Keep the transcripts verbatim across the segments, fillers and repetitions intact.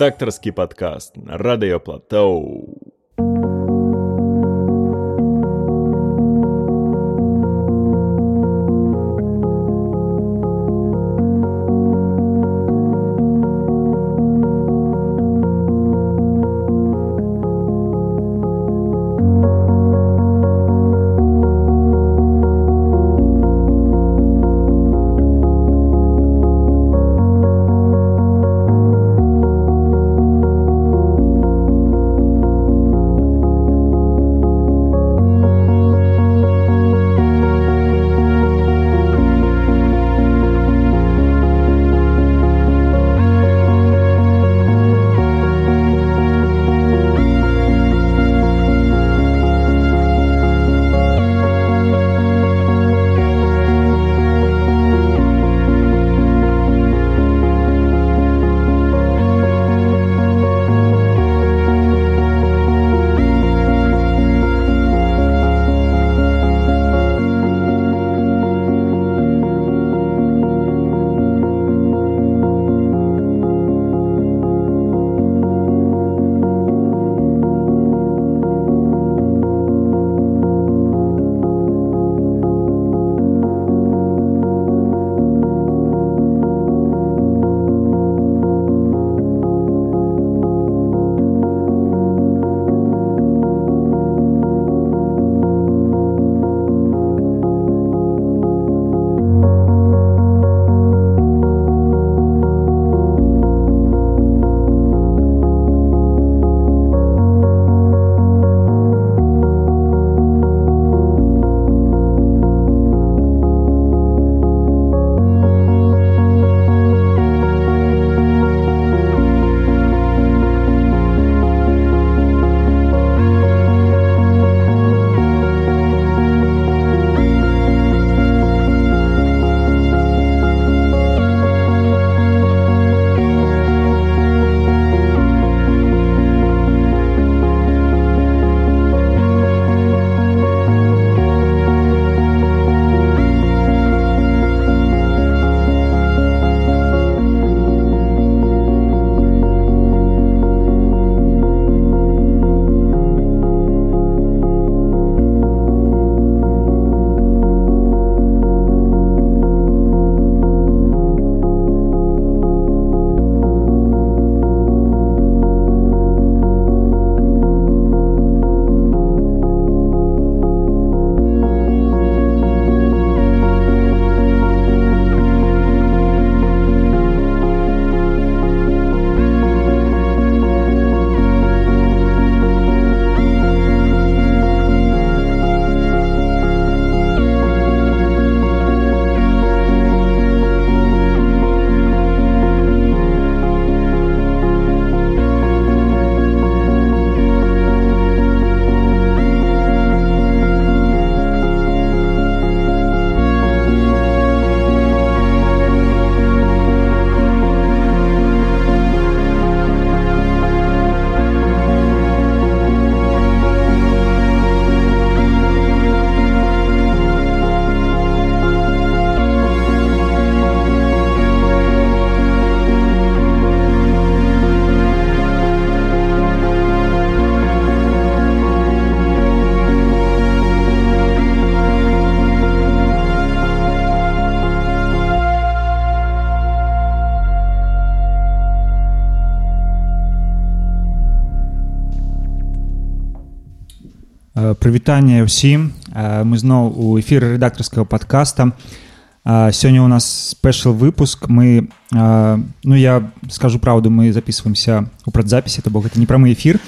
Редактарскі падкаст на радыё Платоў. Прывітанне ўсім. Мы зноў у эфіры рэдактарскага падкаста. Сёння ў нас спешл выпуск. Мы, ну я скажу праўду, мы записываемся у прадзапісе, то бок гэта не прамы эфір,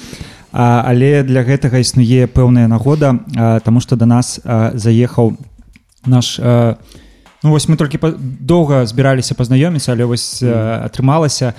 але для гэтага існуе пэўная нагода, таму што да нас заехаў наш, ну вось мы толькі доўга збіраліся пазнаёміцца, але вось атрымалася.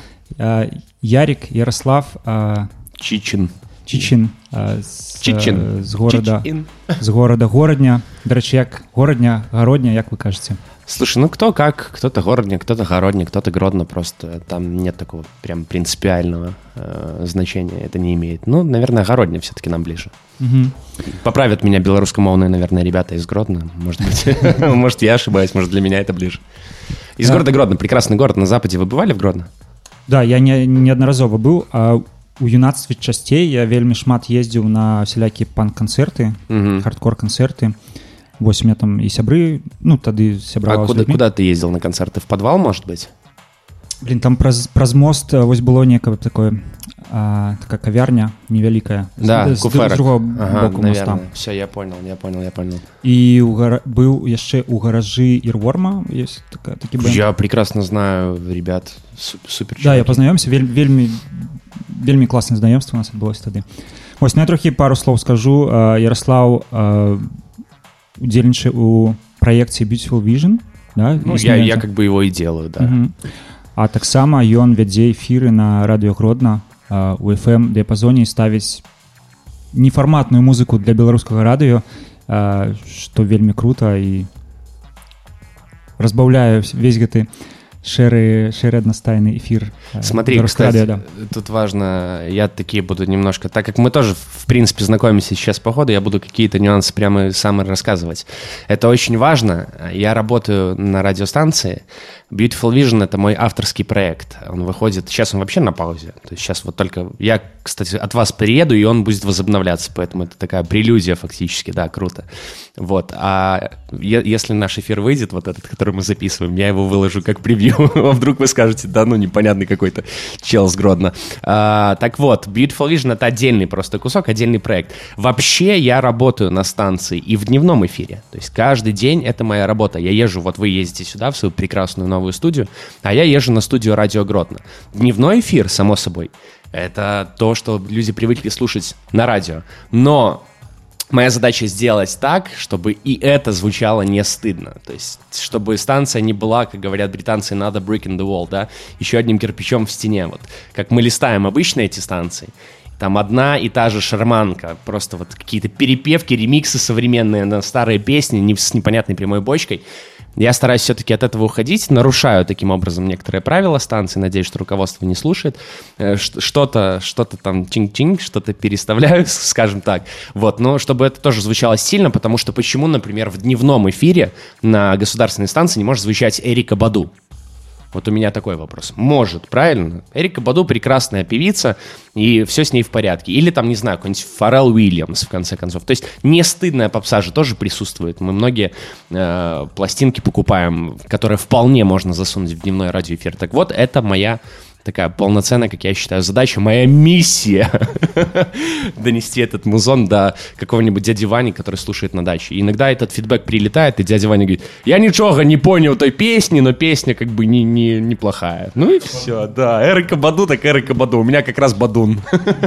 Ярик, Ярослав Чичин. Чичин з, з города Чичин. З города Городня. До речі, як Городня, Городня, як вы кажете? Слушай, ну кто как, кто-то Городня, кто-то Городня, кто-то Гродно, просто там нет такого прям принципиального э, значения, это не имеет. Ну, наверное, Городня все-таки нам ближе. Угу. Поправят меня белорусскомовные, наверное, ребята из Гродно, может быть, может я ошибаюсь, может для меня это ближе. Из города Гродно, прекрасный город на западе. Вы бывали в Гродно? Да, я не, неаднаразова быў, а у юнацтве часцей я вельмі шмат ездзіў на всялякія панк-канцэрты, mm-hmm. хардкор-канцэрты. Вось у меня там і сябры, ну, тады сябраваў. А куда, куда ты ездил на концерты? В подвал, может быть? Блин, там праз, праз мост вось было некое такое, а, такая кавярня невялікая. Да, з, куферак. З другого ага, боку наверное. моста. Все, я понял, я понял, я понял. І у гара... быў яшчэ у гаражы Earworm, есть такая, такі бэнд. Я прекрасно знаю ребят, супер. Да, я познаёмся, вель, вельмі, вельмі класнае знаёмства у нас адбылось тады. Вось, ну я трохі пару слоў скажу. Ярослаў удзельнічае у праекце Beautiful Vision. Да, ну, я, я как бы его и делаю, да. Угу. А таксама ён вядзе эфіры на радыё Гродна у эф эм дыяпазоне і ставіць нефарматную музыку для беларускага радыё, што вельмі крута і разбаўляе весь гэты шэры, шэры аднастайны эфир. Смотри, кстати, радио, да. Тут важно, я такие буду немножко, так как мы тоже, в принципе, знакомимся сейчас по ходу, я буду какие-то нюансы прямо сам рассказывать. Это очень важно. Я работаю на радиостанции. Beautiful Vision — это мой авторский проект. Он выходит, сейчас он вообще на паузе. То есть сейчас вот только, я, кстати, от вас приеду, и он будет возобновляться, поэтому это такая прелюдия фактически, да, круто. Вот, а если наш эфир выйдет, вот этот, который мы записываем, я его выложу как превью. А вдруг вы скажете, да ну непонятный какой-то чел с Гродно. А, так вот, Beautiful Vision — это отдельный просто кусок, отдельный проект. Вообще я работаю на станции и в дневном эфире. То есть каждый день это моя работа. Я езжу, вот вы ездите сюда, в свою прекрасную новую студию, а я езжу на студию Радио Гродно. Дневной эфир, само собой, это то, что люди привыкли слушать на радио. Но моя задача сделать так, чтобы и это звучало не стыдно. То есть, чтобы станция не была, как говорят британцы, another brick in the wall, да, еще одним кирпичом в стене. Вот как мы листаем обычно эти станции, там одна и та же шарманка, просто вот какие-то перепевки, ремиксы современные на старые песни не, с непонятной прямой бочкой. Я стараюсь все-таки от этого уходить, нарушаю таким образом некоторые правила станции, надеюсь, что руководство не слушает, что-то, что-то там чинг-чинг, что-то переставляю, скажем так, вот, но чтобы это тоже звучало сильно, потому что почему, например, в дневном эфире на государственной станции не может звучать Эрика Баду? Вот у меня такой вопрос. Может, правильно? Эрика Баду прекрасная певица, и все с ней в порядке. Или там, не знаю, какой-нибудь Фаррелл Уильямс, в конце концов. То есть не стыдная попса же тоже присутствует. Мы многие э, пластинки покупаем, которые вполне можно засунуть в дневной радиоэфир. Так вот, это моя такая полноценная, как я считаю, задача, моя миссия донести этот музон до какого-нибудь дяди Вани, который слушает на даче. И иногда этот фидбэк прилетает, и дядя Ваня говорит: я ничего не понял той песни, но песня как бы не, не, неплохая. Ну и все, да. Эрика Баду, так Эрика Баду. У меня как раз Бадун.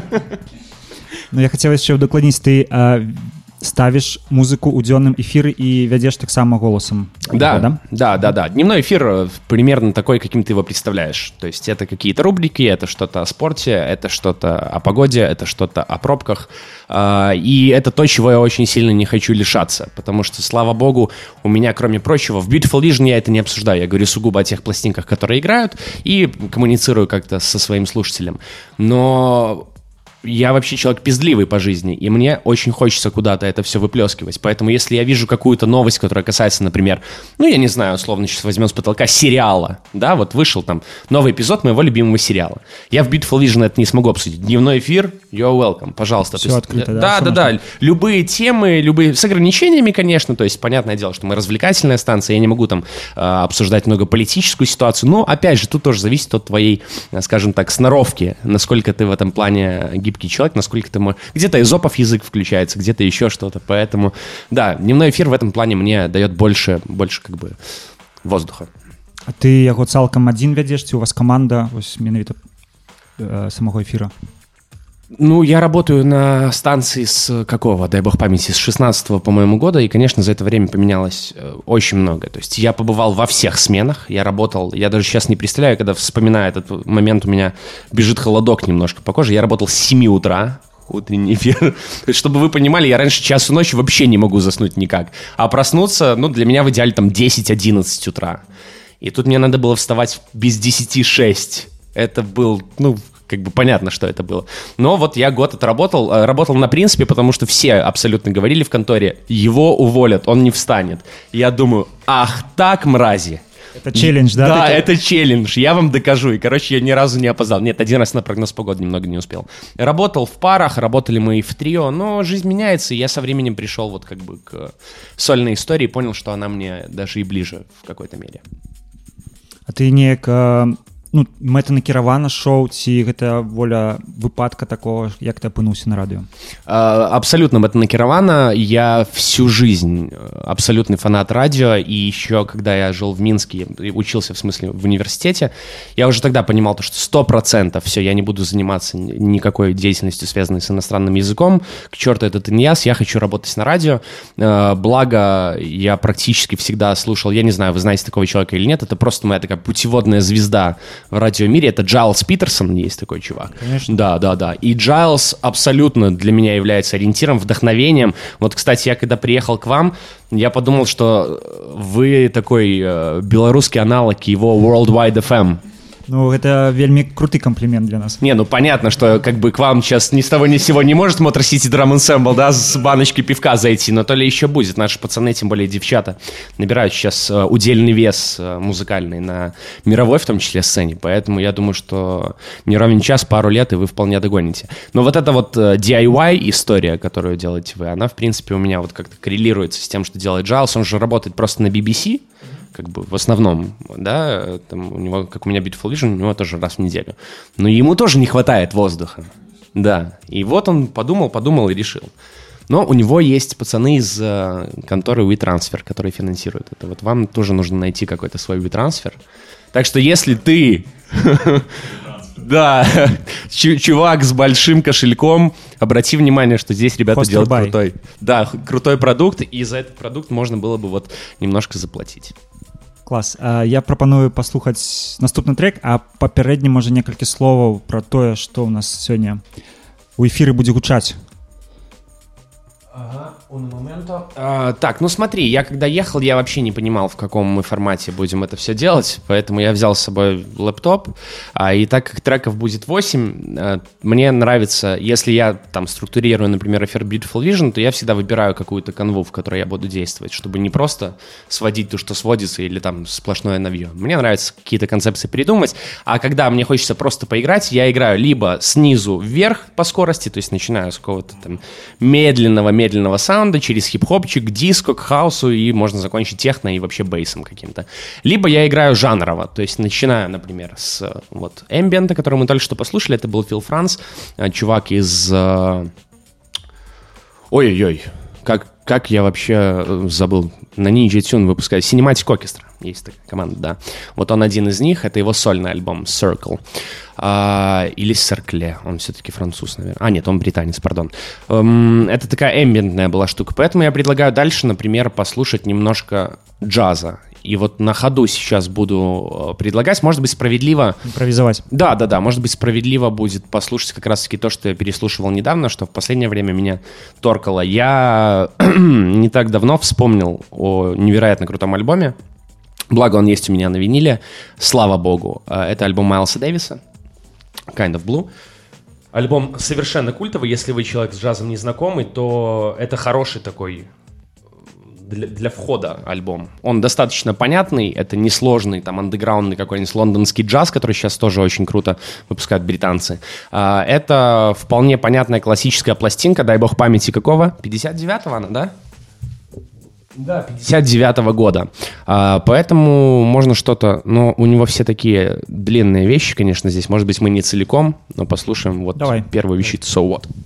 Ну, я хотел еще удокладніць, ты а, ставишь музыку у дзённым эфиры и вядзеш таксама голосом. Да, да, да, да, да. Дневной эфир примерно такой, каким ты его представляешь. То есть это какие-то рубрики, это что-то о спорте, это что-то о погоде, это что-то о пробках. И это то, чего я очень сильно не хочу лишаться. Потому что, слава богу, у меня, кроме прочего, в Beautiful Vision я это не обсуждаю. Я говорю сугубо о тех пластинках, которые играют, и коммуницирую как-то со своим слушателем. Но я вообще человек пиздливый по жизни, и мне очень хочется куда-то это все выплескивать. Поэтому если я вижу какую-то новость, которая касается, например, ну, я не знаю, условно, сейчас возьмем с потолка сериала, да, вот вышел там новый эпизод моего любимого сериала. Я в Beautiful Vision это не смогу обсудить. Дневной эфир, you're welcome, пожалуйста. Все то есть, открыто, да? Да, да, да, да. Любые темы, любые, с ограничениями, конечно, то есть, понятное дело, что мы развлекательная станция, я не могу там э, обсуждать много политическую ситуацию, но, опять же, тут тоже зависит от твоей, скажем так, сноровки, насколько ты в этом плане гибкий человек, насколько ты можешь... Где-то эзопов язык включается, где-то еще что-то, поэтому, да, дневной эфир в этом плане мне дает больше, больше как бы воздуха. А ты яго цалкам адзін вядзеш, ці у вас команда, вось менавіта э, самого эфира? Ну, я работаю на станции с какого, дай бог памяти, с шестнадцатого, по-моему, года, и, конечно, за это время поменялось очень много. То есть я побывал во всех сменах, я работал, я даже сейчас не представляю, когда вспоминаю этот момент, у меня бежит холодок немножко по коже. Я работал с семи утра, утренний эфир. То есть, чтобы вы понимали, я раньше часу ночи вообще не могу заснуть никак. А проснуться, ну, для меня в идеале там десять-одиннадцать утра. И тут мне надо было вставать без десяти шесть. Это был, ну... Как бы понятно, что это было. Но вот я год отработал, работал на принципе, потому что все абсолютно говорили в конторе: его уволят, он не встанет. И я думаю, ах так, мрази. Это челлендж, да? Да, это челлендж, я вам докажу. И, короче, я ни разу не опоздал. Нет, один раз на прогноз погоды немного не успел. Работал в парах, работали мы и в трио, но жизнь меняется, и я со временем пришел вот как бы к сольной истории и понял, что она мне даже и ближе в какой-то мере. А ты неяк, ну, мэтанакіравана шоу, ці гэта воля выпадка такого, як ты апынуўся на радыё? Абсолютно мэтанакіравана. Я всю жизнь абсолютный фанат радио, и еще когда я жил в Минске, учился, в смысле, в университете, я уже тогда понимал, что сто процентов все, я не буду заниматься никакой деятельностью, связанной с иностранным языком, к черту этот иньяс, я хочу работать на радио. Благо, я практически всегда слушал, я не знаю, вы знаете такого человека или нет, это просто моя такая путеводная звезда в радиомире, это Джайлз Питерсон, есть такой чувак. Конечно. Да, да, да. И Джайлз абсолютно для меня является ориентиром, вдохновением. Вот, кстати, я когда приехал к вам, я подумал, что вы такой э, белорусский аналог его Worldwide эф эм. Ну, это вельмі круты комплимент для нас. Не, ну понятно, что как бы к вам сейчас ни с того ни с сего не может Motor City Drum Ensemble, да, с баночкой пивка зайти, но то ли еще будет. Наши пацаны, тем более девчата, набирают сейчас э, удельный вес э, музыкальный на мировой, в том числе, сцене. Поэтому я думаю, что не ровен час, пару лет, и вы вполне догоните. Но вот эта вот э, ди ай вай история, которую делаете вы, она, в принципе, у меня вот как-то коррелируется с тем, что делает Джайлз. Он же работает просто на би би си, как бы в основном, да, там у него, как у меня Beautiful Vision, у него тоже раз в неделю. Но ему тоже не хватает воздуха, да. И вот он подумал, подумал и решил. Но у него есть пацаны из э, конторы WeTransfer, которые финансируют это. Вот вам тоже нужно найти какой-то свой WeTransfer. Так что если ты... Да, чувак с большим кошельком, обрати внимание, что здесь ребята Hoster делают buy. крутой. Да, крутой продукт, и за этот продукт можно было бы вот немножко заплатить. Клас. Я прапаную паслухаць наступны трек, а папярэдне, можа, некалькі словаў пра тое, што ў нас сёння у эфіры будзе гучаць. Ага, un momento. А, так, ну смотри, я когда ехал, я вообще не понимал, в каком мы формате будем это все делать, поэтому я взял с собой лэптоп, а, и так как треков будет восемь, а, мне нравится, если я там структурирую, например, эфир Beautiful Vision, то я всегда выбираю какую-то канву, в которой я буду действовать, чтобы не просто сводить то, что сводится, или там сплошное навье. Мне нравится какие-то концепции придумать, а когда мне хочется просто поиграть, я играю либо снизу вверх по скорости, то есть начинаю с какого-то там медленного-медленного медленного саунда, через хип-хопчик, к диско, к хаусу, и можно закончить техно и вообще бейсом каким-то. Либо я играю жанрово, то есть начинаю, например, с вот эмбиента, который мы только что послушали, это был Фил Франц, чувак из... Ой-ой-ой, как, как я вообще забыл, на Ninja Tune выпускает Cinematic Orchestra, есть такая команда, да. Вот он один из них, это его сольный альбом Circle. А, или Cercle, он все-таки француз, наверное. А, нет, он британец, пардон. Эм, это такая эмбиентная была штука, поэтому я предлагаю дальше, например, послушать немножко джаза. И вот на ходу сейчас буду предлагать, может быть, справедливо... Импровизовать. Да, да, да, может быть, справедливо будет послушать как раз-таки то, что я переслушивал недавно, что в последнее время меня торкало. Я не так давно вспомнил о невероятно крутом альбоме, благо он есть у меня на виниле, слава богу. Это альбом Майлса Дэвиса, Kind of Blue. Альбом совершенно культовый, если вы человек с джазом не знакомый, то это хороший такой... Для, для входа альбом. Он достаточно понятный, это несложный, там, андеграундный какой-нибудь лондонский джаз, который сейчас тоже очень круто выпускают британцы. А, это вполне понятная классическая пластинка, дай бог памяти какого? пятьдесят девятого она, да? Да, пятьдесят девятого года. А, поэтому можно что-то... Но у него все такие длинные вещи, конечно, здесь. Может быть, мы не целиком, но послушаем вот Давай. Первую вещицу «So What».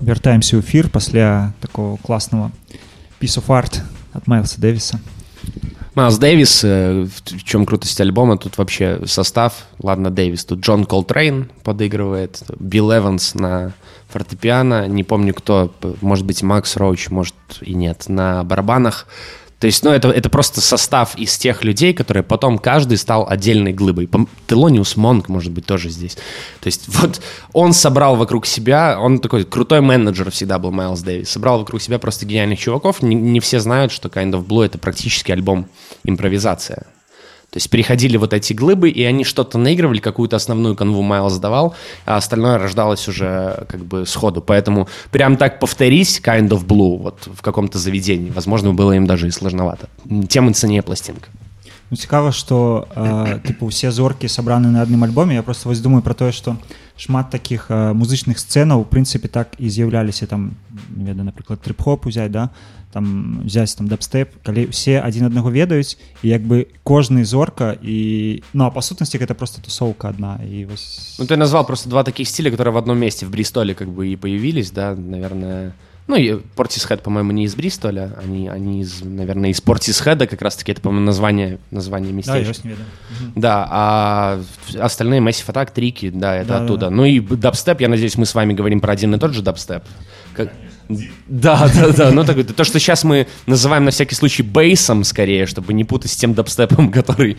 вяртаемся ў эфір пасля такого класнага piece of art от Майлса Дэвиса. Майлз Дэвис, в чем крутость альбома, тут вообще состав, ладно, Дэвис, тут Джон Колтрейн подыгрывает, Билл Эванс на фортепиано, не помню кто, может быть Макс Роуч, может и нет, на барабанах. То есть, ну, это, это просто состав из тех людей, которые потом каждый стал отдельной глыбой. Телониус Монк, может быть, тоже здесь. То есть, вот он собрал вокруг себя, он такой крутой менеджер всегда был, Майлз Дэвис, собрал вокруг себя просто гениальных чуваков. Не, не все знают, что Kind of Blue — это практически альбом импровизация. То есть приходили вот эти глыбы, и они что-то наигрывали, какую-то основную канву Майлз давал, а остальное рождалось уже как бы сходу. Поэтому прям так повторить Kind of Blue вот в каком-то заведении, возможно, было им даже и сложновато. Тем и ценнее пластинка. Ну, цікава, што э, типу усе зоркі сабраны на адным альбоме. Я просто вось думаю про тое, што шмат такіх э, музычных сцэнаў, у прынцыпе, так і з'яўляліся там, не ведаю, напрыклад, трып-хоп узяць, да, там взяць там дабстэп, калі ўсе адзін аднаго ведаюць, і як бы кожны зорка, і ну, а па сутнасці гэта просто тусоўка одна. І вось... Ну, ты назвал просто два таких стиля, которые в одном месте в Бристоле как бы и появились, да, наверное... Ну, и Portishead, по-моему, не из Бристоля, они, они из, наверное, из Portishead, как раз-таки, это, по-моему, название, название местечка. Да, я не веду. Да, а остальные Massive Attack, Трики, да, это да, оттуда. Да. Ну и дабстеп, я надеюсь, мы с вами говорим про один и тот же дабстеп. Как... Да, да, да, ну так, то, что сейчас мы называем на всякий случай бейсом, скорее, чтобы не путать с тем дабстепом, который...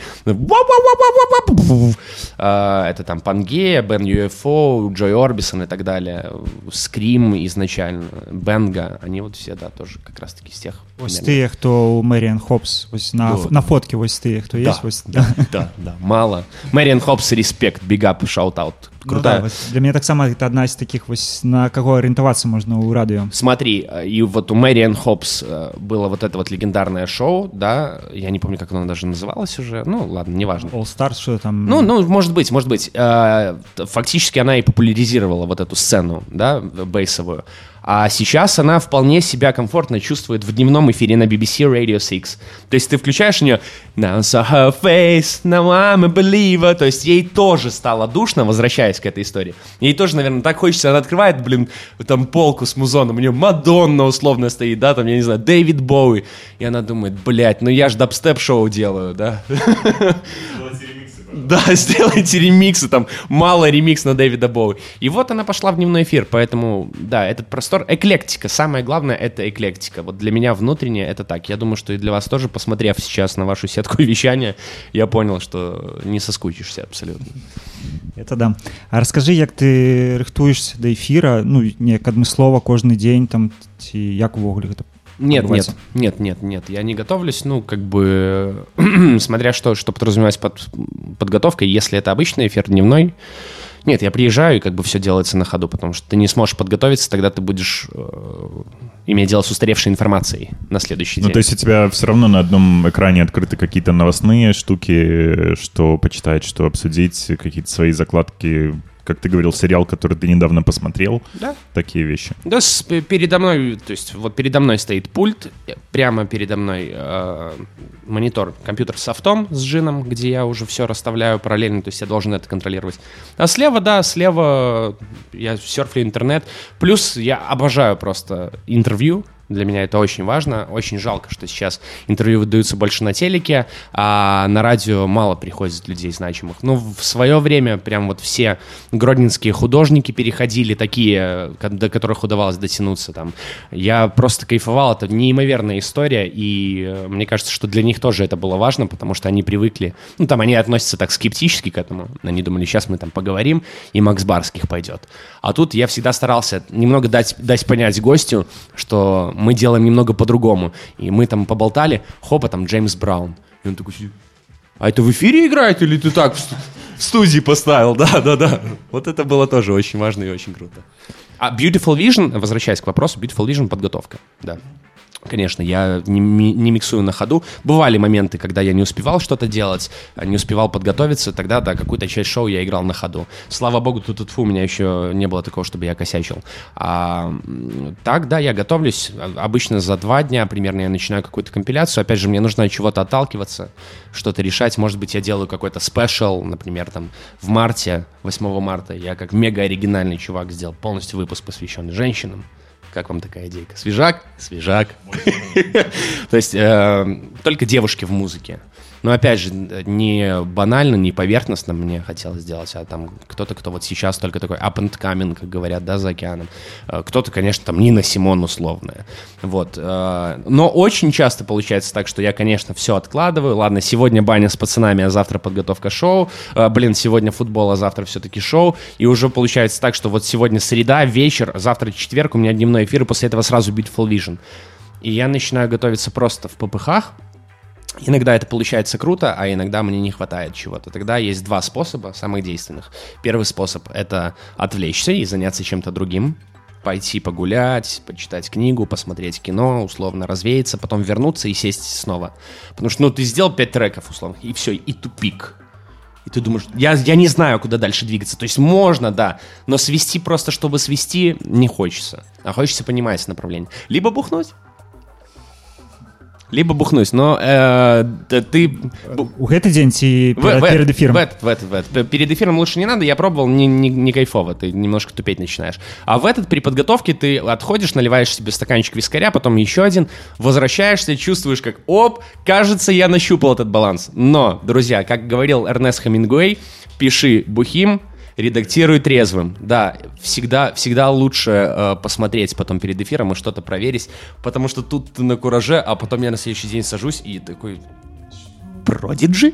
Это там Пангея, Бен ю эф о, Джой Орбисон и так далее, Скрим изначально, Бенга, они вот все, да, тоже как раз-таки из тех... Вось тыя, хто у Мэриан Хопс, вось на, да. на фотке вось тыя, хто да, есть. Вось, да, да, да, да, мало. Мэриан Хопс, респект, big up, shout-out. Крутая. Ну, да, для меня так само это одна из таких, вось, на кого ориентоваться можно у радио. Смотри, и вот у Мэриан Хопс было вот это вот легендарное шоу, да, я не помню, как оно даже называлось уже, ну ладно, неважно. All Stars, что там? Ну, ну, может быть, может быть. Фактически она и популяризировала вот эту сцену, да, бейсовую. А сейчас она вполне себя комфортно чувствует в дневном эфире на би би си Radio шесть. То есть ты включаешь у нее Now saw her face, now I'm a believer. То есть ей тоже стало душно, возвращаясь к этой истории. Ей тоже, наверное, так хочется. Она открывает, блин, там полку с музоном. У нее Мадонна условно стоит, да, там, я не знаю, Дэвид Боуи. И она думает, блядь, ну я ж дабстеп-шоу делаю, да. Да, сделайте ремиксы, там мало ремикс на Дэвида Боуи. И вот она пошла в дневной эфир, поэтому, да, этот простор, эклектика, самое главное — это эклектика. Вот для меня внутренне это так. Я думаю, что и для вас тоже, посмотрев сейчас на вашу сетку вещания, я понял, что не соскучишься абсолютно. Это да. А расскажи, як ты рыхтуешься до эфира, ну, неяк адмыслова кожны дзень, там, ці як увогуле гэта? Нет, нет, нет, нет, нет, я не готовлюсь, ну, как бы, смотря что, что подразумевать под подготовкой, если это обычный эфир дневной, нет, я приезжаю, и как бы все делается на ходу, потому что ты не сможешь подготовиться, тогда ты будешь э, иметь дело с устаревшей информацией на следующий день. Ну, то есть у тебя все равно на одном экране открыты какие-то новостные штуки, что почитать, что обсудить, какие-то свои закладки, как ты говорил, сериал, который ты недавно посмотрел, да. Такие вещи. Да, с, передо мной, то есть вот передо мной стоит пульт, прямо передо мной э, монитор, компьютер с софтом, с джином, где я уже все расставляю параллельно, то есть я должен это контролировать. А слева, да, слева я серфлю интернет, плюс я обожаю просто интервью. Для меня это очень важно. Очень жалко, что сейчас интервью выдаются больше на телеке, а на радио мало приходит людей значимых. Ну, в свое время прям вот все гродненские художники переходили, такие, до которых удавалось дотянуться. Там. Я просто кайфовал. Это неимоверная история, и мне кажется, что для них тоже это было важно, потому что они привыкли. Ну, там они относятся так скептически к этому. Они думали, сейчас мы там поговорим, и Макс Барских пойдет. А тут я всегда старался немного дать, дать понять гостю, что мы делаем немного по-другому. И мы там поболтали, хопа, там Джеймс Браун. И он такой, а это в эфире играет или ты так в студии поставил? Да, да, да. Вот это было тоже очень важно и очень круто. А Beautiful Vision, возвращаясь к вопросу, Beautiful Vision — подготовка, да. Конечно, я не, не миксую на ходу. Бывали моменты, когда я не успевал что-то делать, не успевал подготовиться, тогда, да, какую-то часть шоу я играл на ходу. Слава богу, тут у меня еще не было такого, чтобы я косячил. А, так, да, я готовлюсь. Обычно за два дня примерно я начинаю какую-то компиляцию. Опять же, мне нужно от чего-то отталкиваться, что-то решать. Может быть, я делаю какой-то спешл, например, там, в марте, восьмого марта. Я как мега оригинальный чувак сделал полностью выпуск, посвященный женщинам. Как вам такая идейка? Свежак? Свежак. То есть э, только девушки в музыке. Но опять же, не банально, не поверхностно мне хотелось сделать, а там кто-то, кто вот сейчас только такой up and coming, как говорят, да, за океаном. Кто-то, конечно, там Нина Симон условная. Вот. Но очень часто получается так, что я, конечно, все откладываю. Ладно, сегодня баня с пацанами, а завтра подготовка шоу. Блин, сегодня футбол, а завтра все-таки шоу. И уже получается так, что вот сегодня среда, вечер, завтра четверг, у меня дневной эфир, и после этого сразу Beautiful Vision. И я начинаю готовиться просто в попыхах. Иногда это получается круто, а иногда мне не хватает чего-то. Тогда есть два способа, самых действенных. Первый способ — это отвлечься и заняться чем-то другим. Пойти погулять, почитать книгу, посмотреть кино, условно развеяться, потом вернуться и сесть снова. Потому что, ну, ты сделал пять треков, условно, и все, и тупик. И ты думаешь, я, я не знаю, куда дальше двигаться. То есть можно, да, но свести просто, чтобы свести, не хочется. А хочется понимать направление. Либо бухнуть, либо бухнуть, но э, ты... У гэты дзень ці в, перед эфиром? В этот, в этот, в этот. Перед эфиром лучше не надо, я пробовал, не, не, не кайфово, ты немножко тупеть начинаешь. А в этот, при подготовке, ты отходишь, наливаешь себе стаканчик вискаря, потом еще один, возвращаешься, чувствуешь, как, оп, кажется, я нащупал этот баланс. Но, друзья, как говорил Эрнест Хемингуэй, пиши бухим, редактируй трезвым. Да, всегда, всегда лучше э, посмотреть потом перед эфиром и что-то проверить, потому что тут ты на кураже, а потом я на следующий день сажусь и такой... Продиджи?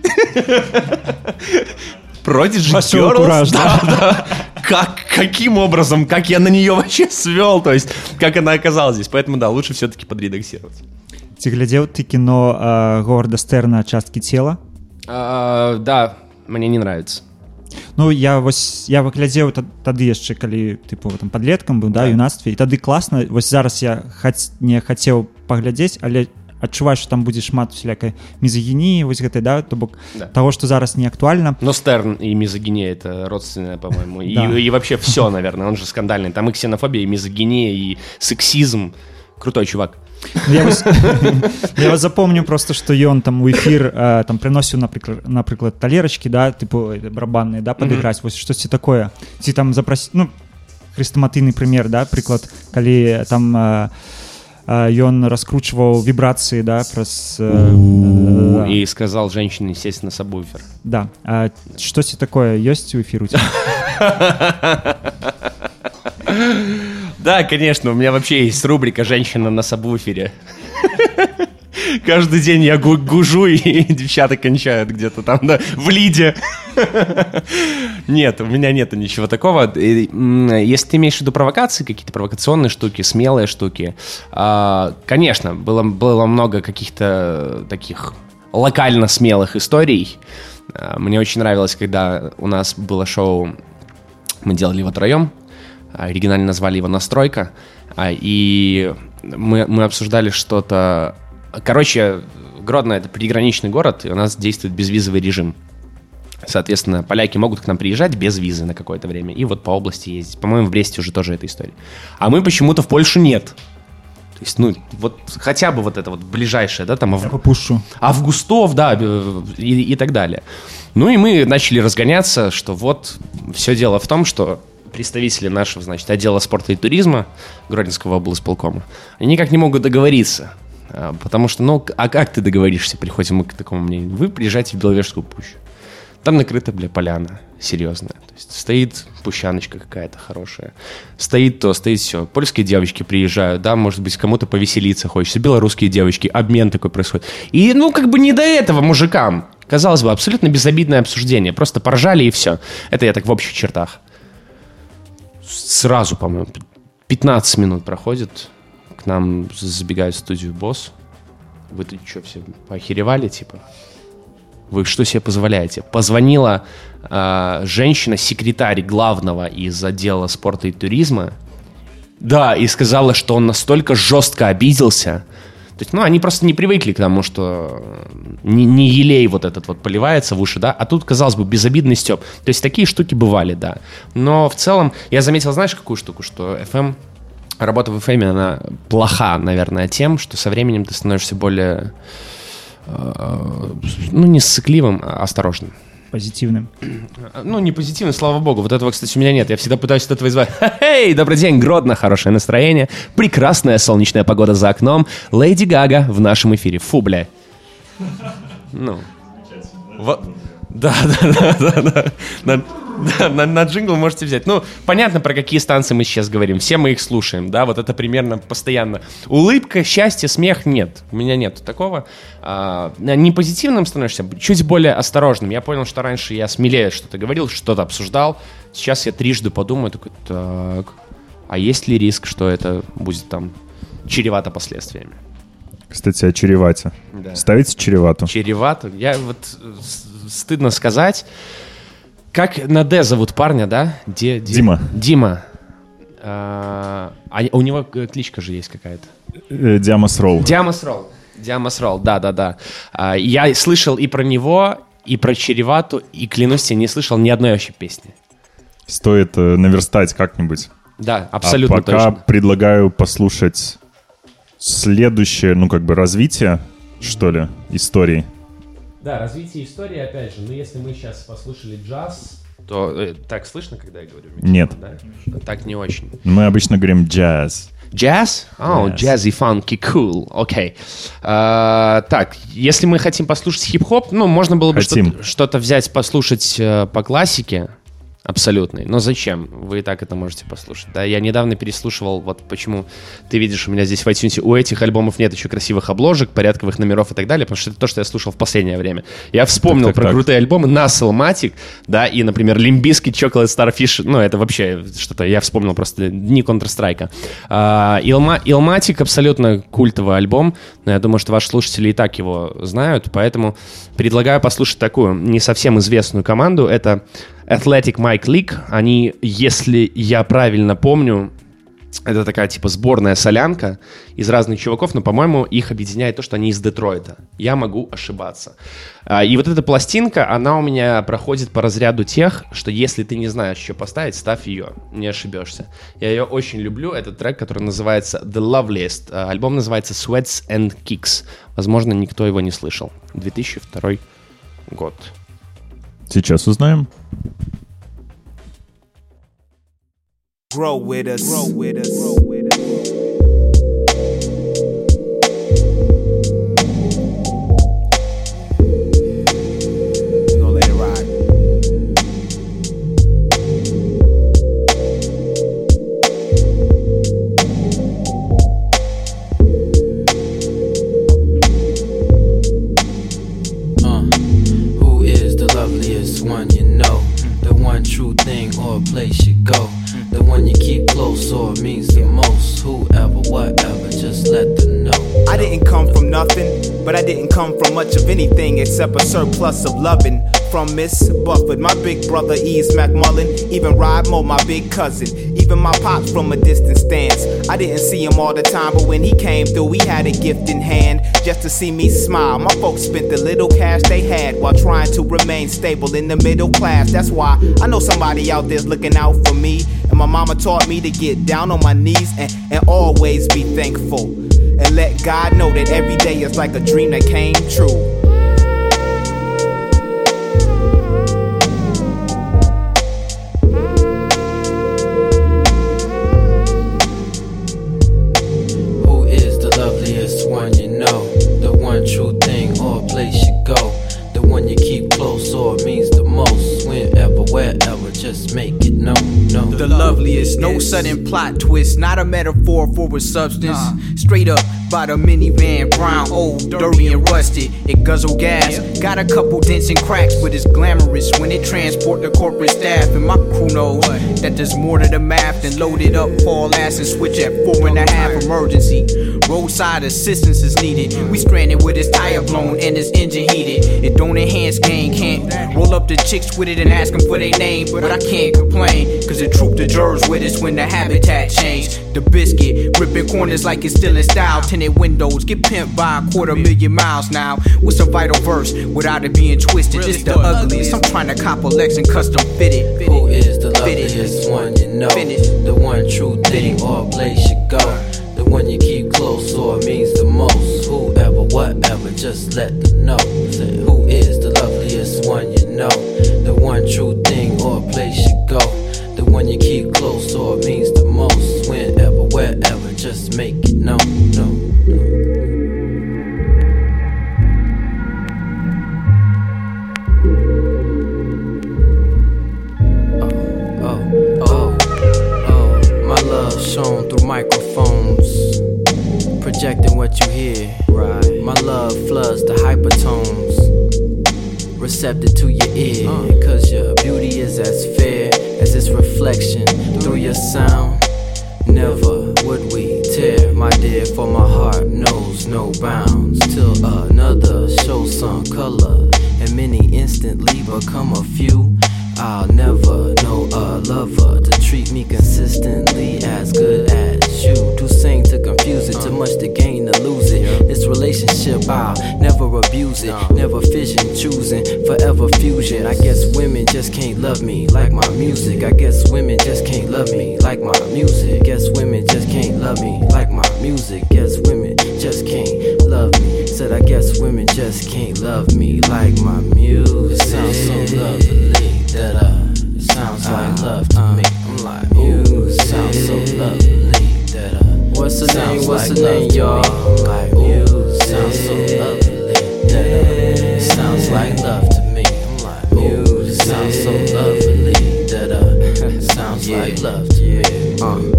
Продиджи Girls? Да, да. Как, каким образом, как я на нее вообще свел, то есть, как она оказалась здесь. Поэтому, да, лучше все-таки подредактировать. Ці глядзеў ты кино э, Говарда Стерна «Частки тела»? А, да, мне не нравится. Ну я вось я выглядзеў тады яшчэ калі тыпу там падлеткам быў, да, юнацтве, і тады класна. Вось зараз я хаць не хацеў паглядзець, але адчуваю, што там будзе шмат усялякай мізагініі, вось гэтай, да, то бок да. Того, што зараз не актуальна. Но Стерн и мизогиния — это родственное, по-моему, и, и вообще все, наверное, он же скандальный. Там и ксенофобия, и мизогиния, и сексизм. Крутой чувак. Я вас, я вас запомню просто, што ён там у эфір э, там прыносіў, напрыклад, напрыклад талерачкі, да, тыпу барабанныя, да, падыграць, mm-hmm. вось штосьці такое. Ці там запрасіць, ну, хрестаматыйны прымер, да, прыклад, калі там э, э, ён раскручваў вібрацыі, да, праз... Э, э, и сказал женщине сесть на сабвуфер. Да. А штосьці такое ёсць у эфіру? Да, конечно, у меня вообще есть рубрика «Женщина на сабвуфере». Каждый день я гу- гужу, и девчата кончают где-то там, да, в лиде. Нет, у меня нету ничего такого. Если ты имеешь в виду провокации, какие-то провокационные штуки, смелые штуки, конечно, было, было много каких-то таких локально смелых историй. Мне очень нравилось, когда у нас было шоу, мы делали его втроем, оригинально назвали его «Настройка», и мы, мы обсуждали что-то... Короче, Гродно — это приграничный город, и у нас действует безвизовый режим. Соответственно, поляки могут к нам приезжать без визы на какое-то время и вот по области ездить. По-моему, в Бресте уже тоже эта история. А мы почему-то в Польшу нет. То есть, ну, вот хотя бы вот это вот ближайшее, да, там... Ав... Я попушу. Августов, да, и, и так далее. Ну, и мы начали разгоняться, что вот все дело в том, что представители нашего, значит, отдела спорта и туризма Гродненского облсполкома, они никак не могут договориться. Потому что, ну, а как ты договоришься? Приходим мы к такому мнению. Вы приезжаете в Беловежскую пущу. Там накрыта, бля, поляна серьезная. То есть стоит пущаночка какая-то хорошая. Стоит то, стоит все. Польские девочки приезжают, да, может быть, кому-то повеселиться хочется. Белорусские девочки, обмен такой происходит. И, ну, как бы не до этого мужикам. Казалось бы, абсолютно безобидное обсуждение. Просто поржали и все. Это я так в общих чертах. Сразу, по-моему, пятнадцать минут проходит. К нам забегает в студию босс. Вы тут что, все поохеревали, типа? Вы что себе позволяете? Позвонила э, женщина, секретарь главного из отдела спорта и туризма. Да, и сказала, что он настолько жестко обиделся. То есть, ну, они просто не привыкли к тому, что не, не елей вот этот вот поливается в уши, да, а тут, казалось бы, безобидный стёб. То есть такие штуки бывали, да. Но в целом я заметил, знаешь, какую штуку, что эф эм, работа в эф эм, она плоха, наверное, тем, что со временем ты становишься более, э, ну, не сцикливым, а осторожным. Позитивным. Ну, не позитивным, слава богу. Вот этого, кстати, у меня нет. Я всегда пытаюсь от этого избавиться. Хей, добрый день, Гродно, хорошее настроение, прекрасная солнечная погода за окном, Леди Гага в нашем эфире. Фу, бля. Ну. Вот. Да, да, да, да, да. На, да на, на джингл можете взять. Ну, понятно, про какие станции мы сейчас говорим. Все мы их слушаем, да, вот это примерно постоянно. Улыбка, счастье, смех нет. У меня нет такого. А, не позитивным становишься, чуть более осторожным. Я понял, что раньше я смелее что-то говорил, что-то обсуждал. Сейчас я трижды подумаю, такой, так, а есть ли риск, что это будет там чревато последствиями? Кстати, о чревате. Да. Ставите чревату? Чревату? Я вот... Стыдно сказать. Как на Д зовут парня, да? Де, де... Дима. Дима. А, а у него кличка же есть какая-то. Диамас Ролл. Диамас Ролл. Диамас Ролл, да-да-да. А, я слышал и про него, и про чревату, и, клянусь тебе, не слышал ни одной вообще песни. Стоит э, наверстать как-нибудь. Да, абсолютно а пока точно. Предлагаю послушать следующее, ну, как бы, развитие, что ли, истории. Да, развитие истории, опять же, но если мы сейчас послушали джаз, то... Э, так слышно, когда я говорю? Нет. Да? Так не очень. Мы обычно говорим джаз. Джаз? О, oh, jazzy, funky, cool, окей. Okay. Uh, так, если мы хотим послушать хип-хоп, ну, можно было бы что-то, что-то взять, послушать uh, по классике. Абсолютный. Но зачем? Вы и так это можете послушать. Да, я недавно переслушивал, вот почему ты видишь у меня здесь в iTunes, у этих альбомов нет еще красивых обложек, порядковых номеров и так далее, потому что это то, что я слушал в последнее время. Я вспомнил так, так, про так. крутые альбомы Nasselmatic, да, и, например, Limp Bizkit, Chocolate Starfish, ну, это вообще что-то, я вспомнил просто дни Counter-Strike. Uh, Illma- Illmatic абсолютно культовый альбом, но я думаю, что ваши слушатели и так его знают, поэтому предлагаю послушать такую не совсем известную команду, это Athletic Mike Leak, они, если я правильно помню, это такая типа сборная солянка из разных чуваков, но, по-моему, их объединяет то, что они из Детройта. Я могу ошибаться. И вот эта пластинка, она у меня проходит по разряду тех, что если ты не знаешь, что поставить, ставь ее, не ошибешься. Я ее очень люблю, этот трек, который называется The Loveliest. Альбом называется Sweats and Kicks. Возможно, никто его не слышал. две тысячи второй год. Сейчас узнаем. Grow with us, grow with us, grow with us. We gonna let it ride. Uh, who is the loveliest one you know? The one true thing or place you go? The one you keep close or means the most. Whoever, whatever, just let them know. I didn't come from nothing, but I didn't come from much of anything except a surplus of loving from Miss Buffett, my big brother Ease McMullen, even Rod Mo, my big cousin, even my pops from a distant stance. I didn't see him all the time, but when he came through, he had a gift in hand just to see me smile. My folks spent the little cash they had while trying to remain stable in the middle class. That's why I know somebody out there's looking out for me. And my mama taught me to get down on my knees and, and always be thankful. And let God know that every day is like a dream that came true. No sudden plot twist, not a metaphor for a substance. Nah. Straight up by the minivan, brown, old, dirty and rusted. It guzzle gas, yep. Got a couple dents and cracks, but it's glamorous when it transport the corporate staff. And my crew knows what? That there's more to the math than load it up, fall ass and switch at four and a half emergency. roadside assistance is needed. We stranded with his tire blown and his engine heated. It don't enhance game, can't roll up the chicks with it and ask them for their name. But I can't complain, cause the troop the jurors with us when the habitat changed. The biscuit, ripping corners like it's still in style. Tinted windows, get pimped by a quarter million miles now. What's a vital verse without it being twisted? Just the ugliest. I'm trying to cop a Lex and custom fit it. Who is the loveliest one you know? The one true thing or place you go. The one you keep close or means the most. Whoever, whatever, just let them know. Who is the loveliest one you know? The one true thing or place you go. The one you keep close or means the most. Whenever, wherever, just make it known. No, no. Shown through microphones, projecting what you hear. Right. My love floods the hypertones, receptive to your ear. Uh. Cause your beauty is as fair as its reflection through your sound. Never would we tear, my dear, for my heart knows no bounds. Till another shows some color, and many instantly become a few. I'll never know a lover to treat me consistently as good as you. Too sane to confuse it, too much to gain to lose it. This relationship, I'll never abuse it. Never fission, choosing, forever fusion. I guess women just can't love me like my music. I guess women just can't love me like my music. Guess women just can't love me like my music. Guess women just can't love me. Said I guess women just can't love me like my music. It sounds so lovely. That uh, it sounds like love to me. I'm like, ooh, it sounds so lovely. That uh, what's the name? What's the name, y'all? I'm like, ooh, it sounds so lovely. That uh, it sounds like love to me. I'm like, ooh, it sounds so lovely. That uh, it sounds like love to me. Uh.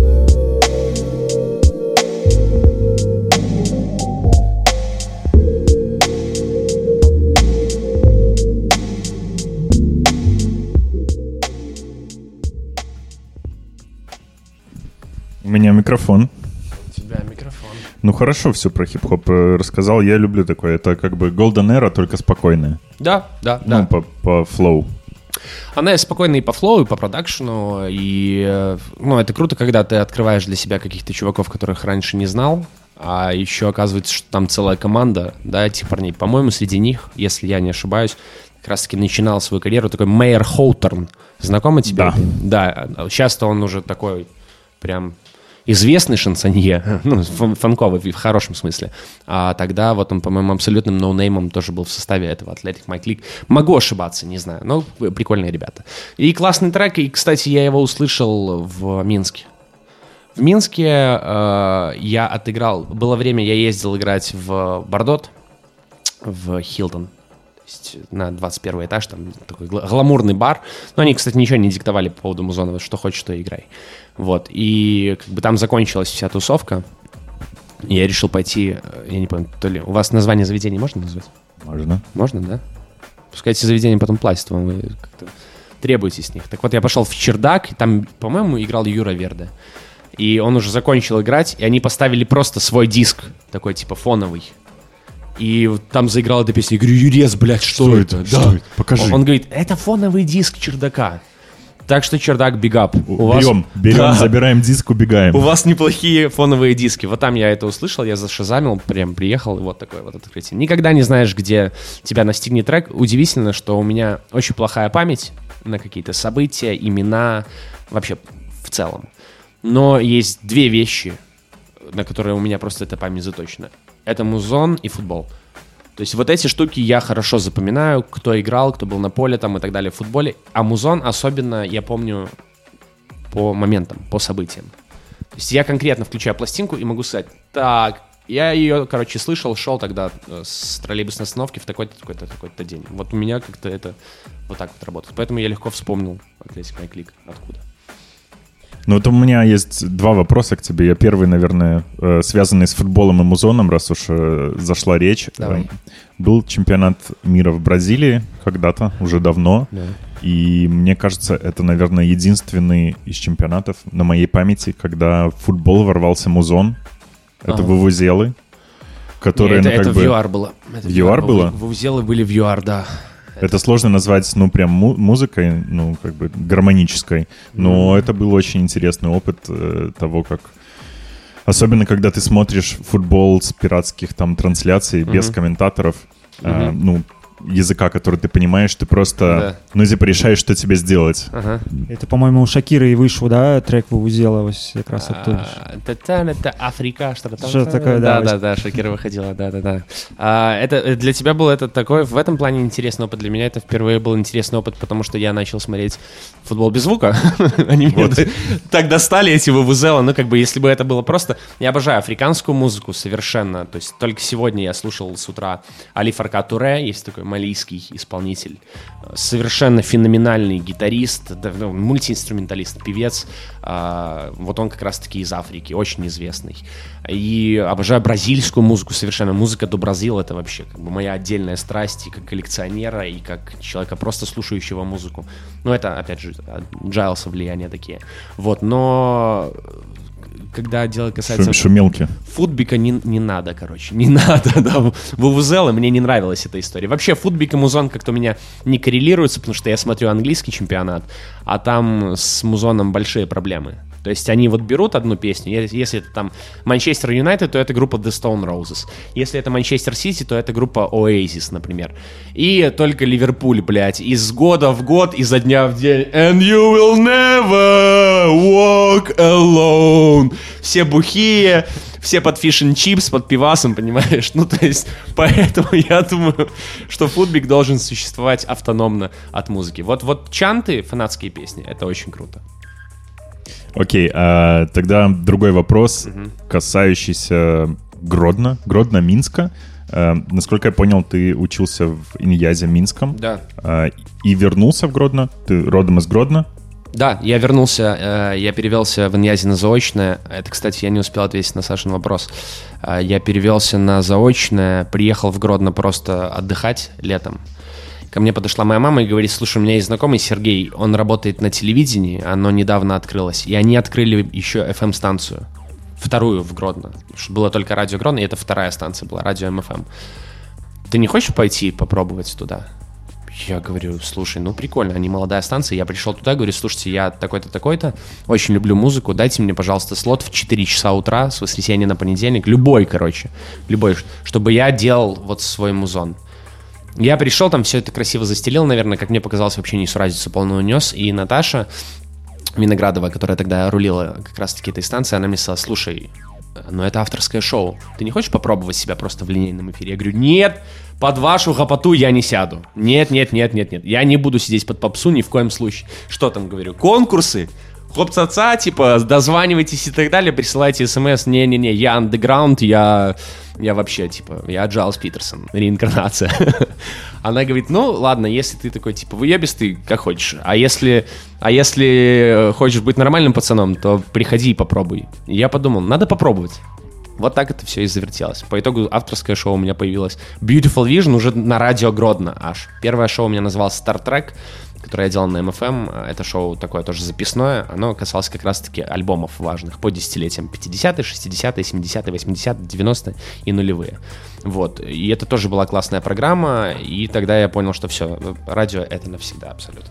У меня микрофон. У тебя микрофон. Ну хорошо, все про хип-хоп рассказал. Я люблю такое. Это как бы Golden Era, только спокойная. Да, да, ну, да. По, по флоу. Она спокойная и по флоу, и по продакшену. И, ну, это круто, когда ты открываешь для себя каких-то чуваков, которых раньше не знал. А еще оказывается, что там целая команда, да, этих парней. По-моему, среди них, если я не ошибаюсь, как раз-таки начинал свою карьеру такой Мэйр Хоуторн. Знакомый тебе? Да. Да. Сейчас-то он уже такой прям... известный шансонье, ну, фанковый в хорошем смысле. А тогда вот он, по-моему, абсолютным ноунеймом тоже был в составе этого Athletic Mike League. Могу ошибаться, не знаю, но прикольные ребята. И классный трек, и, кстати, я его услышал в Минске. В Минске э, я отыграл, было время, я ездил играть в Бардот, в Хилтон. На двадцать первый этаж, там такой гламурный бар. Но они, кстати, ничего не диктовали по поводу Музонова, что хочешь, то играй. Вот, и как бы там закончилась вся тусовка. И я решил пойти, я не помню, то ли... У вас название заведения можно назвать? Можно. Можно, да? Пускай эти заведения потом платят вам, вы как-то требуете с них. Так вот, я пошел в чердак, и там, по-моему, играл Юра Верде. И он уже закончил играть, и они поставили просто свой диск, такой типа фоновый. И там заиграла эта песня. Я говорю, Юрец, блядь, что, что это? это? Что да. это? Покажи. Он, он говорит, это фоновый диск чердака. Так что чердак, big up. У берем, вас... берем, да. Забираем диск, убегаем. У вас неплохие фоновые диски. Вот там я это услышал, я зашазамил, прям приехал, и вот такое вот открытие. Никогда не знаешь, где тебя настигнет трек. Удивительно, что у меня очень плохая память на какие-то события, имена, вообще в целом. Но есть две вещи, на которые у меня просто эта память заточена. Это музон и футбол. То есть вот эти штуки я хорошо запоминаю, кто играл, кто был на поле там и так далее в футболе. А музон особенно я помню по моментам, по событиям. То есть я конкретно включаю пластинку и могу сказать, так, я ее, короче, слышал, шел тогда с троллейбусной остановки в такой-то, такой-то, такой-то день. Вот у меня как-то это вот так вот работает. Поэтому я легко вспомнил Athletic Mike League откуда. Ну, вот у меня есть два вопроса к тебе. Я первый, наверное, связанный с футболом и музоном, раз уж зашла речь. Давай. Был чемпионат мира в Бразилии когда-то, уже давно. Да. И мне кажется, это, наверное, единственный из чемпионатов на моей памяти, когда в футбол ворвался музон. Это вувузелы, которые, это, ну, как это бы... в ю ар было. Это в ю ар было? Вувузелы были в ю ар, да. Это сложно назвать, ну, прям му- музыкой, ну, как бы гармонической, но mm. это был очень интересный опыт э, того, как... Особенно, когда ты смотришь футбол с пиратских там трансляций, mm-hmm. без комментаторов, mm-hmm. э, ну, языка, который ты понимаешь, ты просто, да. ну, типа, решаешь, что тебе сделать. Ага. Это, по-моему, у Шакиры и вышел, да, трек «Вувузела», как раз оттуда. Это Африка, что-то там. Что такое, да. Да, да, да, Шакира выходила, да, да, да. А, это для тебя был это такой, в этом плане интересный опыт. Для меня это впервые был интересный опыт, потому что я начал смотреть футбол без звука. Они меня так достали, эти «Вувузела». Ну, как бы, если бы это было просто... Я обожаю африканскую музыку совершенно. То есть только сегодня я слушал с утра Али Фарка Туре, есть такой малийский исполнитель, совершенно феноменальный гитарист, ну, мультиинструменталист, певец. А, вот он как раз-таки из Африки, очень известный. И обожаю бразильскую музыку совершенно. Музыка до Бразила — это вообще как бы моя отдельная страсть и как коллекционера, и как человека, просто слушающего музыку. Ну, это, опять же, Джайлса влияния такие. Вот, но... Когда дело касается... Шумелки. Футбика не, не надо, короче, не надо, да. Вувузелы, мне не нравилась эта история. Вообще, футбик и музон как-то у меня не коррелируются, потому что я смотрю английский чемпионат, а там с музоном большие проблемы. То есть они вот берут одну песню, если это там Манчестер Юнайтед, то это группа The Stone Roses. Если это Манчестер Сити, то это группа Oasis, например. И только Ливерпуль, блядь, из года в год, изо дня в день. And you will never walk alone. Все бухие, все под фиш энд чипс, под пивасом, понимаешь? Ну, то есть, поэтому я думаю, что футбик должен существовать автономно от музыки. Вот, вот чанты, фанатские песни, это очень круто. Окей, а тогда другой вопрос, угу. касающийся Гродно, Гродно-Минска. А, насколько я понял, ты учился в Иньязе Минском. Да. А, и вернулся в Гродно? Ты родом из Гродно? Да, я вернулся, я перевелся в Иньязе на заочное. Это, кстати, я не успел ответить на Сашин вопрос. Я перевелся на заочное, приехал в Гродно просто отдыхать летом. Ко мне подошла моя мама и говорит: слушай, у меня есть знакомый Сергей, он работает на телевидении, оно недавно открылось, и они открыли еще эф эм-станцию, вторую в Гродно. Было только радио Гродно, и это вторая станция была, радио эм эф эм. Ты не хочешь пойти попробовать туда? Я говорю: слушай, ну прикольно, они молодая станция. Я пришел туда, говорю: слушайте, я такой-то, такой-то, очень люблю музыку, дайте мне, пожалуйста, слот в четыре часа утра с воскресенья на понедельник, любой, короче, любой, чтобы я делал вот свой музон. Я пришел, там все это красиво застелил, наверное, как мне показалось, вообще несу разницу полную нес. И Наташа Виноградова, которая тогда рулила как раз-таки этой станцией, она мне сказала: слушай, ну это авторское шоу, ты не хочешь попробовать себя просто в линейном эфире? Я говорю: нет, под вашу гопоту я не сяду. Нет, нет, нет, нет, нет, я не буду сидеть под попсу ни в коем случае. Что там, говорю, конкурсы? Хлопца-ца, типа, дозванивайтесь и так далее, присылайте смс. Не-не-не, я андеграунд, я, я вообще, типа, я Джайлс Питерсон, реинкарнация. Она говорит: ну, ладно, если ты такой, типа, выебистый, как хочешь. А если, а если хочешь быть нормальным пацаном, то приходи и попробуй. И я подумал, надо попробовать. Вот так это все и завертелось. По итогу авторское шоу у меня появилось. Beautiful Vision уже на радио Гродно аж. Первое шоу у меня называлось Star Trek, которое я делал на эм эф эм. Это шоу такое тоже записное. Оно касалось как раз-таки альбомов важных по десятилетиям. пятидесятые, шестидесятые, семидесятые, восьмидесятые, девяностые и нулевые. Вот. И это тоже была классная программа. И тогда я понял, что все, радио — это навсегда абсолютно.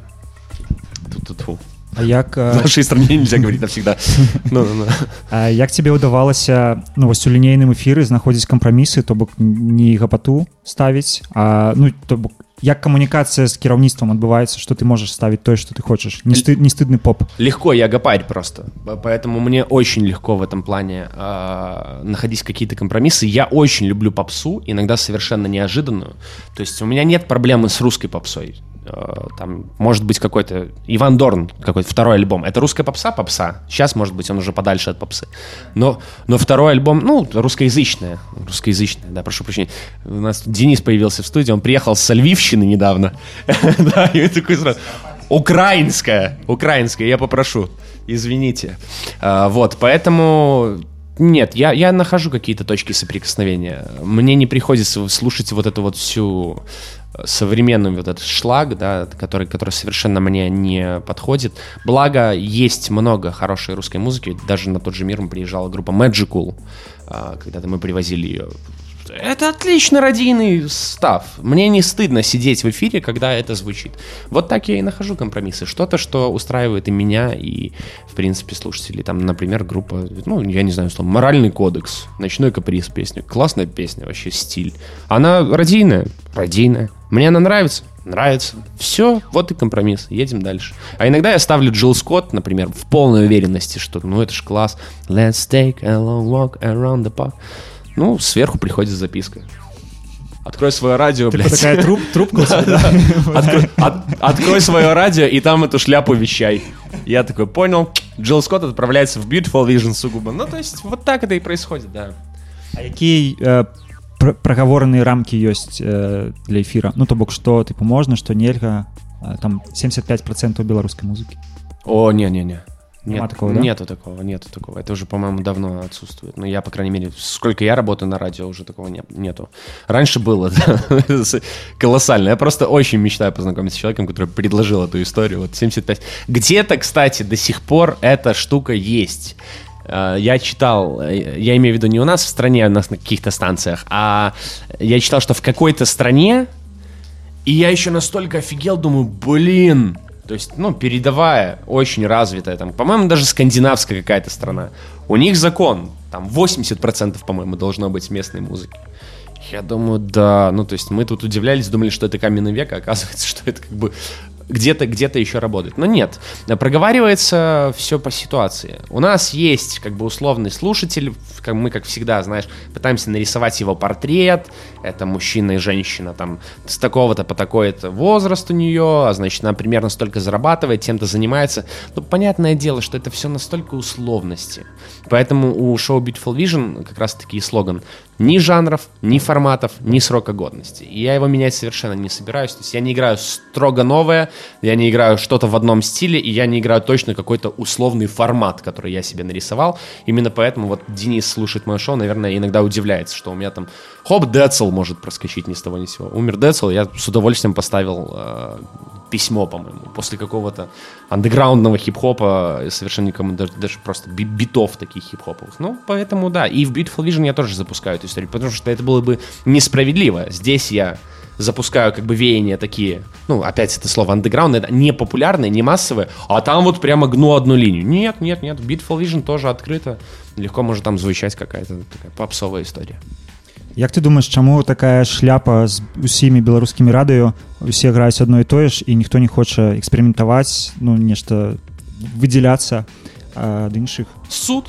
Ту-ту-ту. А як, в нашей стране нельзя говорить навсегда. Ну, ну, ну. А як тебе ўдавалася, ну, вось у лінейным эфіры знаходзіць кампрамісы, то бок не гапату ставіць, а, ну, то бок як камунікацыя з кіраўніцтвам адбываецца, што ты можаш ставіць тое, што ты хочаш? Не, сты, не стыдны поп. Легко, я гопарь просто. Поэтому мне очень легко в этом плане э, находить какие-то компромиссы. Я очень люблю попсу, иногда совершенно неожиданную. То есть у меня нет проблемы с русской попсой. Там может быть какой-то Иван Дорн, какой-то второй альбом. Это русская попса, попса. Сейчас, может быть, он уже подальше от попсы. Но, но второй альбом, ну, русскоязычная. Русскоязычная, да, прошу прощения. У нас тут Денис появился в студии, он приехал с Львивщины недавно. Да, и такой сразу... Украинская, украинская, я попрошу. Извините. Вот, поэтому... Нет, я, я нахожу какие-то точки соприкосновения. Мне не приходится слушать вот эту вот всю современный вот этот шлаг, да, который, который совершенно мне не подходит. Благо, есть много хорошей русской музыки. Даже на тот же мир приезжала группа Magical, когда-то мы привозили ее. Это отлично радийный став. Мне не стыдно сидеть в эфире, когда это звучит. Вот так я и нахожу компромиссы. Что-то, что устраивает и меня, и, в принципе, слушателей. Там, например, группа, ну, я не знаю, что «Моральный кодекс», «Ночной каприз» песня. Классная песня, вообще стиль. Она радийная? Радийная. Мне она нравится? Нравится. Все, вот и компромисс. Едем дальше. А иногда я ставлю Джилл Скотт, например, в полной уверенности, что, ну, это ж класс. Let's take a long walk around the park. Ну, сверху приходит записка. Открой свое радио, типа блядь. такая труп, трубка у тебя, да? Открой, от, открой свое радио, и там эту шляпу вещай. Я такой, понял. Джилл Скотт отправляется в Beautiful Vision сугубо. Ну, то есть, вот так это и происходит, да. А какие э, пр- проговоренные рамки есть э, для эфира? Ну, то бок, что, типа, можно, что нельзя? Э, там семьдесят пять процентов белорусской музыки. О, не-не-не. Нема Нет, такого, да? Нету такого, нету такого. Это уже, по-моему, давно отсутствует. Но я, по крайней мере, сколько я работаю на радио, уже такого не, нету. Раньше было, да, колоссально. Я просто очень мечтаю познакомиться с человеком, который предложил эту историю. Вот семьдесят пять. Где-то, кстати, до сих пор эта штука есть. Я читал, я имею в виду не у нас в стране, у нас на каких-то станциях, а я читал, что в какой-то стране, и я еще настолько офигел, думаю, блин... То есть, ну, передовая, очень развитая, там, по-моему, даже скандинавская какая-то страна. У них закон, там, восемьдесят процентов, по-моему, должно быть местной музыки. Я думаю, да, ну, то есть, мы тут удивлялись, думали, что это каменный век, а оказывается, что это как бы где-то, где-то еще работает. Но нет, проговаривается все по ситуации. У нас есть, как бы, условный слушатель, как мы, как всегда, знаешь, пытаемся нарисовать его портрет, это мужчина и женщина, там, с такого-то по такой-то возраст у нее, а, значит, она примерно столько зарабатывает, тем-то занимается. Ну, понятное дело, что это все настолько условности. Поэтому у шоу Beautiful Vision как раз-таки слоган: ни жанров, ни форматов, ни срока годности. И я его менять совершенно не собираюсь. То есть я не играю строго новое, я не играю что-то в одном стиле, и я не играю точно какой-то условный формат, который я себе нарисовал. Именно поэтому вот Денис слушает мое шоу, наверное, иногда удивляется, что у меня там хоп, Децл может проскочить ни с того ни с сего. Умер Децл, я с удовольствием поставил э, письмо, по-моему, после какого-то андеграундного хип-хопа, совершенно никому, даже, даже просто битов таких хип-хоповых. Ну, поэтому да, и в Beautiful Vision я тоже запускаю эту историю, потому что это было бы несправедливо. Здесь я запускаю как бы веяния такие, ну, опять это слово андеграунд, это не популярные, не массовые, а там вот прямо гну одну линию. Нет, нет, нет, Beautiful Vision тоже открыто, легко может там звучать какая-то такая попсовая история. Як ты думаешь, чаму такая шляпа з усімі беларускімі радыё, усе граюць одно і тое ж, і ніхто не хоча эксперыментаваць, ну, нешта выдзяляцца ад іншых? Суд.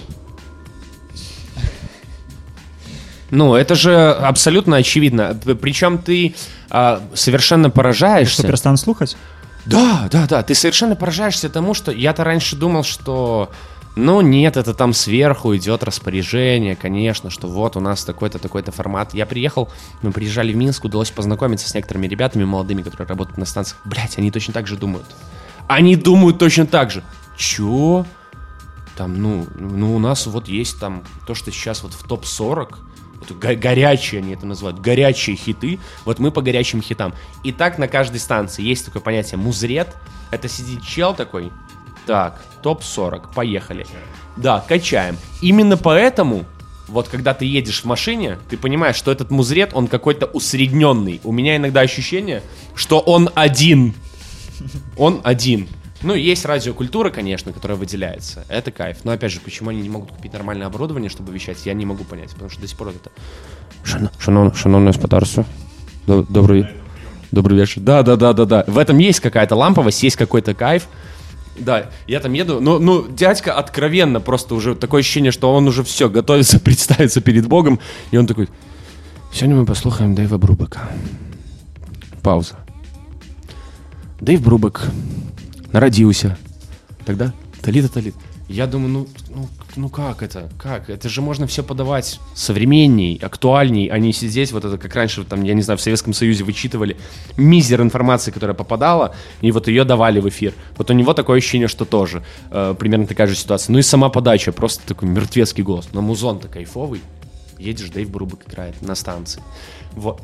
Ну, это же абсолютно очевидно. Причем ты а, совершенно поражаешься. Что, перестану слухать? Да, да, да. Ты совершенно поражаешься тому, что я-то раньше думал, что... Ну, нет, это там сверху идет распоряжение, конечно, что вот у нас такой-то, такой-то формат. Я приехал, мы приезжали в Минск, удалось познакомиться с некоторыми ребятами молодыми, которые работают на станциях. Блять, они точно так же думают. Они думают точно так же. Чё? Там, ну, ну, у нас вот есть там то, что сейчас вот в топ сорок, вот го- горячие они это называют, горячие хиты, вот мы по горячим хитам. И так на каждой станции есть такое понятие музрет. Это сидит чел такой... Так, топ сорок, поехали. Да, качаем. Именно поэтому, вот когда ты едешь в машине, ты понимаешь, что этот музрет, он какой-то усредненный. У меня иногда ощущение, что он один. Он один. Ну, есть радиокультура, конечно, которая выделяется. Это кайф. Но, опять же, почему они не могут купить нормальное оборудование, чтобы вещать, я не могу понять. Потому что до сих пор вот это... Шановное господарство. Добрый... Добрый вечер. Да-да-да-да-да. В этом есть какая-то ламповость, есть какой-то кайф. Да, я там еду, ну, ну, дядька откровенно просто уже такое ощущение, что он уже все, готовится представиться перед Богом, и он такой: сегодня мы послухаем Дэйва Брубека. Пауза. Дэйв Брубек народился. Тогда таліта таліт. Я думаю, ну, ну, ну как это? Как? Это же можно все подавать современней, актуальней, а не сидеть вот это, как раньше, там, я не знаю, в Советском Союзе вычитывали мизер информации, которая попадала, и вот ее давали в эфир. Вот у него такое ощущение, что тоже э, примерно такая же ситуация. Ну и сама подача, просто такой мертвецкий голос. Но музон-то кайфовый. Едешь, Дэйв Брубак играет на станции. Вот.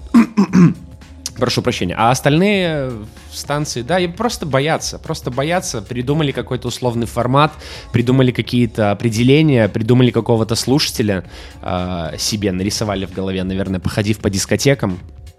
Прошу прощения. А остальные станции, да, и просто боятся. Просто боятся. Придумали какой-то условный формат, придумали какие-то определения, придумали какого-то слушателя э, себе, нарисовали в голове, наверное, походив по дискотекам.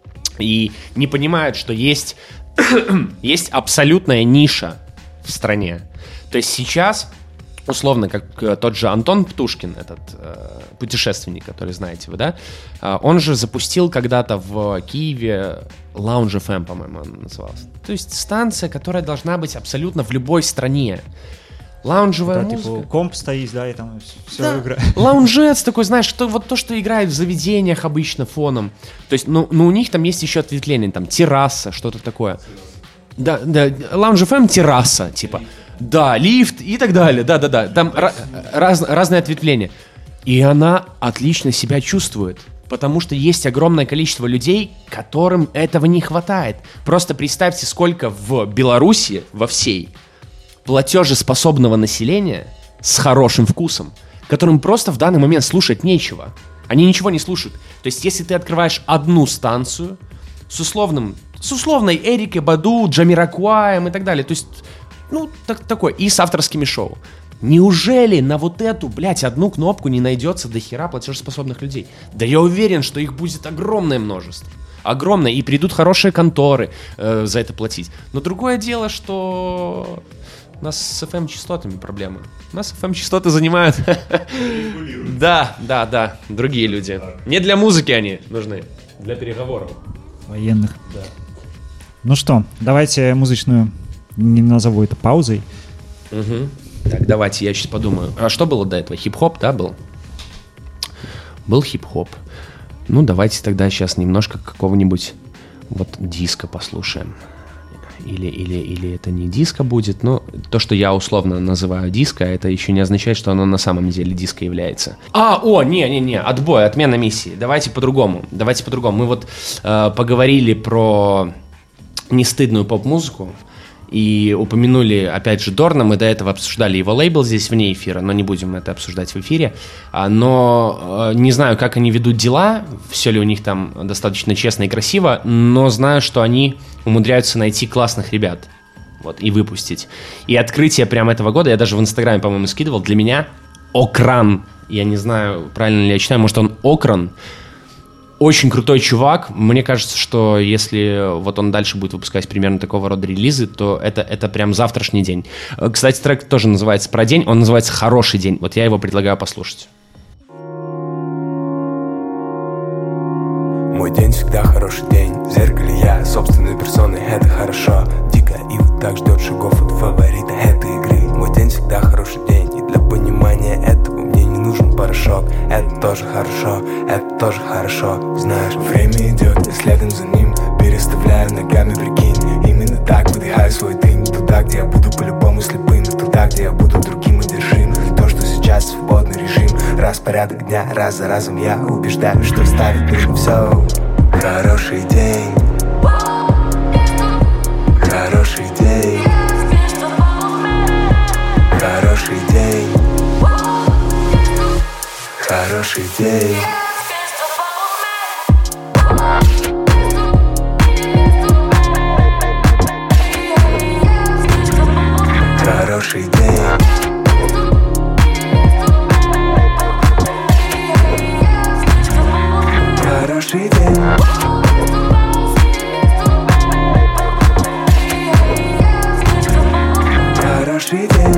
И не понимают, что есть, есть абсолютная ниша в стране. То есть сейчас... Условно, как тот же Антон Птушкин, этот э, путешественник, который знаете вы, да? Э, он же запустил когда-то в Киеве Lounge эф эм, по-моему, он назывался. То есть станция, которая должна быть абсолютно в любой стране. Лаунжевая да, музыка. Типа комп стоит, да, и там все да. играет. Лаунжец такой, знаешь, что, вот то, что играет в заведениях обычно фоном. То есть, ну, ну у них там есть еще ответвление, там терраса, что-то такое. Да, да, Lounge эф эм терраса, типа. Да, лифт и так далее, да-да-да, там ra- раз, разные ответвления. И она отлично себя чувствует, потому что есть огромное количество людей, которым этого не хватает. Просто представьте, сколько в Беларуси, во всей, платежеспособного населения с хорошим вкусом, которым просто в данный момент слушать нечего. Они ничего не слушают. То есть, если ты открываешь одну станцию с условным, с условной Эрикой Баду, Джамирокуаем и так далее, то есть... Ну, так, такой, и с авторскими шоу. Неужели на вот эту, блядь, одну кнопку не найдется до хера платежеспособных людей? Да я уверен, что их будет огромное множество. Огромное. И придут хорошие конторы э, за это платить. Но другое дело, что у нас с эф эм-частотами проблемы. У нас эф эм-частоты занимают... Да, да, да, другие люди. Не для музыки они нужны, для переговоров. Военных. Ну что, давайте музычную... Не назову это паузой. Угу. Так, давайте, я сейчас подумаю. А что было до этого? Хип-хоп, да, был? Был хип-хоп. Ну, давайте тогда сейчас немножко какого-нибудь вот диско послушаем. Или, или, или это не диско будет, но то, что я условно называю диско, это еще не означает, что оно на самом деле диско является. А, о, не-не-не, отбой, отмена миссии. Давайте по-другому. Давайте по-другому. Мы вот э, поговорили про нестыдную поп-музыку. И упомянули, опять же, Дорна, мы до этого обсуждали его лейбл здесь вне эфира, но не будем это обсуждать в эфире. Но не знаю, как они ведут дела, все ли у них там достаточно честно и красиво, но знаю, что они умудряются найти классных ребят, вот, и выпустить. И открытие прямо этого года, я даже в Инстаграме, по-моему, скидывал, для меня Окран, я не знаю, правильно ли я читаю, может, он Окран. Очень крутой чувак. Мне кажется, что если вот он дальше будет выпускать примерно такого рода релизы, то это, это прям завтрашний день. Кстати, трек тоже называется про день. Он называется «Хороший день». Вот я его предлагаю послушать. Мой день всегда хороший день. В зеркале я собственной персоной. Это хорошо. Дико и вот так ждет шагов от фаворита этой игры. Мой день всегда хороший день. И для понимания этого мне не нужен порошок. Это тоже хорошо, это тоже хорошо. Знаешь, время идет, я следом за ним. Переставляю ногами, прикинь. Именно так выдыхаю свой дым. Туда, где я буду по-любому слепым. Туда, где я буду другим одержим. То, что сейчас свободный режим. Распорядок дня, раз за разом я убеждаю, что ставить нужно все. Хороший день. Хороший день. Хороший день. Хороший день. Хороший день. Хороший день. Хороший день.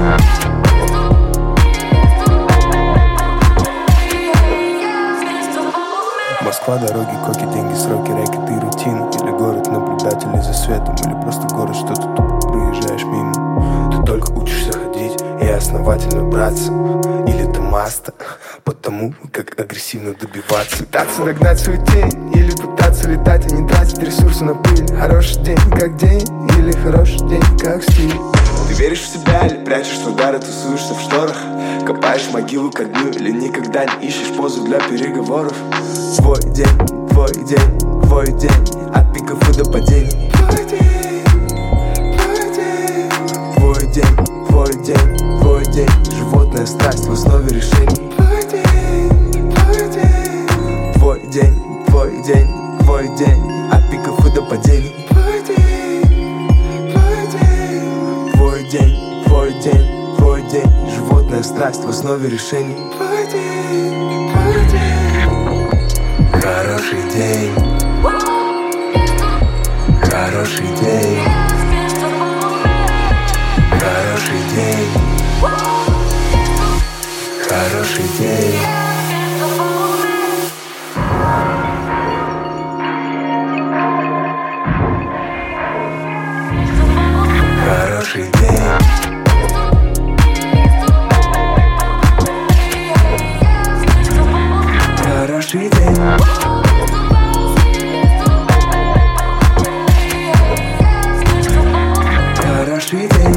Москва, дороги, коки, деньги, сроки, рэкет и рутина. Или город наблюдателей за светом. Или просто город, что ты тупо проезжаешь мимо. Ты только учишься ходить и основательно браться. Или ты маста, потому как агрессивно добиваться. Пытаться догнать свою тень. Или пытаться летать, а не тратить ресурсы на пыль. Хороший день как день. Или хороший день как стиль. Ты веришь в себя или прячешь удары, тусуешься в шторах? Копаешь могилу ко дню или никогда не ищешь позу для переговоров? Твой день, твой день, твой день, от пиков и до падений. Твой день, твой день, твой день, твой день, твой день. Животная страсть в основе решений. Твой день, твой день, твой день, твой день, твой день, от пиков и до падений. Твой день, твой день, твой день, твой день, твой день. Животная страсть в основе решений. Твой день, твой день. Хороший день. Хороший день. Хороший день. Хороший день. Хороший день. Хороший день. Хороший день.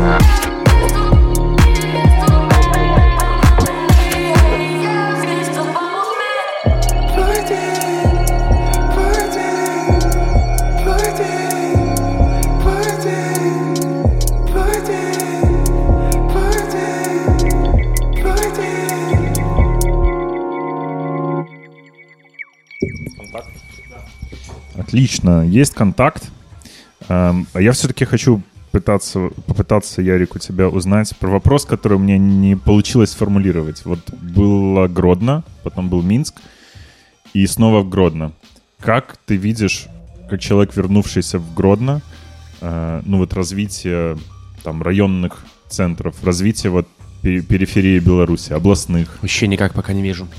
Отлично, есть контакт. А я все-таки хочу пытаться, попытаться, Ярик, у тебя узнать про вопрос, который у меня не получилось сформулировать. Вот было Гродно, потом был Минск, и снова в Гродно. Как ты видишь, как человек, вернувшийся в Гродно, э, ну вот развитие там районных центров, развитие вот периферии Беларуси, областных? Вообще никак пока не вижу.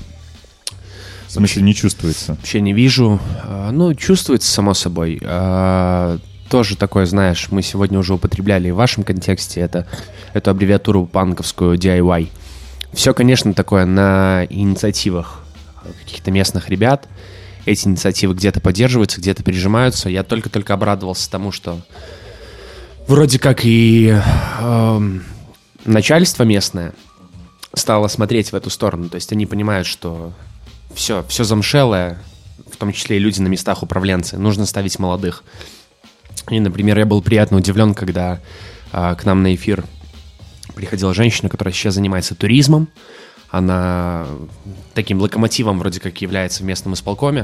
В смысле, не чувствуется? Вообще не вижу. Ну, чувствуется, само собой. Тоже такое, знаешь, мы сегодня уже употребляли в вашем контексте это, эту аббревиатуру панковскую ди ай вай. Все, конечно, такое на инициативах каких-то местных ребят. Эти инициативы где-то поддерживаются, где-то пережимаются. Я только-только обрадовался тому, что вроде как и э, начальство местное стало смотреть в эту сторону. То есть они понимают, что все, все замшелое, в том числе и люди на местах управленцы. Нужно ставить молодых. И, например, я был приятно удивлен, когда а, к нам на эфир приходила женщина, которая сейчас занимается туризмом. Она таким локомотивом вроде как является в местном исполкоме.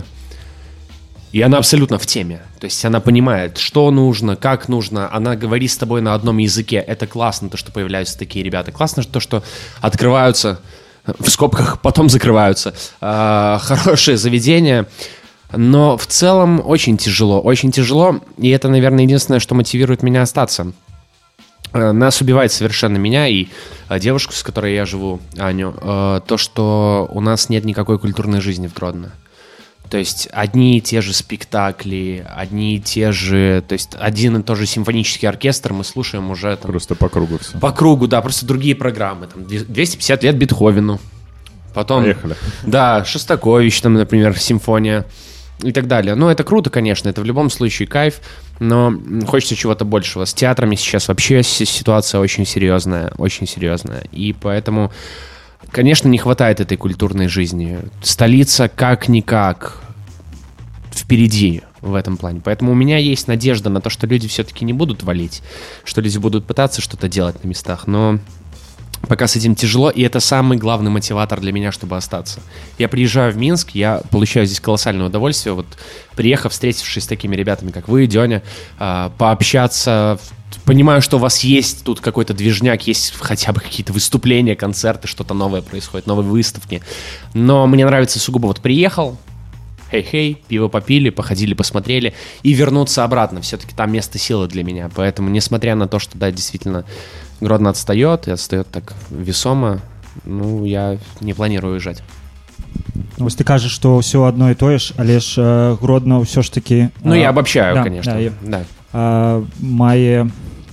И она абсолютно в теме. То есть она понимает, что нужно, как нужно. Она говорит с тобой на одном языке. Это классно, то, что появляются такие ребята. Классно то, что открываются, в скобках, потом закрываются, а, хорошие заведения. Но в целом очень тяжело, очень тяжело, и это, наверное, единственное, что мотивирует меня остаться. Нас убивает совершенно меня и девушку, с которой я живу, Аню, то, что у нас нет никакой культурной жизни в Гродно. То есть одни и те же спектакли, одни и те же, то есть один и тот же симфонический оркестр мы слушаем уже там, просто по кругу все. По кругу, да, просто другие программы, там двести пятьдесят лет Бетховену, потом, поехали. Да, Шостакович, там, например, симфония. И так далее. Ну, это круто, конечно, это в любом случае кайф, но хочется чего-то большего. С театрами сейчас вообще ситуация очень серьезная, очень серьезная. И поэтому, конечно, не хватает этой культурной жизни. Столица как-никак впереди в этом плане. Поэтому у меня есть надежда на то, что люди все-таки не будут валить, что люди будут пытаться что-то делать на местах, но пока с этим тяжело, и это самый главный мотиватор для меня, чтобы остаться. Я приезжаю в Минск, я получаю здесь колоссальное удовольствие, вот приехав, встретившись с такими ребятами, как вы, Дёня, пообщаться, понимаю, что у вас есть тут какой-то движняк, есть хотя бы какие-то выступления, концерты, что-то новое происходит, новые выставки, но мне нравится сугубо вот приехал, хей-хей, пиво попили, походили, посмотрели, и вернуться обратно, все-таки там место силы для меня, поэтому, несмотря на то, что, да, действительно, Гродно отстает, и отстает так весомо. Ну, я не планирую уезжать. Ось ты кажешь, что все одно и то ж, але ж э, Гродно все ж таки... Ну, э, я обобщаю, да, конечно. Да, да. Э, мае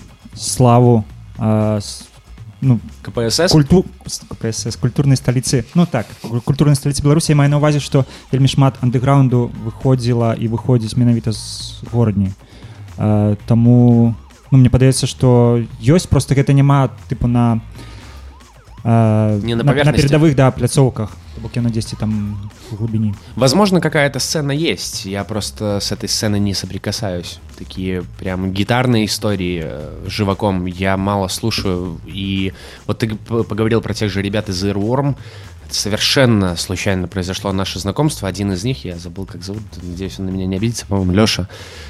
славу э, с, ну, КПСС? Культу... КПСС, культурной столицы. Ну так, культурной столицы Беларусі. Я маю на увазе, што вельмі шмат андэграунду выходзіла і выходзіць менавіта з горадні. Э, таму ну, мне падаецца, што ёсць просто гэта няма тыпу на э, не на, на, на передовых, да, пляцоўках, бок яно дзесьці там в глубине. Возможно, какая-то сцена есть, я просто с этой сценой не соприкасаюсь. Такие прям гитарные истории живаком я мало слушаю. И вот ты поговорил про тех же ребят из Earworm. Совершенно случайно произошло наше знакомство. Один из них, я забыл, как зовут, надеюсь, он на меня не обидится, по-моему, Леша,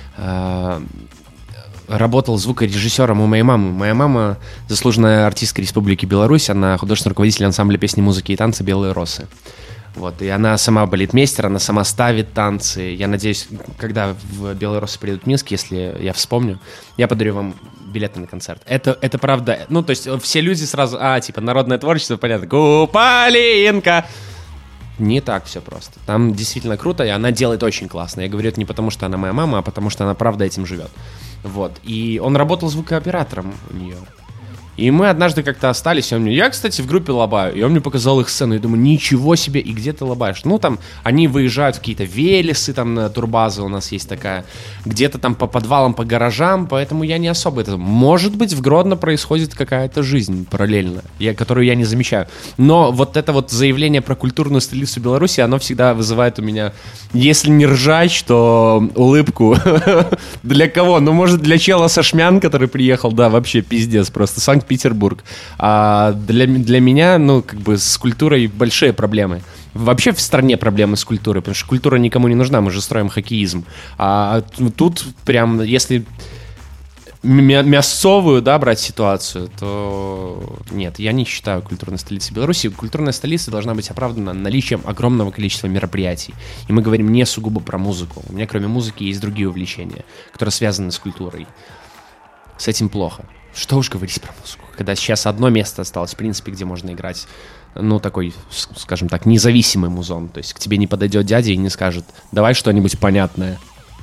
работал звукорежиссером у моей мамы. Моя мама заслуженная артистка Республики Беларусь, она художественный руководитель ансамбля песни, музыки и танца «Белые росы». Вот, и она сама балетмейстер, она сама ставит танцы. Я надеюсь, когда в «Белые росы» приедут в Минск, если я вспомню, я подарю вам билеты на концерт. Это, это правда. Ну, то есть все люди сразу, а, типа, народное творчество, понятно, Куполинка. Не так все просто. Там действительно круто, и она делает очень классно. Я говорю это не потому, что она моя мама, а потому, что она правда этим живет. Вот. И он работал звукооператором у нее. И мы однажды как-то остались, и он мне, я, кстати, в группе лобаю, и он мне показал их сцену, и думаю, ничего себе, и где ты лобаешь? Ну, там, они выезжают в какие-то Велесы, там, на турбазы у нас есть такая, где-то там по подвалам, по гаражам, поэтому я не особо это... Может быть, в Гродно происходит какая-то жизнь параллельно, я, которую я не замечаю. Но вот это вот заявление про культурную столицу Беларуси, оно всегда вызывает у меня, если не ржач, то улыбку. Для кого? Ну, может, для чела со Шмян, который приехал, да, вообще пиздец, просто Санкт-Петербург. А для, для меня, ну, как бы с культурой большие проблемы. Вообще в стране проблемы с культурой, потому что культура никому не нужна, мы же строим хоккеизм. А тут прям, если мя- мясцовую, да, брать ситуацию, то нет, я не считаю культурной столицей Беларуси. Культурная столица должна быть оправдана наличием огромного количества мероприятий. И мы говорим не сугубо про музыку. У меня кроме музыки есть другие увлечения, которые связаны с культурой. С этим плохо. Что уж говорить про музыку, когда сейчас одно место осталось, в принципе, где можно играть, ну, такой, скажем так, независимый музон. То есть к тебе не подойдет дядя и не скажет, давай что-нибудь понятное.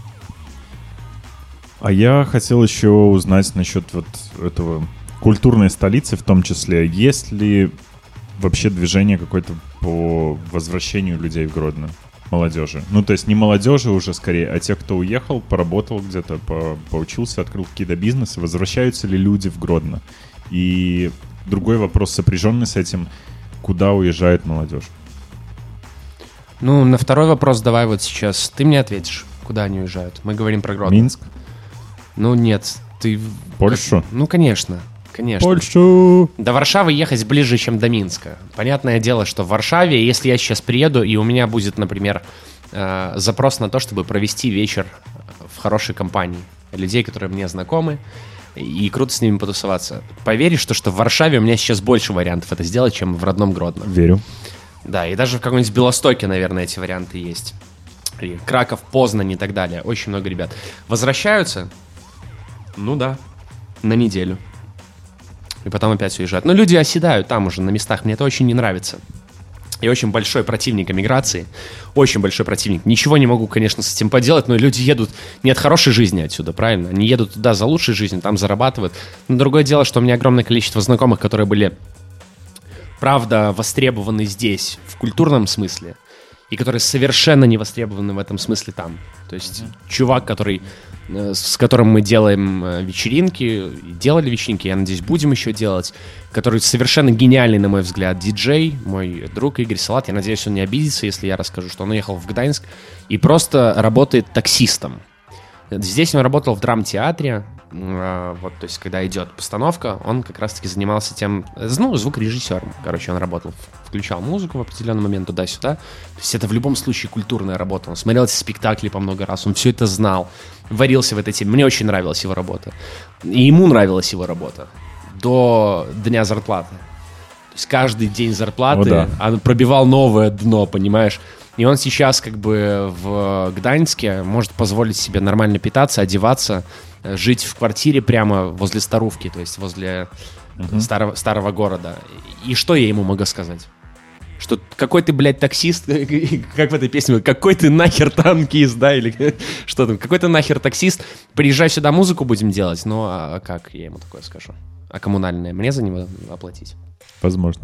А я хотел еще узнать насчет вот этого культурной столицы в том числе. Есть ли вообще движение какое-то по возвращению людей в Гродно? Молодежи. Ну, то есть не молодежи уже скорее, а тех, кто уехал, поработал где-то, по, поучился, открыл какие-то бизнесы. Возвращаются ли люди в Гродно? И другой вопрос, сопряженный с этим, куда уезжает молодежь? Ну, на второй вопрос давай вот сейчас ты мне ответишь, куда они уезжают. Мы говорим про Гродно. Минск? Ну, нет, ты... Польшу? Ну, конечно. Конечно. Польшу! До Варшавы ехать ближе, чем до Минска. Понятное дело, что в Варшаве, если я сейчас приеду, и у меня будет, например, э, запрос на то, чтобы провести вечер в хорошей компании людей, которые мне знакомы, и круто с ними потусоваться. Поверишь, что, что в Варшаве у меня сейчас больше вариантов это сделать, чем в родном Гродно. Верю. Да, и даже в каком-нибудь Белостоке, наверное, эти варианты есть. И Краков, Познань и так далее. Очень много ребят. Возвращаются? Ну да, на неделю. И потом опять уезжают. Но люди оседают там уже на местах. Мне это очень не нравится. Я очень большой противник эмиграции. Очень большой противник. Ничего не могу, конечно, с этим поделать, но люди едут не от хорошей жизни отсюда, правильно? Они едут туда за лучшей жизнью, там зарабатывают. Но другое дело, что у меня огромное количество знакомых, которые были, правда, востребованы здесь в культурном смысле, и которые совершенно не востребованы в этом смысле там. То есть mm-hmm. чувак, который, с которым мы делаем вечеринки, делали вечеринки, я надеюсь, будем еще делать, который совершенно гениальный, на мой взгляд, диджей, мой друг Игорь Салат, я надеюсь, он не обидится, если я расскажу, что он уехал в Гданьск и просто работает таксистом. Здесь он работал в драмтеатре, вот, то есть, когда идет постановка, он как раз-таки занимался тем, ну, звукорежиссером, короче, он работал, включал музыку в определенный момент туда-сюда, то есть это в любом случае культурная работа, он смотрел эти спектакли по много раз, он все это знал, варился в этой теме, мне очень нравилась его работа, и ему нравилась его работа до дня зарплаты, то есть каждый день зарплаты, О, да. он пробивал новое дно, понимаешь? И он сейчас как бы в Гданьске может позволить себе нормально питаться, одеваться, жить в квартире прямо возле Старувки, то есть возле uh-huh. старого, старого города. И что я ему могу сказать? Что какой ты, блядь, таксист, как в этой песне, какой ты нахер танкист, да, или что там, какой ты нахер таксист, приезжай сюда, музыку будем делать, ну а как я ему такое скажу? А коммунальное мне за него оплатить? Возможно.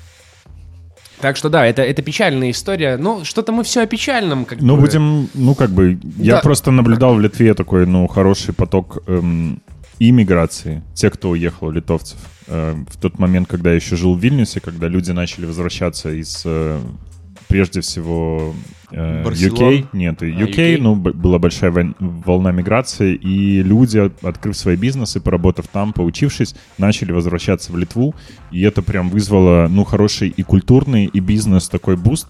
Так что да, это, это печальная история. Ну, что-то мы все о печальном. Как ну, бы. будем, ну, как бы, я да. просто наблюдал в Литве такой, ну, хороший поток эм, и миграции. Те, кто уехал, литовцев. В тот момент, когда я еще жил в Вильнюсе, когда люди начали возвращаться из, прежде всего, ю кей. Нет, ю кей, ну, была большая волна миграции, и люди, открыв свои бизнесы, поработав там, поучившись, начали возвращаться в Литву, и это прям вызвало, ну, хороший и культурный, и бизнес такой буст.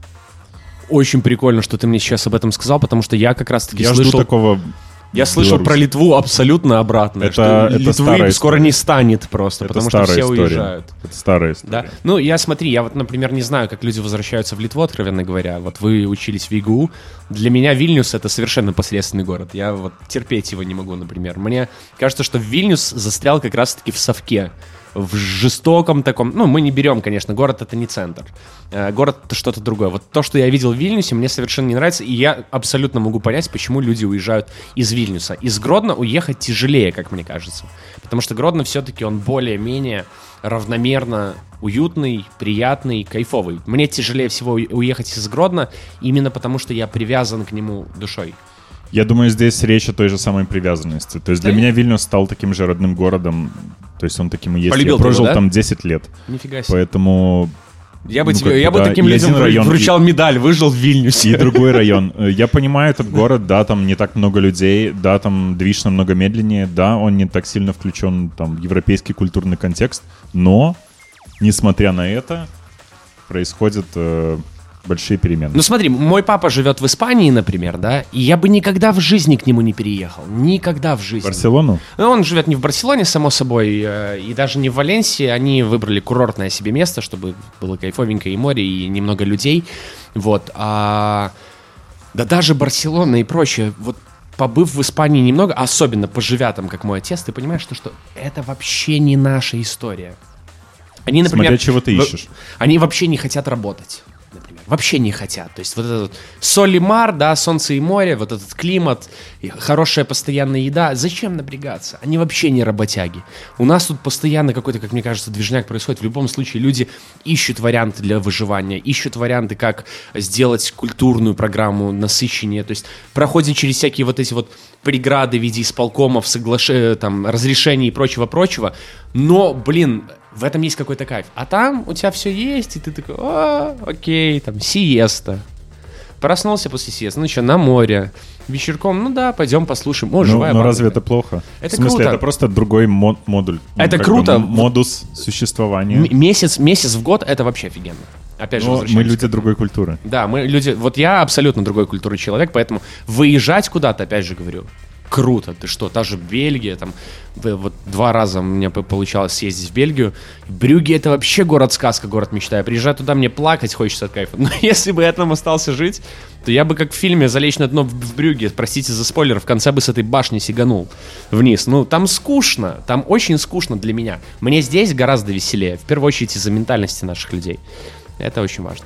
Очень прикольно, что ты мне сейчас об этом сказал, потому что я как раз-таки я слышал... жду такого... Я слышал про Литву абсолютно обратно. Это, что это Литвы старая скоро история. не станет просто, это потому что все история. уезжают. Это старая история. Да? Ну, я смотри, я вот, например, не знаю, как люди возвращаются в Литву, откровенно говоря. Вот вы учились в ИГУ. Для меня Вильнюс — это совершенно посредственный город. Я вот терпеть его не могу, например. Мне кажется, что Вильнюс застрял как раз-таки в совке. В жестоком таком... Ну, мы не берем, конечно, город — это не центр. Э, город — это что-то другое. Вот то, что я видел в Вильнюсе, мне совершенно не нравится, и я абсолютно могу понять, почему люди уезжают из Вильнюса. Из Гродно уехать тяжелее, как мне кажется. Потому что Гродно все-таки он более-менее равномерно уютный, приятный, кайфовый. Мне тяжелее всего уехать из Гродно именно потому, что я привязан к нему душой. Я думаю, здесь речь о той же самой привязанности. То есть для да меня Вильнюс стал таким же родным городом. То есть он таким и есть. Полюбил я прожил его, да? там десять лет. Нифига себе. Поэтому... Я бы, ну, тебе, как я бы, бы да, таким людям район, вручал и, медаль, выжил в Вильнюсе. И другой район. Я понимаю этот город, да, там не так много людей, да, там движ намного медленнее, да, он не так сильно включен там, в европейский культурный контекст, но, несмотря на это, происходят э, большие перемены. Ну смотри, мой папа живет в Испании, например, да, и я бы никогда в жизни к нему не переехал. Никогда в жизни. В Барселону? Ну, он живет не в Барселоне, само собой, э, и даже не в Валенсии. Они выбрали курортное себе место, чтобы было кайфовенько и море, и немного людей. Вот. А... Да даже Барселона и прочее, вот побыв в Испании немного, особенно поживя там, как мой отец, ты понимаешь, что, что это вообще не наша история. Они, например, смотря чего ты ищешь. Они вообще не хотят работать. Например, вообще не хотят. То есть вот этот соль и мар, да, солнце и море, вот этот климат, хорошая постоянная еда. Зачем напрягаться? Они вообще не работяги. У нас тут постоянно какой-то, как мне кажется, движняк происходит. В любом случае люди ищут варианты для выживания, ищут варианты, как сделать культурную программу насыщеннее. То есть проходят через всякие вот эти вот преграды в виде исполкомов, соглаш... там, разрешений и прочего-прочего. Но, блин... В этом есть какой-то кайф. А там у тебя все есть, и ты такой, а, окей, там, сиеста. Проснулся после сиесты, ну что, на море. Вечерком, ну да, пойдем послушаем. О, ну, живая но банда. разве это плохо? Это в смысле, круто. это просто другой мод- модуль. Это ну, круто. Бы, модус существования. М- месяц, месяц в год — это вообще офигенно. Опять же, но возвращаемся. мы люди другой культуры. Да, мы люди... Вот я абсолютно другой культуры человек, поэтому выезжать куда-то, опять же говорю, круто. Ты что, та же Бельгия, там, вот два раза у меня получалось съездить в Бельгию. Брюгге — это вообще город-сказка, город мечта. Я приезжаю туда, мне плакать хочется от кайфа. Но если бы я там остался жить, то я бы, как в фильме «Залечь на дно в Брюгге», простите за спойлер, в конце бы с этой башни сиганул вниз. Ну, там скучно, там очень скучно для меня. Мне здесь гораздо веселее, в первую очередь из-за ментальности наших людей. Это очень важно.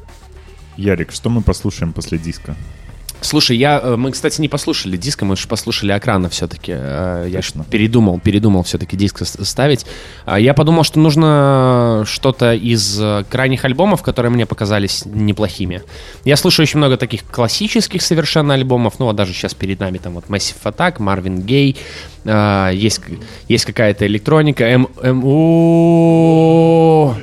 Ярик, что мы послушаем после диска? Слушай, я, мы, кстати, не послушали диска, мы же послушали Окрана все-таки. Я Точно. передумал, передумал все-таки диск ставить. Я подумал, что нужно что-то из крайних альбомов, которые мне показались неплохими. Я слушаю очень много таких классических совершенно альбомов, ну, вот даже сейчас перед нами там вот Massive Attack, Marvin Gaye, есть, есть какая-то электроника, М... М... О...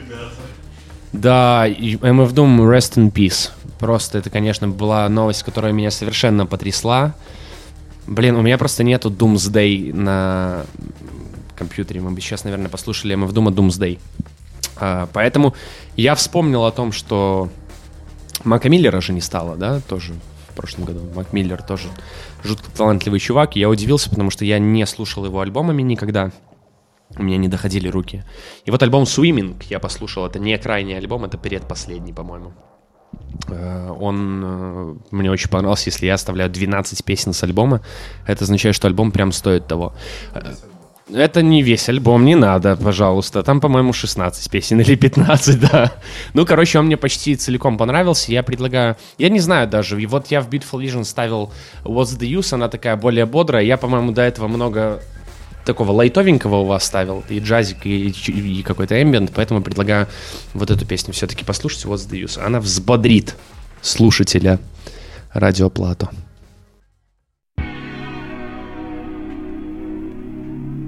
Да, эм эф Doom, Rest in Peace. Просто это, конечно, была новость, которая меня совершенно потрясла. Блин, у меня просто нету Doomsday на компьютере. Мы бы сейчас, наверное, послушали эм эф Doom Doomsday. А, поэтому я вспомнил о том, что Мака Миллера же не стало, да, тоже в прошлом году. Мак Миллер тоже жутко талантливый чувак. И я удивился, потому что я не слушал его альбомами никогда. У меня не доходили руки. И вот альбом Swimming я послушал. Это не крайний альбом, это предпоследний, по-моему. Он мне очень понравился. Если я оставляю двенадцать песен с альбома, это означает, что альбом прям стоит того. Это не весь альбом, не надо, пожалуйста. Там, по-моему, шестнадцать песен или пятнадцать, да. Ну, короче, он мне почти целиком понравился. Я предлагаю... Я не знаю даже. И вот я в Beautiful Vision ставил What's the Use. Она такая более бодрая. Я, по-моему, до этого много... такого лайтовенького у вас ставил, и джазик, и, и какой-то эмбиент, поэтому предлагаю вот эту песню все-таки послушать, What's the Use. Она взбодрит слушателя Радио Плато.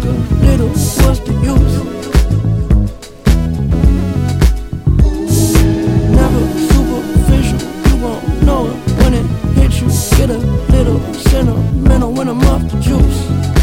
a little, what's the use? Never superficial, you won't know it when it hits you. Get a little sentimental when I'm off the juice.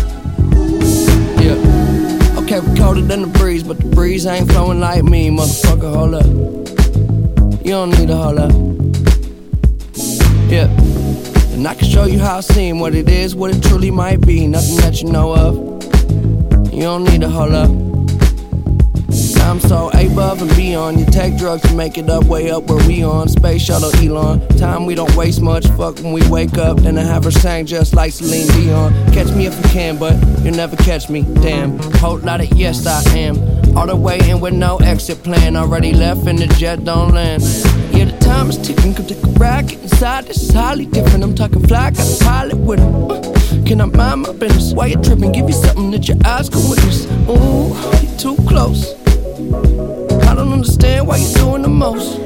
Yeah, okay, we're colder than the breeze, but the breeze ain't flowing like me, motherfucker, hold up. You don't need to hold up. Yeah, and I can show you how I seem, what it is, what it truly might be, nothing that you know of. You don't need to hold up. I'm so above and beyond. You take drugs to make it up, way up where we on. Space shuttle Elon. Time we don't waste much. Fuck when we wake up. Then I have her sang just like Celine Dion. Catch me if you can, but you'll never catch me. Damn. Whole lot of yes I am. All the way in with no exit plan. Already left and the jet don't land. Yeah, the time is ticking. Come take a ride. Get inside. This is highly different. I'm talking fly. Got a pilot with him. Uh, can I mind my business? Why you tripping? Give you something that your eyes can witness. Ooh, you're too close. I don't understand why you're doing the most.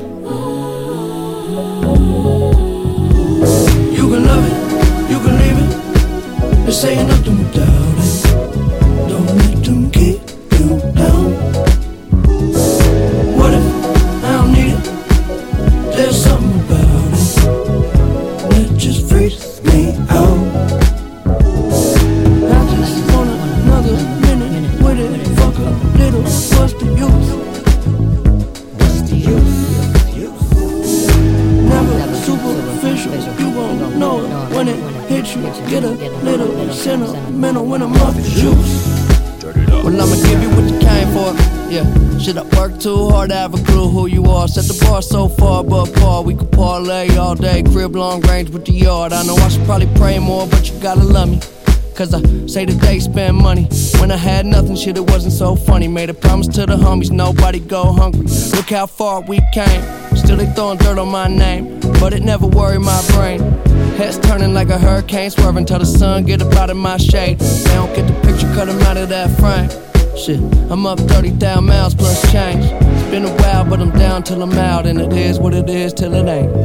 You can love it, you can leave it. They're saying nothing without it. Don't let them keep you down. What if I don't need it? There's something about it that just freaks me out. I just want another minute with it. Fuck a little, what's the use? You won't know it when it hits you. Get a little sentimental when I'm off the juice. Well, I'ma give you what you came for. Yeah, should I work too hard to have a clue who you are? Set the bar so far above par. We could parlay all day, crib long range with the yard. I know I should probably pray more, but you gotta love me. Cause I say that they spend money. When I had nothing, shit, it wasn't so funny. Made a promise to the homies, nobody go hungry. Look how far we came. Still they throwing dirt on my name, but it never worried my brain. Heads turning like a hurricane, swerving till the sun get up out of my shade. They don't get the picture, cut them out of that frame. Shit, I'm up thirty thousand miles plus change. It's been a while, but I'm down till I'm out. And it is what it is till it ain't.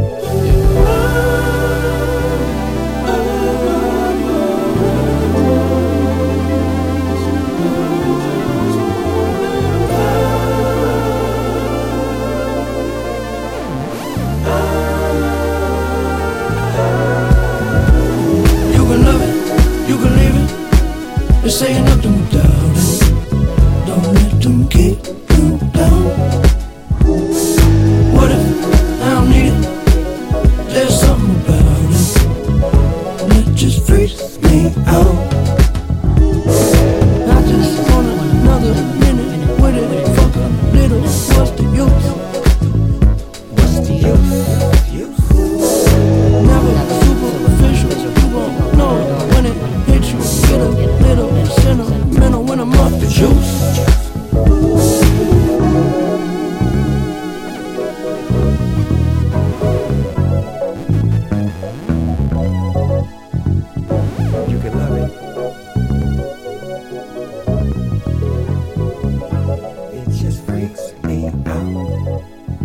They're saying nothing without it. Don't let them keep you down. What if I don't need it? There's something about it that just freaks me out. I just want another minute with it. Fuck a little, what's the use? What's the use? Never superficial, you won't know it when it hits you. Get a little sentimental when I'm off the juice. You can love it. It just freaks me out.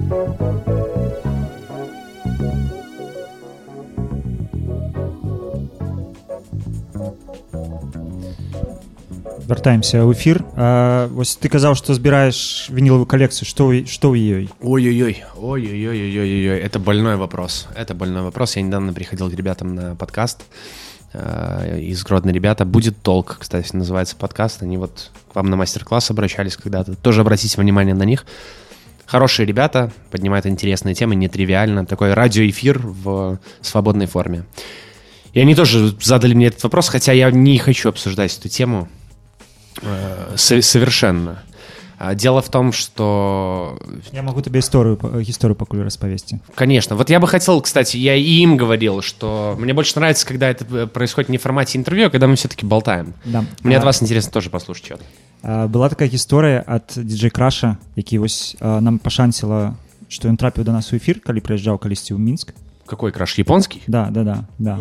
Вяртаемся ў эфір. А, вось ты казаў, што збіраеш вінілавую калекцыю. Што, што ў ёй? Ой-ой-ой, ой-ой-ой-ой-ой, это больной вопрос. Это больной вопрос. Я недавно приходил к ребятам на подкаст э, из Гродно. Ребята, будет толк, кстати, называется подкаст. Они вот к вам на мастер-класс обращались когда-то. Тоже обратите внимание на них. Хорошие ребята, поднимают интересные темы, нетривиально. Такой радиоэфир в свободной форме. И они тоже задали мне этот вопрос, хотя я не хочу обсуждать эту тему. Совершенно. Дело в том, что... Я могу тебе историю, историю покуль расповести. Конечно. Вот я бы хотел, кстати, я и им говорил, что мне больше нравится, когда это происходит не в формате интервью, а когда мы все-таки болтаем. Да. Мне а, от вас интересно тоже послушать что-то. А, была такая гісторыя ад диджей Краша, які вось а, нам пашанціла, што ён трапіў до нас у эфир, калі прыязджаў калісьці ў Мінск. Какой Краш? Японский? Да, да, да, да.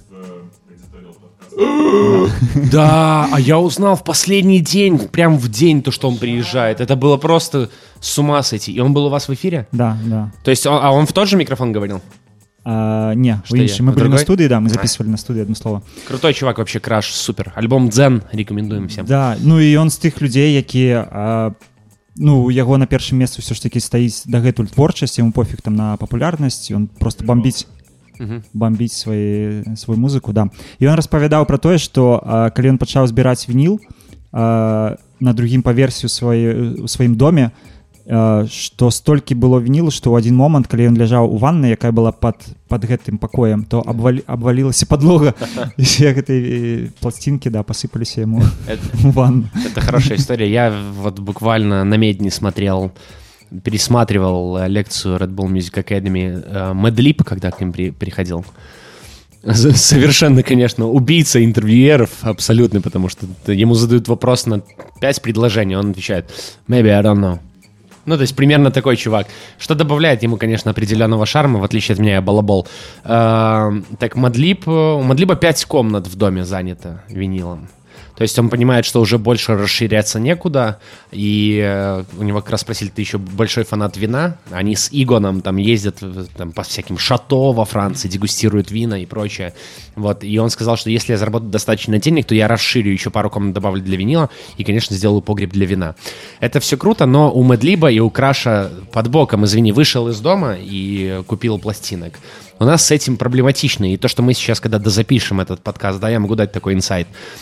Да, а я узнал в последний день, прям в день, то, что он приезжает. Это было просто с ума сойти. И он был у вас в эфире? Да, да. То есть, он, а он в тот же микрофон говорил? А, не, Что в іншій. Мы в были другой? на студии, да, мы записывали а. на студии одно слово. Крутой чувак, вообще краш, супер. Альбом «Дзен» рекомендуем всем. Да, ну і он з тых людзей, які... А, ну, у яго на першым месцы ўсё ж такі стаіць дагэтуль творчасць, яму пофіг там на папулярнасць, ён просто бомбіць uh-huh. бомбіць свой, свою музыку, да. І ён распавядаў пра тое, што а, калі ён пачаў збіраць вініл а, на другім паверсе ў сваім доме, што столькі было вінілу, што ў адзін момант, калі ён ляжаў у ваннай, якая была пад, пад гэтым пакоем, то абвалі, абвалілася подлога, і все гэтай пластинки, да, посыпаліся яму в ванну. Это хорошая история. Я вот буквально на Медне смотрел, пересматривал лекцию Red Bull Music Academy Mad Lib, когда к ним при, приходил. Совершенно, конечно, убийца интервьюеров абсолютный, потому что ему задают вопрос на пять предложений, он отвечает «Maybe I don't know». Ну, то есть примерно такой чувак. Что добавляет ему, конечно, определенного шарма, в отличие от меня, я балабол. Э-э- так, Мадлиб... У Мадлиба пять комнат в доме занято винилом. То есть он понимает, что уже больше расширяться некуда, и э, у него как раз спросили, ты еще большой фанат вина? Они с Игоном там ездят там, по всяким шато во Франции, дегустируют вина и прочее. Вот. И он сказал, что если я заработаю достаточно денег, то я расширю, еще пару комнат добавлю для винила и, конечно, сделаю погреб для вина. Это все круто, но у Мэдлиба и у Краша под боком, извини, вышел из дома и купил пластинок. У нас с этим проблематично, и то, что мы сейчас, когда дозапишем этот подкаст, да, я могу дать такой инсайт.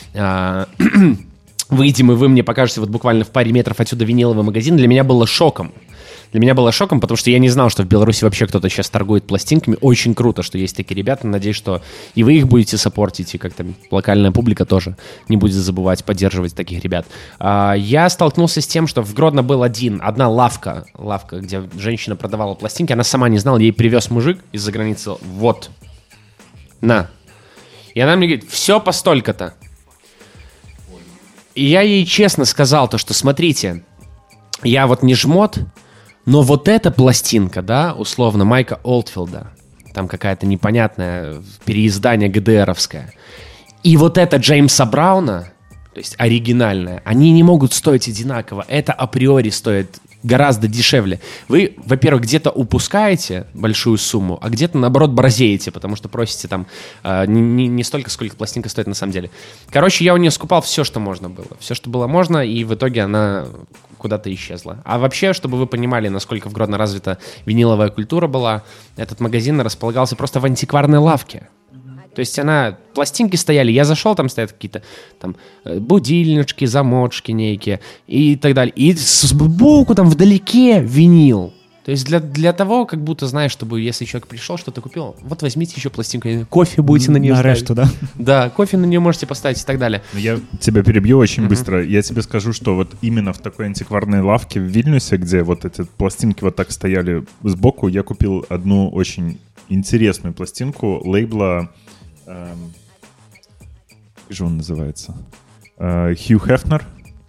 Выйдем, и вы мне покажете вот буквально в паре метров отсюда виниловый магазин, для меня было шоком. Для меня было шоком, потому что я не знал, что в Беларуси вообще кто-то сейчас торгует пластинками. Очень круто, что есть такие ребята. Надеюсь, что и вы их будете саппортить, и как-то локальная публика тоже не будет забывать поддерживать таких ребят. А, я столкнулся с тем, что в Гродно был один, одна лавка, лавка, где женщина продавала пластинки. Она сама не знала, ей привез мужик из-за границы. Вот, на. И она мне говорит, все по столько-то. И я ей честно сказал то, что смотрите, я вот не жмот, но вот эта пластинка, да, условно, Майка Олдфилда, там какая-то непонятная переиздание ГДРовское, и вот эта Джеймса Брауна, то есть оригинальная, они не могут стоить одинаково. Это априори стоит гораздо дешевле. Вы, во-первых, где-то упускаете большую сумму, а где-то, наоборот, борзеете, потому что просите там э, не, не столько, сколько пластинка стоит на самом деле. Короче, я у нее скупал все, что можно было. Все, что было можно, и в итоге она куда-то исчезла. А вообще, чтобы вы понимали, насколько в Гродно развита виниловая культура была, этот магазин располагался просто в антикварной лавке. То есть она, пластинки стояли, я зашел, там стоят какие-то там будильнички, замочки некие и так далее. И сбоку там вдалеке винил. То есть для, для того, как будто, знаешь, чтобы если человек пришел, что-то купил, вот возьмите еще пластинку, кофе будете на нее на ставить. Решту, да? Да, кофе на нее можете поставить и так далее. Я тебя перебью очень uh-huh. быстро. Я тебе скажу, что вот именно в такой антикварной лавке в Вильнюсе, где вот эти пластинки вот так стояли сбоку, я купил одну очень интересную пластинку лейбла... Эм, как же он называется? Э, Хью Хефнер.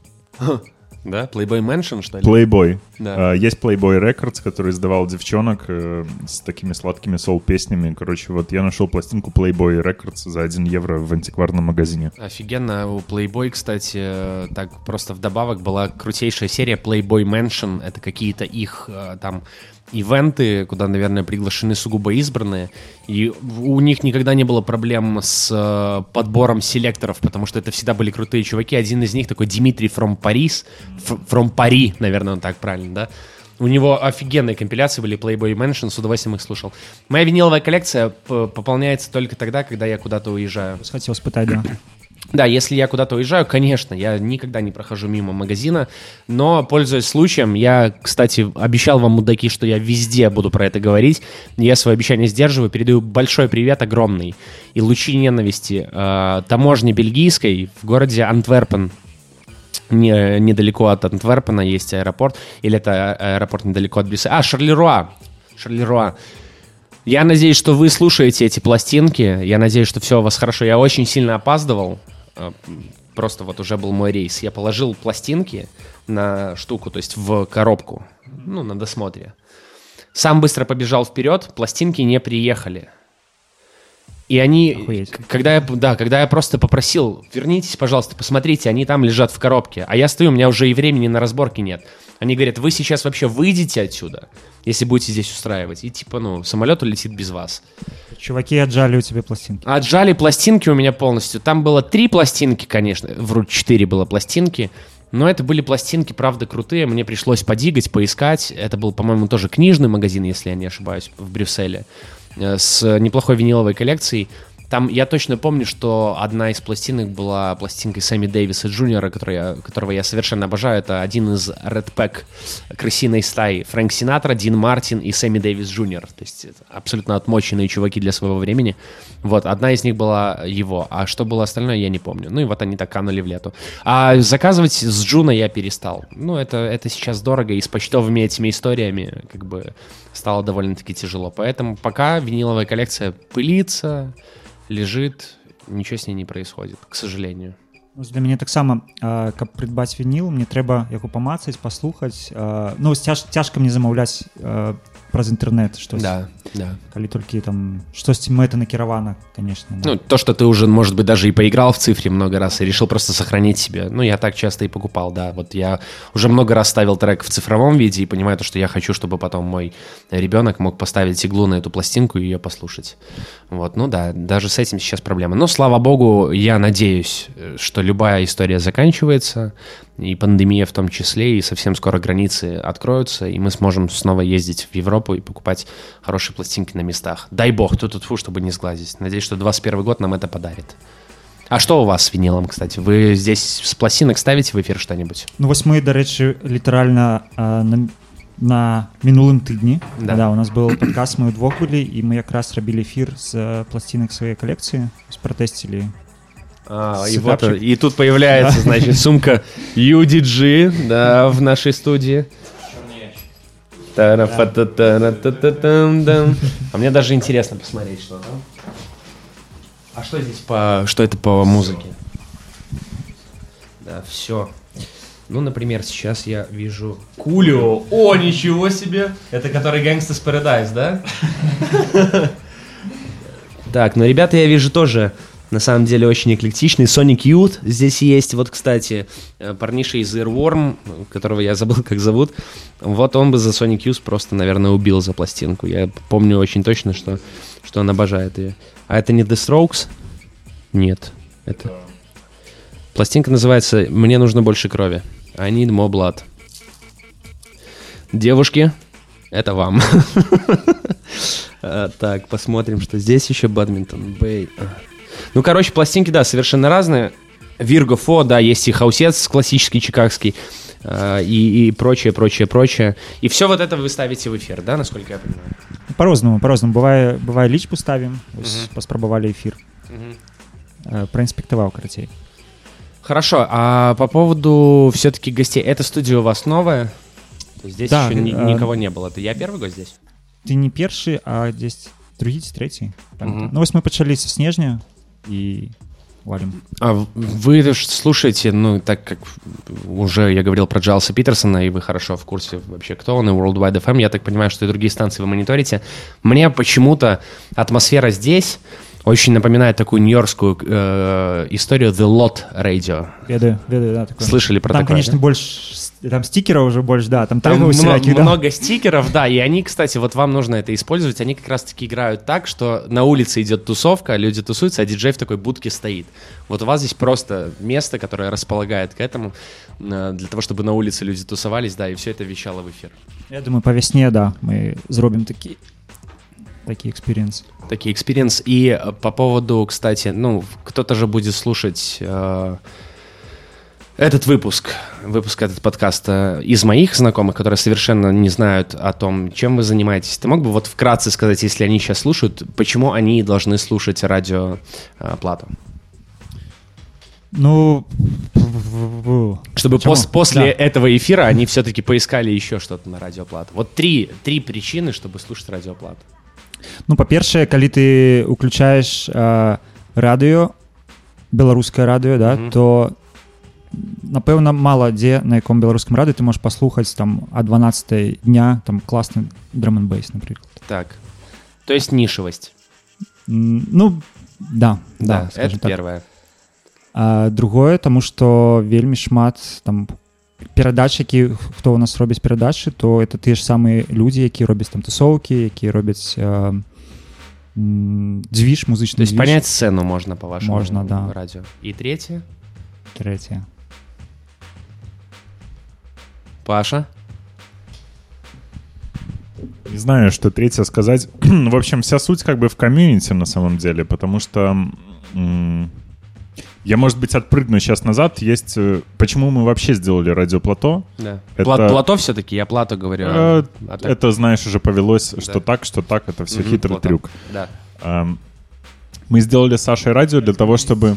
Да? Playboy Mansion, что ли? Playboy. Да. Э, есть Playboy Records, который издавал девчонок э, с такими сладкими соул-песнями. Короче, вот я нашел пластинку Playboy Records за один евро в антикварном магазине. Офигенно. У Playboy, кстати, так просто вдобавок была крутейшая серия Playboy Mansion. Это какие-то их там... ивенты, куда, наверное, приглашены сугубо избранные, и у них никогда не было проблем с э, подбором селекторов, потому что это всегда были крутые чуваки. Один из них такой Дмитрий from Paris, from Paris, наверное, он так правильно, да? У него офигенные компиляции были, Playboy Mansion, с удовольствием их слушал. Моя виниловая коллекция п- пополняется только тогда, когда я куда-то уезжаю. Хотел спытать, да. Да, если я куда-то уезжаю, конечно, я никогда не прохожу мимо магазина, но, пользуясь случаем, я, кстати, обещал вам, мудаки, что я везде буду про это говорить, я свое обещание сдерживаю, передаю большой привет, огромный, и лучи ненависти э, таможне бельгийской в городе Антверпен. Не, недалеко от Антверпена есть аэропорт, или это аэропорт недалеко от Брюсселя. А, Шарлеруа, Шарлеруа. Я надеюсь, что вы слушаете эти пластинки. Я надеюсь, что все у вас хорошо. Я очень сильно опаздывал. Просто вот уже был мой рейс. Я положил пластинки на штуку, то есть в коробку. Ну, на досмотре. Сам быстро побежал вперед. Пластинки не приехали. И они, Охуеть. когда я, да, когда я просто попросил, вернитесь, пожалуйста, посмотрите, они там лежат в коробке, а я стою, у меня уже и времени на разборки нет. Они говорят, вы сейчас вообще выйдете отсюда, если будете здесь устраивать, и типа, ну, самолет улетит без вас. Чуваки отжали у тебя пластинки. Отжали пластинки у меня полностью. Там было три пластинки, конечно, вру, четыре было пластинки, но это были пластинки, правда, крутые, мне пришлось подигать, поискать. Это был, по-моему, тоже книжный магазин, если я не ошибаюсь, в Брюсселе, с неплохой виниловой коллекцией. Там я точно помню, что одна из пластинок была пластинкой Сэмми Дэвиса Джуниора, который я, которого я совершенно обожаю. Это один из Red Pack крысиной стаи. Фрэнк Синатра, Дин Мартин и Сэмми Дэвис Джуниор. То есть абсолютно отмоченные чуваки для своего времени. Вот, одна из них была его. А что было остальное, я не помню. Ну и вот они так канули в лету. А заказывать с Джуна я перестал. Ну это, это сейчас дорого, и с почтовыми этими историями как бы стало довольно-таки тяжело. Поэтому пока виниловая коллекция пылится, лежит, ничего с ней не происходит, к сожалению. Для мяне таксама, э, каб прыдбаць вініл, мне трэба яго памацаць, паслухаць. Э, ну, цяж, цяжка мне замаўляць э, праз інтэрнэт штось. Да, да. Калі толькі там штосьці мэта накіравана, конечно. Да. Ну, то, что ты уже, может быть, даже и поиграл в цифре много раз и решил просто сохранить себе. Ну, я так часто и покупал, да. Вот я уже много раз ставил трек в цифровом виде и понимаю то, что я хочу, чтобы потом мой ребенок мог поставить иглу на эту пластинку и ее послушать. Вот, ну да, даже с этим сейчас проблема. Но, слава богу, я надеюсь, что любая история заканчивается, и пандемия в том числе, и совсем скоро границы откроются, и мы сможем снова ездить в Европу и покупать хорошие пластинки на местах. Дай бог, тут-тут-фу, чтобы не сглазить. Надеюсь, что двадцать первый год нам это подарит. А что у вас с винилом, кстати? Вы здесь с пластинок ставите в эфир что-нибудь? Ну, вось мы, дарэчы, літаральна э, на, на мінулым тыдні. Да. Да, у нас был подкаст, мы удвох былі, і мы якраз рабілі эфир з э, пластинак сваёй калекцыі, пратэсцілі. А, и, вот, и тут появляется, значит, сумка ю ди джи, да, в нашей студии. А мне даже интересно посмотреть, что там. А что здесь по... Что это по музыке? Да, все. Ну, например, сейчас я вижу Кулио. О, ничего себе! Это который Gangsta's Paradise, да? Так, ну, ребята, я вижу тоже... На самом деле очень эклектичный. Sonic Youth здесь есть. Вот, кстати, парниша из Earworm, которого я забыл, как зовут. Вот он бы за Sonic Youth просто, наверное, убил за пластинку. Я помню очень точно, что, что он обожает ее. А это не The Strokes? Нет. Это... Пластинка называется «Мне нужно больше крови». I need more blood. Девушки, это вам. Так, посмотрим, что здесь еще. Бадминтон Бэй. Ну, короче, пластинки, да, совершенно разные. Virgo Фо, да, есть и хаусец классический, чикагский, э, и, и прочее, прочее, прочее. И все вот это вы ставите в эфир, да, насколько я понимаю? По-рознаму, по-рознаму. Бывае, бывае лічбу ставім, uh-huh. паспрабавалі эфир. Uh-huh. Э, проинспектовал, карацей. Хорошо, а по поводу все-таки гостей, эта студия у вас новая? Здесь да, еще ни, э, никого не было. Это я первый гость здесь? Ты не першы, а здесь другі ці трэці. Uh-huh. Ну, вось мы пачалі са снежня и валим. А вы слушаете, ну, так как уже я говорил про Джайлса Питерсона, и вы хорошо в курсе вообще, кто он, и Worldwide эф эм, я так понимаю, что и другие станции вы мониторите. Мне почему-то атмосфера здесь очень напоминает такую нью-йоркскую э, историю The Lot Radio. Ведаю, ведаю, да. Такое. Слышали про там, такое? Там, конечно, да? больше... Там стикеров уже больше, да, там, там много, всяких, да. много стикеров, да, и они, кстати, вот вам нужно это использовать, они как раз-таки играют так, что на улице идет тусовка, люди тусуются, а диджей в такой будке стоит. Вот у вас здесь просто место, которое располагает к этому, для того, чтобы на улице люди тусовались, да, и все это вещало в эфир. Я думаю, по весне, да, мы зробим такие, такие экспириенсы. Такие экспириенсы. И по поводу, кстати, ну, кто-то же будет слушать... Э- Этот выпуск, выпуск этот подкаста из моих знакомых, которые совершенно не знают о том, чем вы занимаетесь. Ты мог бы вот вкратце сказать, если они сейчас слушают, почему они должны слушать радио Плато? Ну, чтобы пос, после да. этого эфира они все-таки поискали еще что-то на радио Плато. Вот три, три причины, чтобы слушать радио Плато. Ну, па-першае, калі ты уключаешь э, радыё, беларускае радыё, да, mm-hmm. то напэўна, мала дзе на яком беларускам рады ты можаш паслухаць там о дванаццатай дня там класны драм-н-бейс, напрыклад. Так, то есть нишевость. Ну, Да, да, Да, скажем это так. первое. А другое, тому што вельмі шмат там перадач, які хто у нас робіць перадачы, то это тыя ж самыя людзі, якія робяць там тусоўкі, якія робяць э, м, дзвіж, музычны То есть дзвіж. понять сцену можно по вашему Можно, да. радио. И третье? Трэцяе. Не Паша? знаю, что третье сказать. В общем, вся суть как бы в комьюнити на самом деле, потому что м- я, может быть, отпрыгну сейчас назад. Есть... э, Почему мы вообще сделали радиоплато? Да. Это- Пла- Плато все-таки, я плато говорю. Э, а- а так- Это, знаешь, уже повелось, что Да. так, что так. Это все Мгм, хитрый плато. трюк. Да. Эм, Мы сделали с Сашей радио для того, чтобы...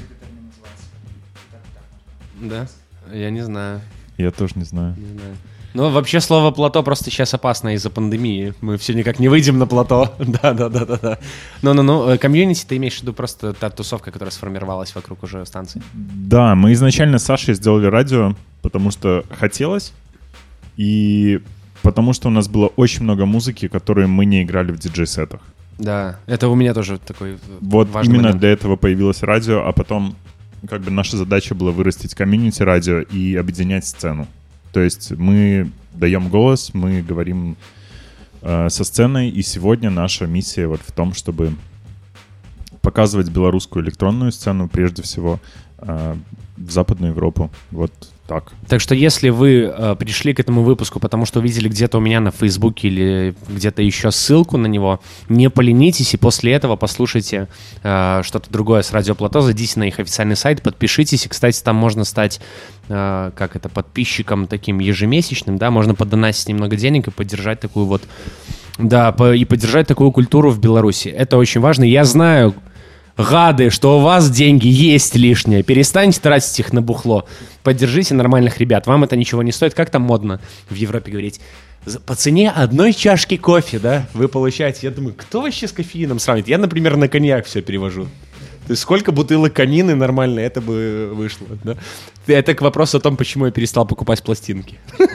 Да? Я не знаю. Я тоже не знаю. Не знаю. Ну, вообще слово плато просто сейчас опасно из-за пандемии. Мы все никак не выйдем на плато. Да-да-да-да-да. Ну-ну-ну, комьюнити, ты имеешь в виду просто та тусовка, которая сформировалась вокруг уже станции? Да, мы изначально с Сашей сделали радио, потому что хотелось, и потому что у нас было очень много музыки, которую мы не играли в диджей-сетах. Да, это у меня тоже такой Вот важный именно момент. для этого появилось радио, а потом как бы наша задача была вырастить комьюнити радио и объединять сцену. То есть мы даем голос, мы говорим э, со сценой, и сегодня наша миссия вот в том, чтобы показывать белорусскую электронную сцену прежде всего э, в Западную Европу. Вот так. Так что если вы э, пришли к этому выпуску, потому что увидели где-то у меня на Фейсбуке или где-то еще ссылку на него, не поленитесь и после этого послушайте э, что-то другое с Радио Плато, зайдите на их официальный сайт, подпишитесь. И, кстати, там можно стать, э, как это, подписчиком таким ежемесячным, да, можно подонатить немного денег и поддержать такую вот, да, по, и поддержать такую культуру в Беларуси. Это очень важно. Я знаю... Гады, что у вас деньги есть лишние. Перестаньте тратить их на бухло. Поддержите нормальных ребят. Вам это ничего не стоит. Как там модно в Европе говорить? За- По цене одной чашки кофе, да, вы получаете. Я думаю, кто вообще с кофеином сравнит? Я, например, на коньяк все перевожу. То есть сколько бутылок конины нормально это бы вышло, да? Это к вопросу о том, почему я перестал покупать пластинки.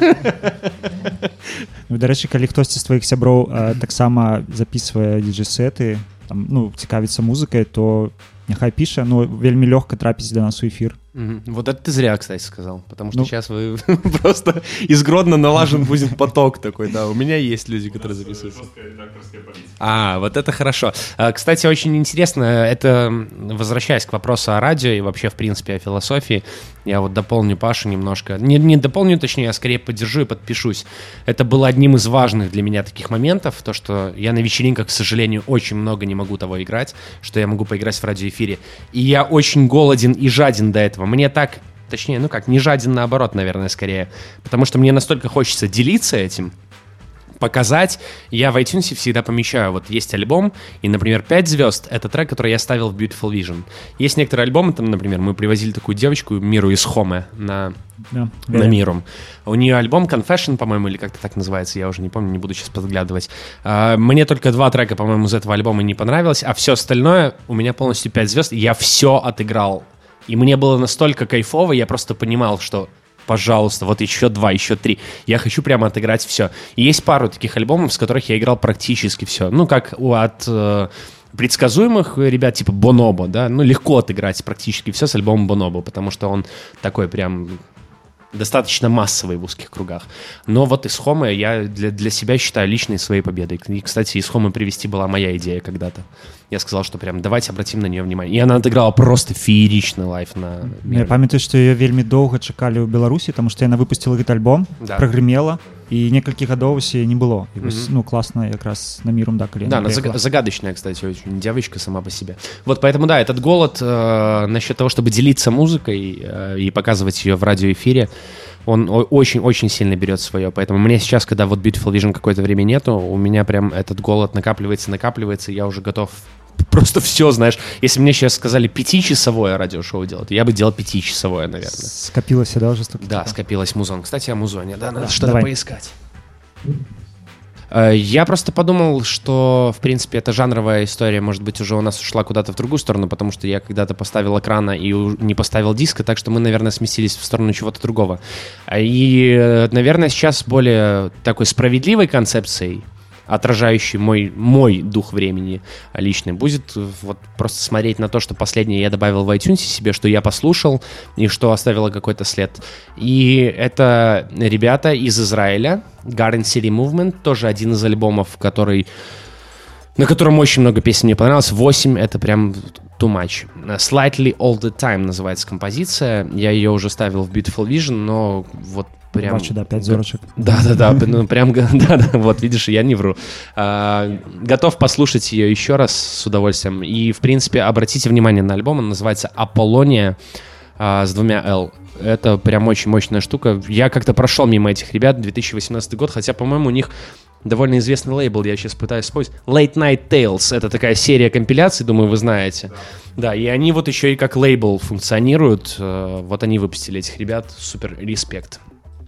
Ну, дарэчы, калі хтосьці з тваіх сяброў э, таксама записывае диджей-сеты, там, ну, цікавіцца музыкай, то няхай піша, ну, вельмі лёгка трапіць да нас у эфир. Мгм. Вот это ты зря, кстати, сказал. Потому что Ну. сейчас вы просто из Гродно налажен будет поток такой, да. У меня есть люди, которые записываются. А, вот это хорошо. А, Кстати, очень интересно, это, м, возвращаясь к вопросу о радио и вообще, в принципе, о философии, я вот дополню Пашу немножко. Не, не дополню, точнее, а скорее поддержу и подпишусь. Это было одним из важных для меня таких моментов, то, что я на вечеринках, к сожалению, очень много не могу того играть, что я могу поиграть в радиоэфире. И я очень голоден и жаден до этого. Мне так, точнее, ну как, не жаден, наоборот, наверное, скорее. Потому что мне настолько хочется делиться этим, показать. Я в iTunes всегда помещаю, вот есть альбом, и, например, пять звезд — это трек, который я ставил в Beautiful Vision. Есть некоторые альбомы, там, например, мы привозили такую девочку, Миру из Хоме, на, Да. на Мирум. У нее альбом Confession, по-моему, или как-то так называется, я уже не помню, не буду сейчас подглядывать. А, Мне только два трека, по-моему, из этого альбома не понравилось, а все остальное у меня полностью пять звезд, и я все отыграл. И мне было настолько кайфово, я просто понимал, что пожалуйста, вот еще два, еще три. Я хочу прямо отыграть все. И есть пару таких альбомов, с которых я играл практически все. Ну, как у- от э, предсказуемых ребят, типа Бонобо, да, ну, легко отыграть практически все с альбомом Бонобо, потому что он такой прям достаточно массовый в узких кругах. Но вот из Хомы я для, для себя считаю личной своей победой. И, кстати, из Хомы привести была моя идея когда-то. Я сказал, что прям давайте обратим на нее внимание. И она отыграла просто фееричный лайф на Я Миру. памятаю, што яе вельмі доўга чакалі ў Беларусі, таму што яна выпусціла гэты альбом, Да. прагрымела, і некалькі гадоў вось яе не было. І вось, Мгм. ну, класна якраз на Мірум, да, калі Да, яна она прыехала. заг- загадочная, кстати, очень девочка сама по себе. Вот поэтому, да, этот голод э, насчет того, чтобы делиться музыкой э, и показывать ее в радиоэфире, он о- очень-очень сильно берет свое. Поэтому мне сейчас, когда вот Beautiful Vision какое-то время нету, у меня прям этот голод накапливается, накапливается, и я уже готов просто все, знаешь. Если мне сейчас сказали пятичасовое радиошоу делать, я бы делал пятичасовое, наверное. Скапілася, да, уже столько. Да, скопилось музон. Кстати, о музоне, да, надо Да, что-то давай. поискать. Э, Я просто подумал, что, в принципе, эта жанровая история, может быть, уже у нас ушла куда-то в другую сторону, потому что я когда-то поставил экрана и у- не поставил диска, так что мы, наверное, сместились в сторону чего-то другого. А И, э, наверное, сейчас более такой справедливой концепцией отражающий мой, мой дух времени личный. Будет вот просто смотреть на то, что последнее я добавил в iTunes себе, что я послушал и что оставило какой-то след. И это ребята из Израиля, Garden City Movement, тоже один из альбомов, который, на котором очень много песен мне понравилось. восемь — это прям too much. Slightly All the Time называется композиция. Я ее уже ставил в Beautiful Vision, но вот прям... Бачу, да, пять зорочек. Да-да-да, ну прям, да-да, вот, видишь, я не вру. А, готов послушать ее еще раз с удовольствием. И, в принципе, обратите внимание на альбом, он называется «Аполлония» а, с двумя «Л». Это прям очень мощная штука. Я как-то прошел мимо этих ребят, две тысячи восемнадцатый год, хотя, по-моему, у них довольно известный лейбл, я сейчас пытаюсь вспомнить. Late Night Tales, это такая серия компиляций, думаю, вы знаете. Да, и они вот еще и как лейбл функционируют. Вот они выпустили этих ребят, супер респект.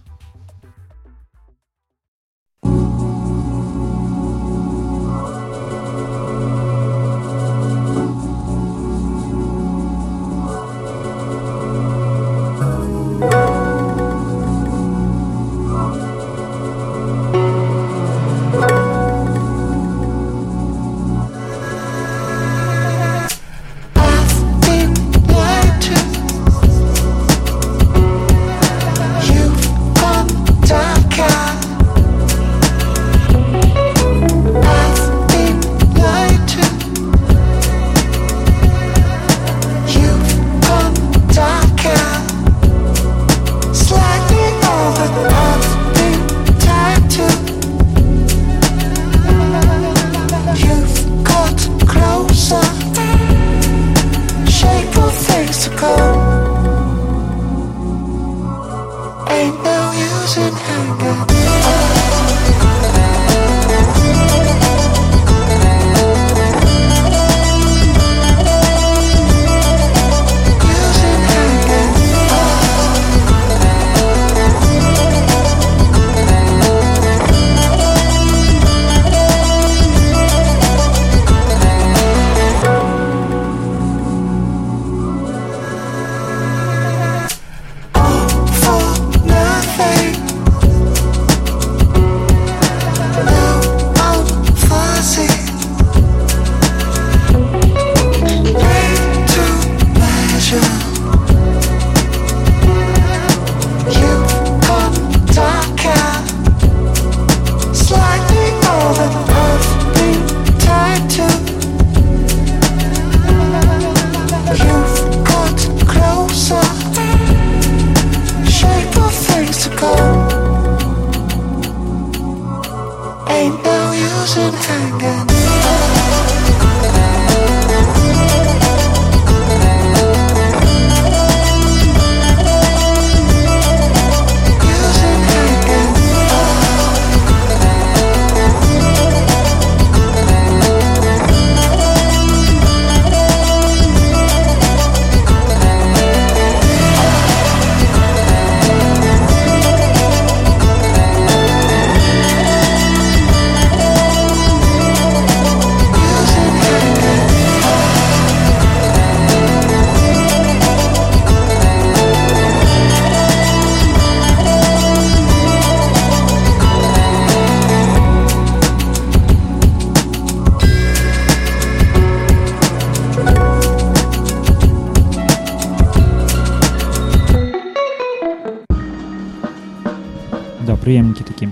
Приемники такие.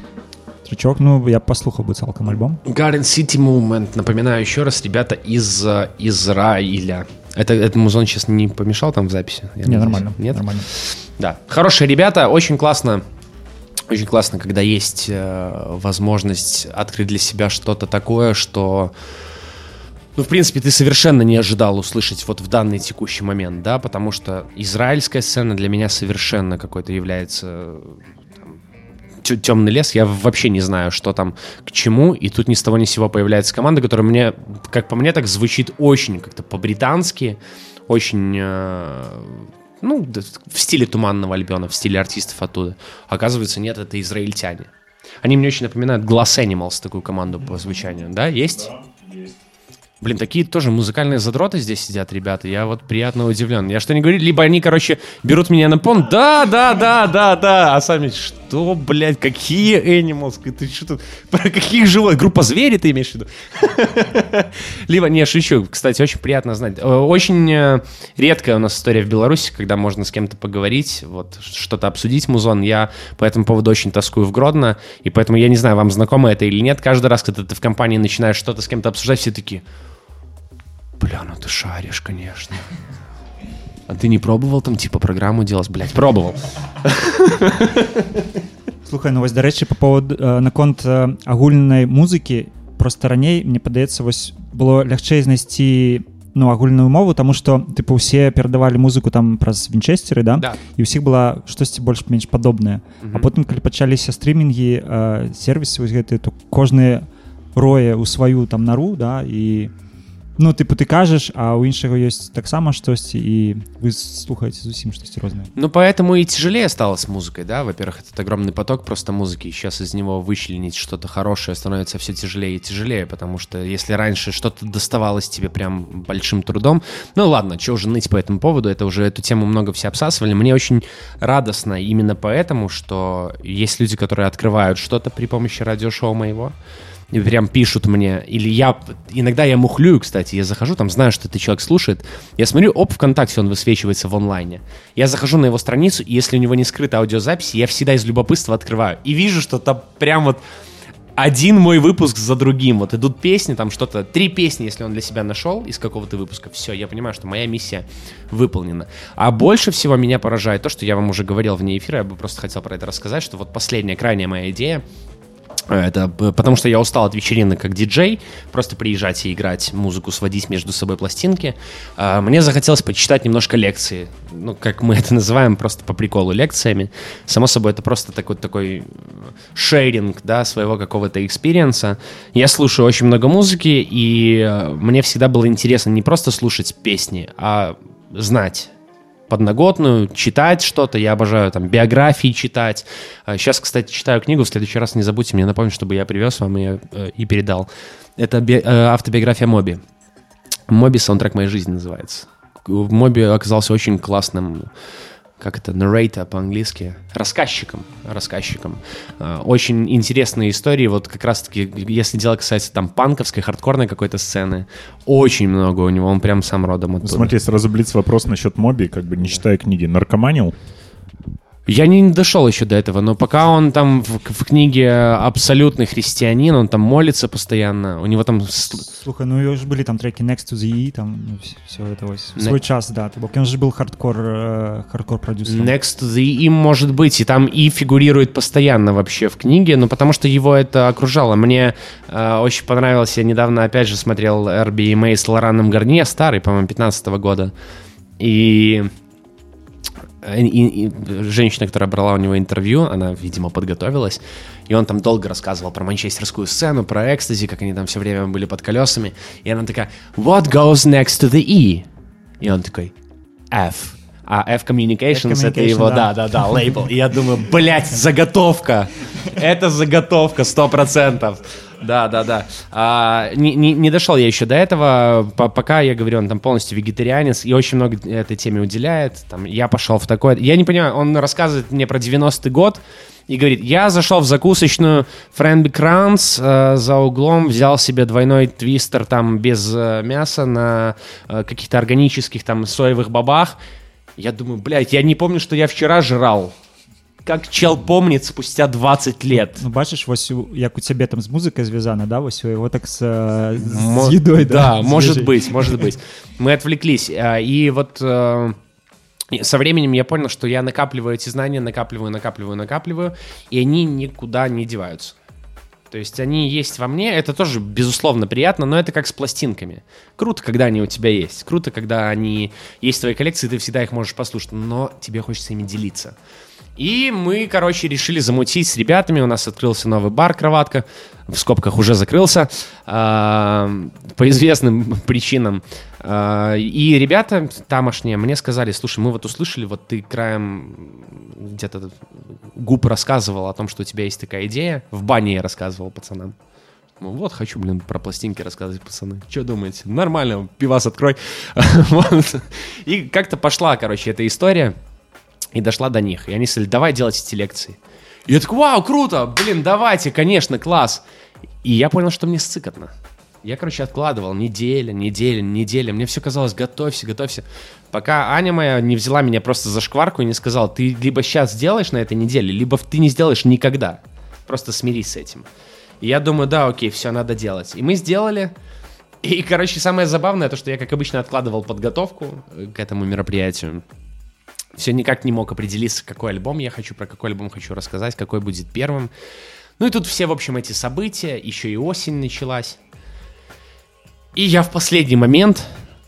Трючок, ну, я послухал бы целком альбом. Garden City Movement, напоминаю еще раз, ребята из uh, Израиля. Это, это музон сейчас не помешал там в записи? Я не, нормально. Нет? Нормально. Да, хорошие ребята, очень классно. Очень классно, когда есть э, возможность открыть для себя что-то такое, что, ну, в принципе, ты совершенно не ожидал услышать вот в данный текущий момент, да, потому что израильская сцена для меня совершенно какой-то является... темный лес, я вообще не знаю, что там к чему, и тут ни с того ни с сего появляется команда, которая мне, как по мне, так звучит очень как-то по-британски, очень, э, ну, в стиле Туманного Альбиона, в стиле артистов оттуда. Оказывается, нет, это израильтяне. Они мне очень напоминают Glass Animals, такую команду по звучанию, да, есть? Да, есть. Блин, такие тоже музыкальные задроты здесь сидят, ребята. Я вот приятно удивлен. Я что не говорю, либо они, короче, берут меня на пон, да, да, да, да, да, а сами... что, блядь, какие Animals? Ты что-то... Про каких животных? Группа звери ты имеешь в виду? Либо, не, шучу. Кстати, очень приятно знать. Очень редкая у нас история в Беларуси, когда можно с кем-то поговорить, вот, что-то обсудить музон. Я по этому поводу очень тоскую в Гродно, и поэтому я не знаю, вам знакомо это или нет. Каждый раз, когда ты в компании начинаешь что-то с кем-то обсуждать, все такие: бля, ну ты шаришь, конечно. А ты не пробовал там, типа, программу делать? Блядь, пробовал. Слухай, ну вось, дарэчы, па поводу э, наконт э, агульнай музыкі, просто раней, мне падаецца, вось было лягчэй знайсці, ну, агульную мову, таму што, тыпу, усе перадавалі музыку там праз вінчэсцеры, да? Да. І ўсіх была штосьці больш-менш падобнае. Mm-hmm. А потым, калі пачаліся стрымінгі, э, сервісы вось гэтыя, то кожны рое ў сваю там нару, да, і ну, типу, ты кажешь, а у іншого есть так само штосьці, и вы слухаете зусім штосьці рознае. Ну, поэтому и тяжелее стало с музыкой, да? Во-первых, этот огромный поток просто музыки, сейчас из него вычленить что-то хорошее становится все тяжелее и тяжелее, потому что если раньше что-то доставалось тебе прям большим трудом, ну, ладно, что уже ныть по этому поводу, это уже эту тему много все обсасывали. Мне очень радостно именно поэтому, что есть люди, которые открывают что-то при помощи радиошоу моего, и прям пишут мне, или я, иногда я мухлюю, кстати, я захожу, там знаю, что этот человек слушает, я смотрю, оп, ВКонтакте он высвечивается в онлайне, я захожу на его страницу, и если у него не скрыта аудиозапись, я всегда из любопытства открываю, и вижу, что там прям вот один мой выпуск за другим, вот идут песни, там что-то, три песни, если он для себя нашел из какого-то выпуска, все, я понимаю, что моя миссия выполнена. А больше всего меня поражает то, что я вам уже говорил вне эфира, я бы просто хотел про это рассказать, что вот последняя, крайняя моя идея, это потому что я устал от вечеринок как диджей, просто приезжать и играть музыку, сводить между собой пластинки. Мне захотелось почитать немножко лекции, ну, как мы это называем, просто по приколу лекциями. Само собой, это просто такой, такой шеринг, да, своего какого-то экспириенса. Я слушаю очень много музыки, и мне всегда было интересно не просто слушать песни, а знать подноготную, читать что-то. Я обожаю там биографии читать. Сейчас, кстати, читаю книгу. В следующий раз не забудьте мне напомнить, чтобы я привез вам и, и передал. Это би- автобиография Моби. Моби «Саундтрек моей жизни» называется. Моби оказался очень классным, как это, narrator по-английски, рассказчиком, рассказчиком. Очень интересные истории, вот как раз-таки, если дело касается там панковской, хардкорной какой-то сцены, очень много у него, он прям сам родом оттуда. Смотри, сразу блиц вопрос насчет Моби, как бы не читая книги, наркоманил? Я не дошел еще до этого, но пока он там в, в книге абсолютный христианин, он там молится постоянно, у него там... Слухай, ну уже были там треки Next to the E, там ну, все это вот. В свой ne- час, да, он же был хардкор, э, хардкор-продюсером. Next to the E может быть, и там И фигурирует постоянно вообще в книге, но потому что его это окружало. Мне э, очень понравилось, я недавно опять же смотрел эр би эм эй с Лораном Гарнье, старый, по-моему, пятнадцатого года, и... И, и женщина, которая брала у него интервью, она, видимо, подготовилась, и он там долго рассказывал про манчестерскую сцену, про экстази, как они там все время были под колесами, и она такая: "What goes next to the E?" И он такой: F. А F Communications, F Communication, это его, да-да-да, лейбл. И я думаю, блять, заготовка. Это заготовка, сто процентов. Да-да-да. А, не, не, не дошел я еще до этого. По, пока, я говорю, он там полностью вегетарианец и очень много этой теме уделяет. Там, я пошел в такое... Я не понимаю, он рассказывает мне про девяностый год и говорит: я зашел в закусочную Фрэнби Кранс, э, за углом взял себе двойной твистер там без э, мяса на э, каких-то органических там соевых бобах. Я думаю, блядь, я не помню, что я вчера жрал. Как чел помнит спустя двадцать лет. Ну, бачиш, вось, як у тебе там с музыкой звязано, да, вось его так с, с едой, да? Да, может быть, может быть. Мы отвлеклись. И вот со временем я понял, что я накапливаю эти знания, накапливаю, накапливаю, накапливаю, и они никуда не деваются. То есть они есть во мне, это тоже, безусловно, приятно, но это как с пластинками. Круто, когда они у тебя есть. Круто, когда они есть в твоей коллекции, ты всегда их можешь послушать, но тебе хочется ими делиться. И мы, короче, решили замутить с ребятами. У нас открылся новый бар «Кроватка». В скобках уже закрылся. Э, по известным причинам. Э, и ребята тамошние мне сказали: слушай, мы вот услышали, вот ты краем где-то губ рассказывал о том, что у тебя есть такая идея. В бане я рассказывал пацанам. Ну, вот, хочу, блин, про пластинки рассказывать, пацаны. Что думаете? Нормально, пивас открой. И как-то пошла, короче, эта история. И дошла до них. И они сказали: давай делать эти лекции. И я такой, вау, круто, блин, давайте, конечно, класс. И я понял, что мне сцикотно. Я, короче, откладывал неделя, неделя, неделя. Мне все казалось, готовься, готовься. Пока Аня моя не взяла меня просто за шкварку и не сказала, ты либо сейчас сделаешь на этой неделе, либо ты не сделаешь никогда. Просто смирись с этим. И я думаю, да, окей, все, надо делать. И мы сделали. И, короче, самое забавное, то, что я, как обычно, откладывал подготовку к этому мероприятию. Все никак не мог определиться, какой альбом я хочу, про какой альбом хочу рассказать, какой будет первым. Ну и тут все, в общем, эти события, еще и осень началась. И я в последний момент,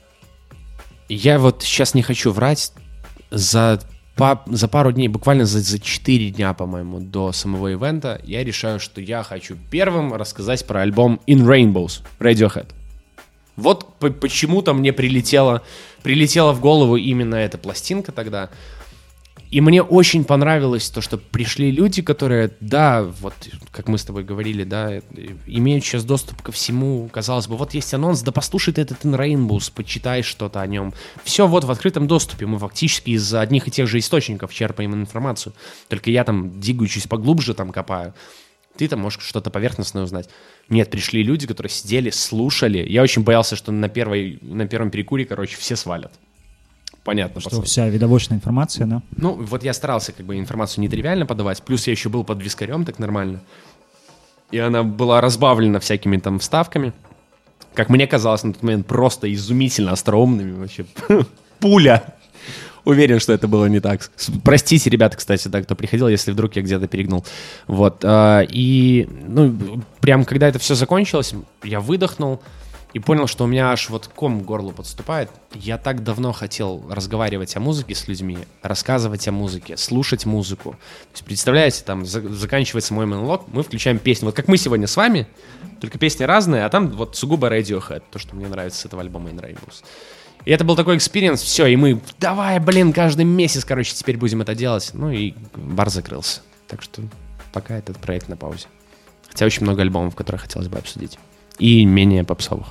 я вот сейчас не хочу врать, за, па, за пару дней, буквально за, за четыре дня, по-моему, до самого ивента, я решаю, что я хочу первым рассказать про альбом In Rainbows, Radiohead. Вот по- почему-то мне прилетело, прилетела в голову именно эта пластинка тогда. И мне очень понравилось то, что пришли люди, которые, да, вот, как мы с тобой говорили, да, имеют сейчас доступ ко всему, казалось бы, вот есть анонс, да послушай ты этот In Rainbows, почитай что-то о нем. Все вот в открытом доступе, мы фактически из одних и тех же источников черпаем информацию, только я там двигаюсь поглубже, там копаю. Ты там можешь что-то поверхностное узнать. Нет, пришли люди, которые сидели, слушали. Я очень боялся, что на, первой, на первом перекуре, короче, все свалят. Понятно. Что пацаны. вся видовочная информация, да? Ну, вот я старался как бы информацию нетривиально подавать, плюс я еще был под вискарем так нормально. И она была разбавлена всякими там вставками. Как мне казалось на тот момент, просто изумительно остроумными вообще. Пуля! Уверен, что это было не так. Простите, ребята, кстати, да, кто приходил, если вдруг я где-то перегнул. Вот. И, ну, прям когда это все закончилось, я выдохнул и понял, что у меня аж вот ком к горлу подступает. Я так давно хотел разговаривать о музыке с людьми, рассказывать о музыке, слушать музыку. То есть, представляете, там за- заканчивается мой монолог, мы включаем песню. Вот как мы сегодня с вами, только песни разные, а там вот сугубо Radiohead, то, что мне нравится с этого альбома In Rainbows. И это был такой экспириенс, все, и мы, давай, блин, каждый месяц, короче, теперь будем это делать. Ну и бар закрылся. Так что пока этот проект на паузе. Хотя очень много альбомов, которые хотелось бы обсудить. И менее попсовых.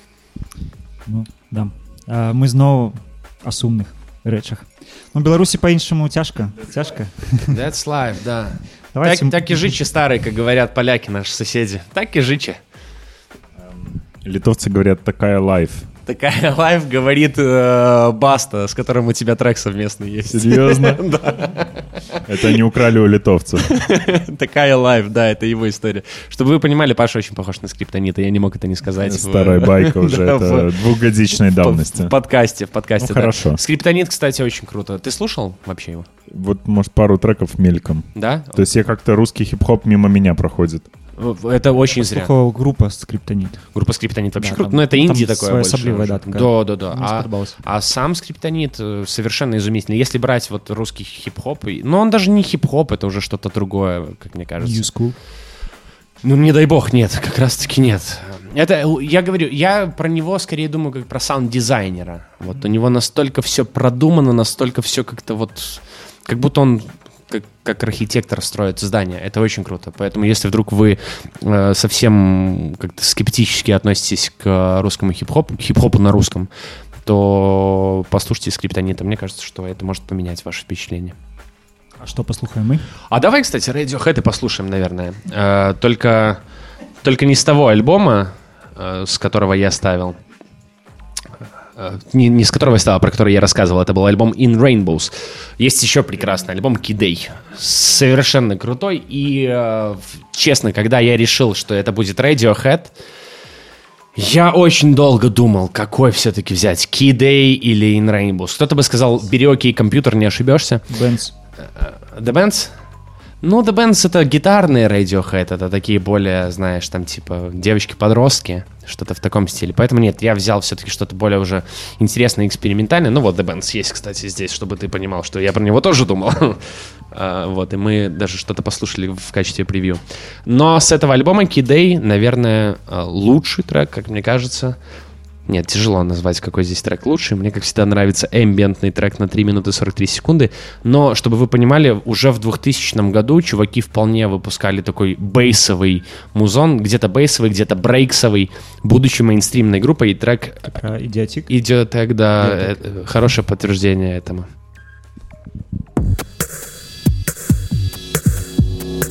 Ну, да. А, мы знову о сумных речах. Ну, Беларусі по-іншому тяжко. Тяжко. That's life, да. Давайте... Так, так и жичи старые, как говорят поляки, наши соседи. Так и жичи. Литовцы говорят, такая лайф. Такая лайф, говорит э, Баста, с которым у тебя трек совместный есть. Серьезно? Да. Это они украли у литовцев. Такая лайф, да, это его история. Чтобы вы понимали, Паша очень похож на Скриптонита, я не мог это не сказать. Старая байка уже, это двухгодичной давности. В подкасте, в подкасте, Ну, хорошо. Скриптонит, кстати, очень круто. Ты слушал вообще его? Вот, может, пару треков мельком. Да? То есть я как-то русский хип-хоп мимо меня проходит. Это очень зря. Слухала группа Скриптонит. Группа Скриптонит вообще Да, круто. там- Ну, это там инди такое больше. своеособлivая, да, такая. Да, да, да. Мне А, сподобалось. а сам Скриптонит э, совершенно изумительный. Если брать вот русский хип-хоп, и- но он даже не хип-хоп, это уже что-то другое, как мне кажется. New School. Ну, не дай бог, нет, как раз-таки нет. Это, я говорю, я про него скорее думаю как про саунд-дизайнера. Вот у него настолько все продумано, настолько все как-то вот... Как будто он как, как архитектор строит здание. Это очень круто. Поэтому если вдруг вы э, совсем как-то скептически относитесь к русскому хип-хопу, хип-хопу на русском, то послушайте Скриптонита. Мне кажется, что это может поменять ваше впечатление. А что послухаем мы? А давай, кстати, Radiohead и послушаем, наверное. Э, только, только не с того альбома, э, с которого я ставил. Э, не, не с которого я ставил, а про который я рассказывал. Это был альбом In Rainbows. Есть еще прекрасный альбом Key Day. Совершенно крутой. И, э, честно, когда я решил, что это будет Radiohead, я очень долго думал, какой все-таки взять, Key Day или In Rainbows. Кто-то бы сказал, бери окей, компьютер, не ошибешься. Бенц. The Bands? Ну, The Bands — это гитарные Radiohead, это такие более, знаешь, там типа девочки-подростки, что-то в таком стиле. Поэтому нет, я взял все-таки что-то более уже интересное, экспериментальное. Ну вот The Bands есть, кстати, здесь, чтобы ты понимал, что я про него тоже думал. Вот, и мы даже что-то послушали в качестве превью. Но с этого альбома Key Day, наверное, лучший трек, как мне кажется. Нет, тяжело назвать, какой здесь трек лучший. Мне, как всегда, нравится эмбиентный трек на три минуты сорок три секунды. Но, чтобы вы понимали, уже в двухтысячном году чуваки вполне выпускали такой бейсовый музон. Где-то бейсовый, где-то брейксовый, будучи мейнстримной группой. И трек Про Идиотик. Идиотек, да, э, хорошее подтверждение этому.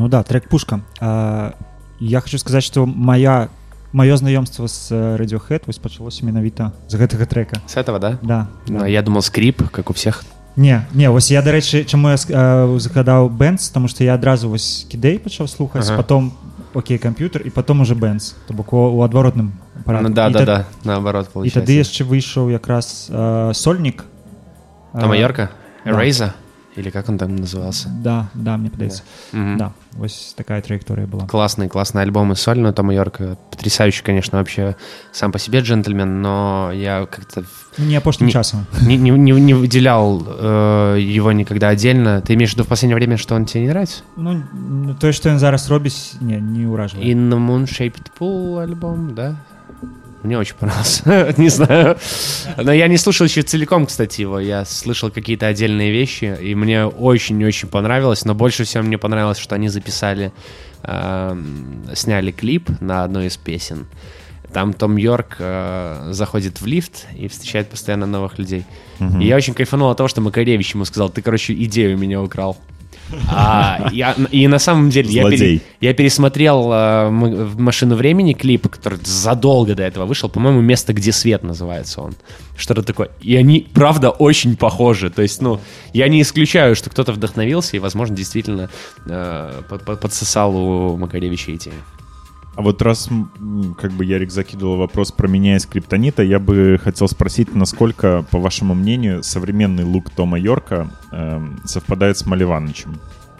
да, трек «Пушка». А, я хочу сказать, что моя, мое знаёмство с Radiohead вось пачалося менавіта з гэтага трека. С этого, да? Да. Ну, да. я думал, скрип, как у всех. Не, не, вось я, дарэчы, чаму я э, загадаў Бэнс, таму што я адразу вось Кідэй пачаў слухаць, ага. потом Окей Компьютер, і потом уже Бэнс, то бок у, у адваротным парадку. Ну да, і да, тад... да, наоборот получается. І тады яшчэ выйшаў якраз э, сольнік. Тома Йорка? Да. Erasure? Или как он там назывался? Да, да, мне подается. Да. Угу. Да, вот такая траектория была. Классный, классный альбом и сольный Тома Йорка. Потрясающий, конечно, вообще сам по себе джентльмен, но я как-то... Не опошним часом. Не, не, не, не выделял э, его никогда отдельно. Ты имеешь в виду в последнее время, что он тебе не нравится? Ну, то, что он зараз робить, не, не ураживает. In the Moon Shaped Pool альбом, да? Мне очень понравился. Не знаю. Но я не слушал еще целиком, кстати, его. Я слышал какие-то отдельные вещи, и мне очень-очень понравилось. Но больше всего мне понравилось, что они записали, э, сняли клип на одной из песен. Там Том Йорк э, заходит в лифт и встречает постоянно новых людей. Mm-hmm. И я очень кайфанул от того, что Макаревич ему сказал: ты, короче, идею меня украл. А, я, и на самом деле я, пере, я пересмотрел э, «Машину времени» клип, который задолго до этого вышел, по-моему, «Место, где свет» называется он. Что-то такое. И они, правда, очень похожи. То есть, ну, я не исключаю, что кто-то вдохновился и, возможно, действительно э, подсосал у Макаревича идею. А вот раз как бы Ярик закидывал вопрос про меня из Криптонита, я бы хотел спросить, насколько, по вашему мнению, современный лук Тома Йорка э, совпадает с Малеванычем?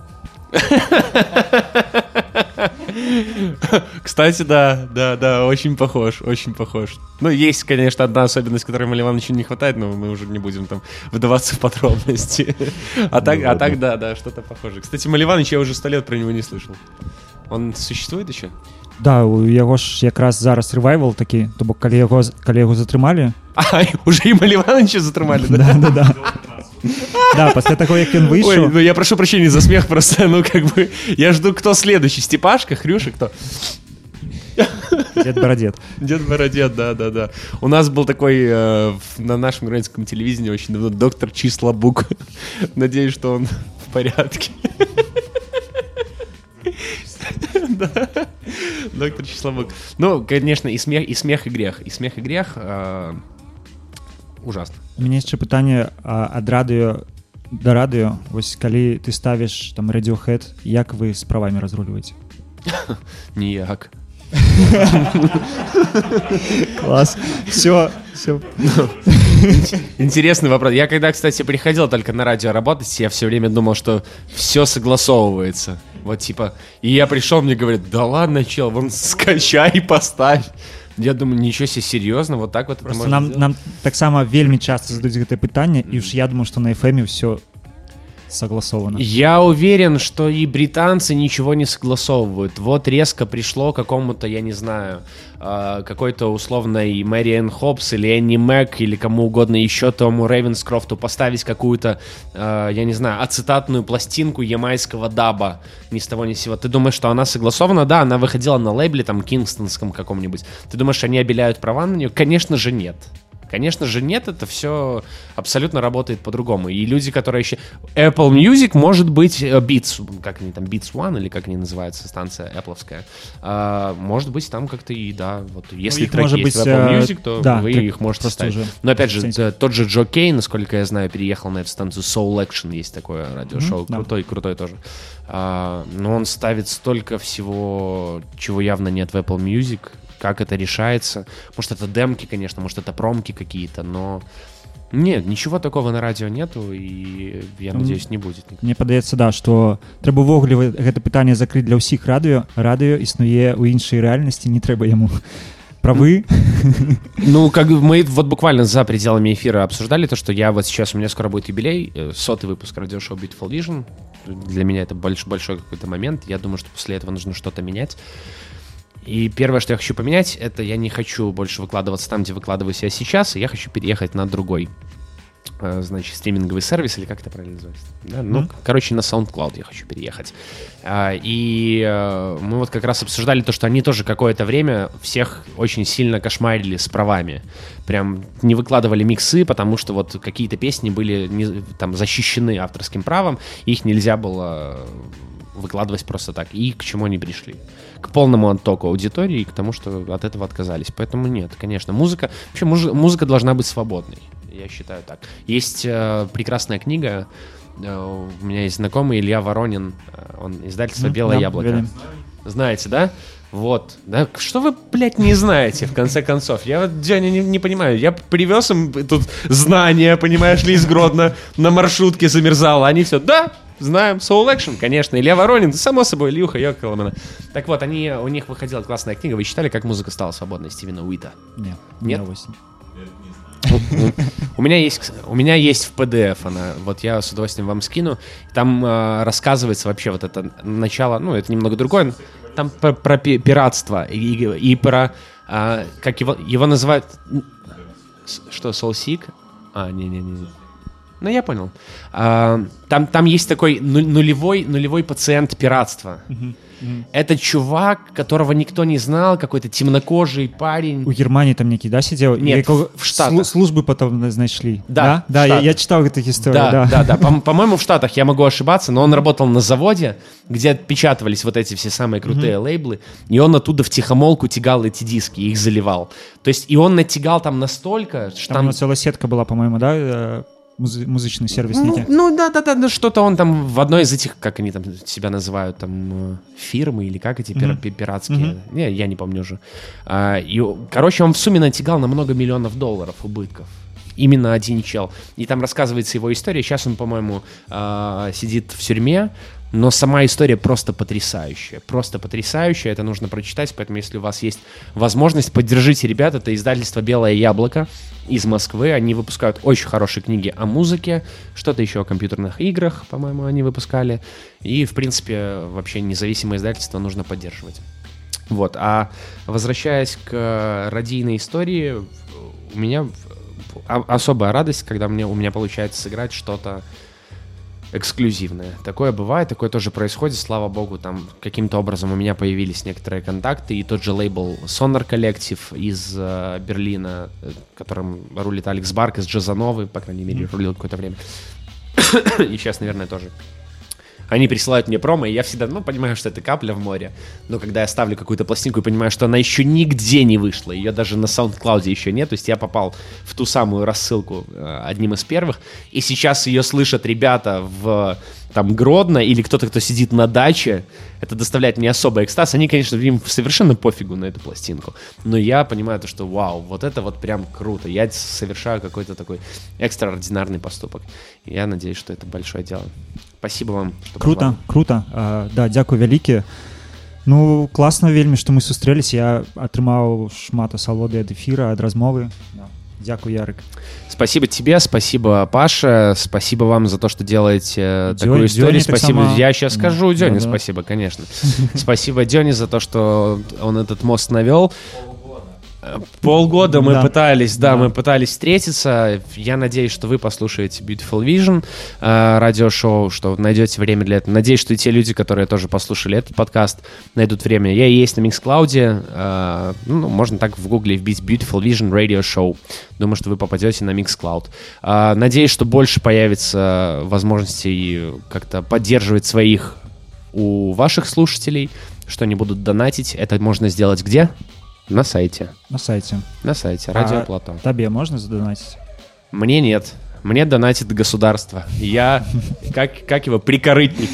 Кстати, да, да, да, очень похож, очень похож. Ну, есть, конечно, одна особенность, которой Малеванычу не хватает, но мы уже не будем там вдаваться в подробности. А так, а так, да, да, что-то похоже. Кстати, Малеваныч, я уже сто лет про него не слышал. Он существует еще? Да, у яго ж якраз зараз рэвайвал такі, то бок калі яго, калі яго затрымалі... А, уже і Малеваныча затрымалі, да? Да, да, да. Да, пасля таго, як ён выйшаў... Ой, ну я прошу прощения за смех, просто, ну как бы, я жду, кто следующий, Степашка, Хрюша, кто? Дед Бородет. Дед Бородет, да, да, да. У нас был такой э, на нашем украинском телевидении очень давно доктор Числобук. Надеюсь, что он в порядке. Да. Доктор Числобук. Ну, конечно, и смех, и смех, и грех. И смех, и грех э, ужасно. У меня яшчэ пытанне ад радыё да радыё. Вось калі ты ставіш там Radiohead, як вы з правамі разруліваеце? Ніяк. Класс. Все, все. Интересный вопрос. Я когда, кстати, приходил только на радио работать, я все время думал, что все согласовывается. Вот типа, и я пришел, мне говорят: да ладно, чел, вон скачай и поставь. Я думаю, ничего себе, серьезно, вот так вот. Просто нам, нам так само вельми часто задают это питание, и уж я думаю, что на эф эм все согласовано. Я уверен, что и британцы ничего не согласовывают. Вот резко пришло какому-то, я не знаю, какой-то условной Мэриэн Хопс или Энни Мэг или кому угодно еще, Тому Рейвенскрофту поставить какую-то, я не знаю, ацетатную пластинку ямайского даба ни с того ни с сего. Ты думаешь, что она согласована? Да, она выходила на лейбле там кингстонском каком-нибудь. Ты думаешь, они обеляют права на нее? Конечно же нет. Конечно же нет, это все абсолютно работает по-другому. И люди, которые еще... Apple Music может быть Beats, как они там, Beats One, или как они называются, станция Apple'овская. А, может быть, там как-то и, да, вот если ну, треки есть быть, в Apple Music, то да, вы их можете ставить. Уже. Но опять же, т- тот же Джо Кей, насколько я знаю, переехал на эту станцию Soul Action, есть такое радиошоу, mm-hmm, крутой, да. крутой тоже. А, но он ставит столько всего, чего явно нет в Apple Music. Как это решается. Может, это демки, конечно, может, это промки какие-то, но... Нет, ничего такого на радио нету, и я надеюсь, не будет. Мне падаецца, да, што трэба ўвогуле гэта пытанне закрыць для ўсіх радыё. Радыё існуе ў іншай рэальнасці, не трэба яму правы. Ну, как мы вот буквально за пределами эфира обсуждали то, что я вот сейчас, у меня скоро будет юбилей, сотый выпуск радиошоу Beautiful Vision. Для меня это больш, большой какой-то момент. Я думаю, что после этого нужно что-то менять. И первое, что я хочу поменять, это я не хочу больше выкладываться там, где выкладываюсь я сейчас, и я хочу переехать на другой, значит, стриминговый сервис, или как это правильно называется? Да? Ну, mm-hmm. короче, на SoundCloud я хочу переехать. И мы вот как раз обсуждали то, что они тоже какое-то время всех очень сильно кошмарили с правами. Прям не выкладывали миксы, потому что вот какие-то песни были не, там защищены авторским правом, их нельзя было... выкладывать просто так. И к чему они пришли? К полному оттоку аудитории и к тому, что от этого отказались. Поэтому нет, конечно, музыка... Вообще муж, музыка должна быть свободной, я считаю так. Есть э, прекрасная книга, э, у меня есть знакомый Илья Воронин, э, он издательство mm, «Белое да, яблоко». Верим. Знаете, да? Вот, да, что вы, блядь, не знаете, в конце концов? Я вот, Дёня, не, не понимаю, я привез им тут знания, понимаешь ли, из Гродно, на маршрутке замерзал, а они все, да, знаем, Soul Action, конечно, Илья Воронин, само собой, Ильюха Йоколомана. Так вот, они, у них выходила классная книга, вы читали, как музыка стала свободной, Стивена Уита? Нет. Нет? У меня есть, у меня есть в пи ди эф она, вот я с удовольствием вам скину. Там э, рассказывается вообще вот это начало, ну это немного другое, там про, про пиратство и, и, и про, э, как его, его называют, что, Soulseek? А, не-не-не. Ну я понял. А, там, там есть такой нулевой, нулевой пациент пиратства. Uh-huh. Mm. Это чувак, которого никто не знал, какой-то темнокожий парень. У Германии там некий, да, сидел? Нет, в, в Штатах. Слу- службы потом, значит, шли. Да, да, да я, я читал эту историю. Да, да, да, да. По- по-моему, в Штатах, я могу ошибаться, но он работал на заводе, где отпечатывались вот эти все самые крутые mm-hmm. лейблы, и он оттуда втихомолку тягал эти диски, их заливал. То есть, и он натягал там настолько, что там... Там у него целая сетка была, по-моему, да, Музы- музычный сервис некий. Ну, ну да, да, да, да, что-то он там в одной из этих, как они там себя называют, там фирмы или как эти mm-hmm. пир- пиратские, mm-hmm. не, я не помню уже. А, и, короче, он в сумме натягал на много миллионов долларов убытков. Именно один чел. И там рассказывается его история. Сейчас он, по-моему, а, сидит в тюрьме. Но сама история просто потрясающая. Просто потрясающая. Это нужно прочитать. Поэтому, если у вас есть возможность, поддержите ребят. Это издательство «Белое яблоко» из Москвы. Они выпускают очень хорошие книги о музыке. Что-то еще о компьютерных играх, по-моему, они выпускали. И, в принципе, вообще независимое издательство нужно поддерживать. Вот. А возвращаясь к радийной истории, у меня особая радость, когда мне, у меня получается сыграть что-то эксклюзивное. Такое бывает, такое тоже происходит, слава богу, там каким-то образом у меня появились некоторые контакты, и тот же лейбл Sonar Collective из э, Берлина, которым рулит Алекс Барк из Джазановы, по крайней мере, рулил какое-то время. И сейчас, наверное, тоже. Они присылают мне промо, и я всегда, ну, понимаю, что это капля в море. Но когда я ставлю какую-то пластинку и понимаю, что она еще нигде не вышла, ее даже на SoundCloud еще нет, то есть я попал в ту самую рассылку э, одним из первых, и сейчас ее слышат ребята в там Гродно или кто-то, кто сидит на даче, это доставляет мне особый экстаз. Они, конечно, им совершенно пофигу на эту пластинку, но я понимаю то, что вау, вот это вот прям круто. Я совершаю какой-то такой экстраординарный поступок. И я надеюсь, что это большое дело. Спасибо вам. Круто, вам. круто. А, да, дякую вялікі. Ну, класна вельмі, што мы сустрэліся. Я атрымаў шмат асалоды ад эфіра, ад размовы. Да. Дякую, Ярык. Спасибо тебе, спасибо, Паша, спасибо вам за то, что делаете Дёня, такую историю. Дёня, спасибо, само... я сейчас скажу, Дёне, да, спасибо, да. конечно. Спасибо Дёне за то, что он этот мост навел. Полгода мы да. пытались, да, да, мы пытались встретиться. Я надеюсь, что вы послушаете Beautiful Vision э, радиошоу, что найдете время для этого. Надеюсь, что и те люди, которые тоже послушали этот подкаст, найдут время. Я и есть на Mixcloud. Э, ну, можно так в гугле вбить Beautiful Vision Radio Show. Думаю, что вы попадете на Mixcloud. Э, надеюсь, что больше появится возможностей как-то поддерживать своих у ваших слушателей, что они будут донатить. Это можно сделать где? На сайте. На сайте. На сайте. Радио Плато. А тебе можно задонатить? Мне нет. Мне донатит государство. Я, как, как его, прикорытник.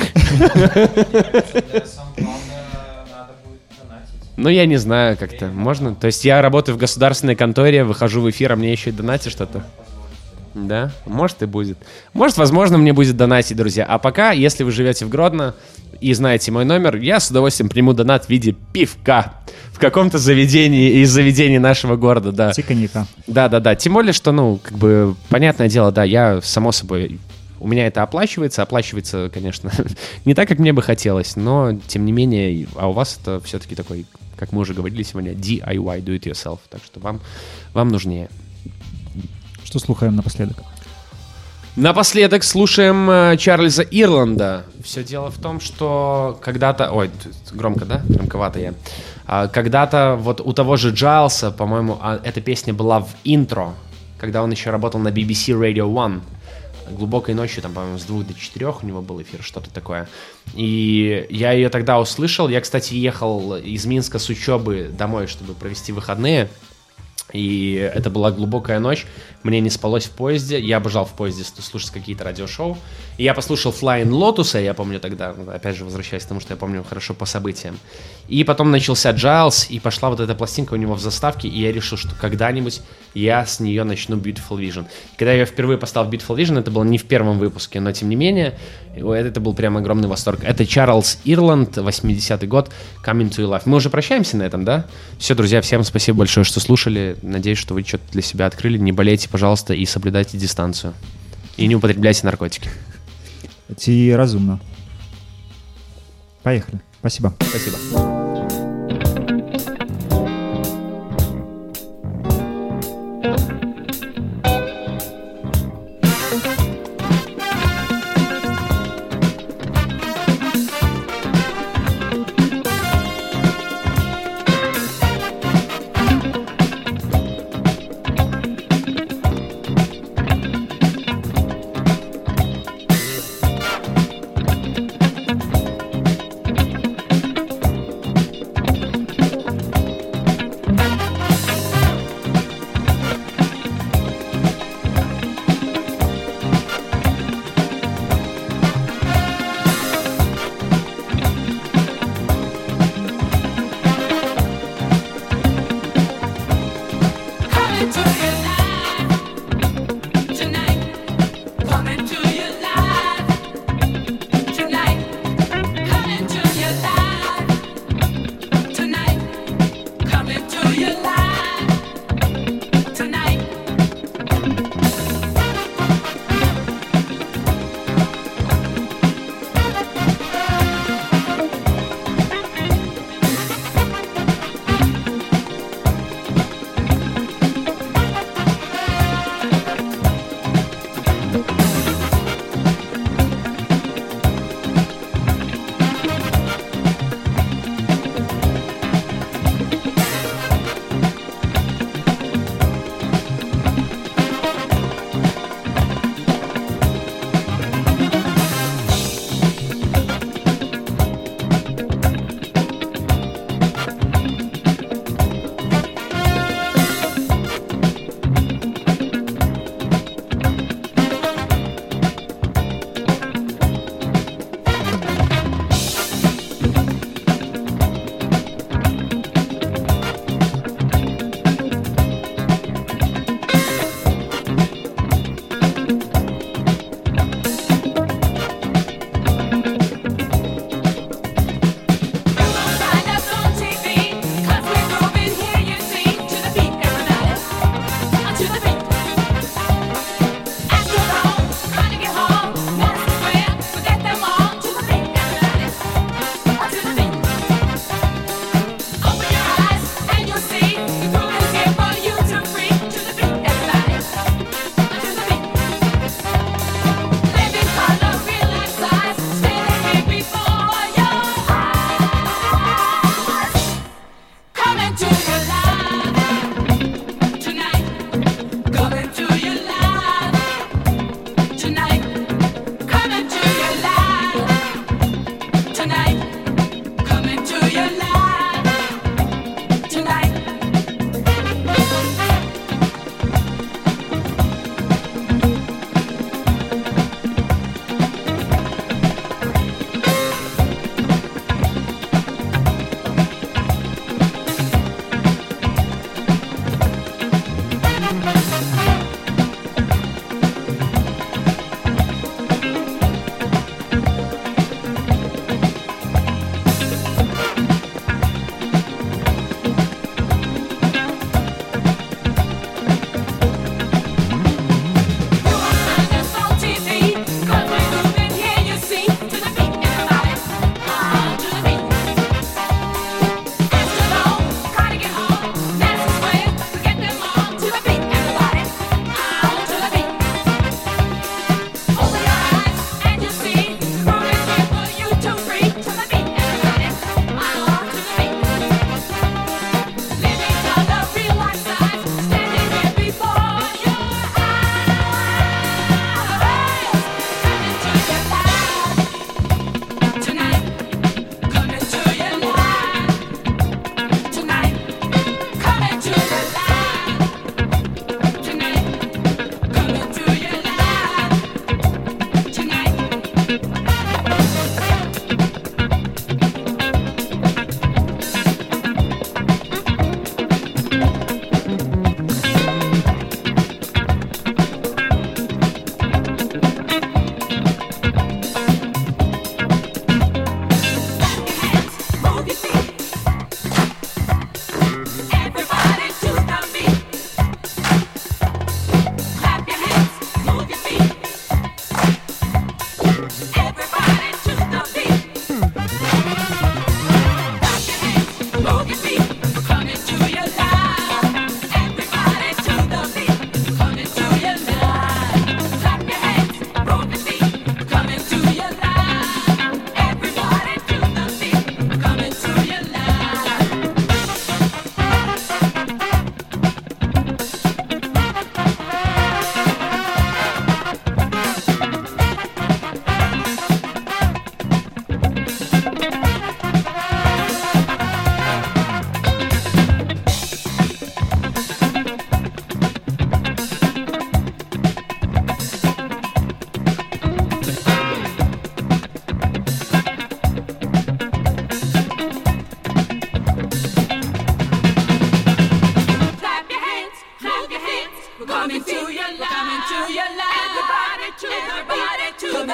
Ну, я не знаю, как-то. Можно? То есть я работаю в государственной конторе, выхожу в эфир, а мне еще и донатит что-то? Да? Может и будет. Может, возможно, мне будет донатить, друзья. А пока, если вы живете в Гродно и знаете мой номер, я с удовольствием приму донат в виде пивка в каком-то заведении из заведений нашего города, да. Коньяка. Да-да-да. Тем более, что, ну, как бы, понятное дело, да, я, само собой, у меня это оплачивается. Оплачивается, конечно, не так, как мне бы хотелось, но, тем не менее, а у вас это все-таки такой, как мы уже говорили сегодня, ди ай вай, do it yourself. Так что вам, вам нужнее. Что слухаем напоследок? Напоследок слушаем э, Чарльза Ирланда. Все дело в том, что когда-то... Ой, громко, да? Громковато я. А, когда-то вот у того же Джайлса, по-моему, а, эта песня была в интро, когда он еще работал на би би си Radio One. глубокой ночью, там, по-моему, с двух до четырех у него был эфир, что-то такое. И я ее тогда услышал. Я, кстати, ехал из Минска с учебы домой, чтобы провести выходные. И это была глубокая ночь, мне не спалось в поезде, я обожал в поезде слушать какие-то радиошоу. И я послушал Flying Lotus, я помню тогда, опять же возвращаясь к тому, что я помню хорошо по событиям. И потом начался Джайлз, и пошла вот эта пластинка у него в заставке, и я решил, что когда-нибудь я с нее начну Beautiful Vision. И когда я ее впервые поставил в Beautiful Vision, это было не в первом выпуске, но тем не менее, это был прям огромный восторг. Это Чарльз Ирланд, восьмидесятый год, Coming to Your Life. Мы уже прощаемся на этом, да? Все, друзья, всем спасибо большое, что слушали. Надеюсь, что вы что-то для себя открыли. Не болейте, пожалуйста, и соблюдайте дистанцию. И не употребляйте наркотики. Ці разумно. Поехали. Спасибо. Спасибо.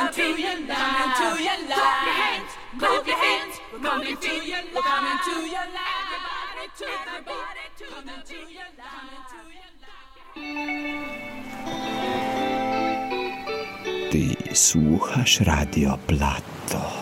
to your life. Coming to your life. Clap your hands, clap your hands. We're coming to your life. Coming to your life. Everybody to the body, coming to your life. Coming to your life. Ty słuchasz Radio Plato.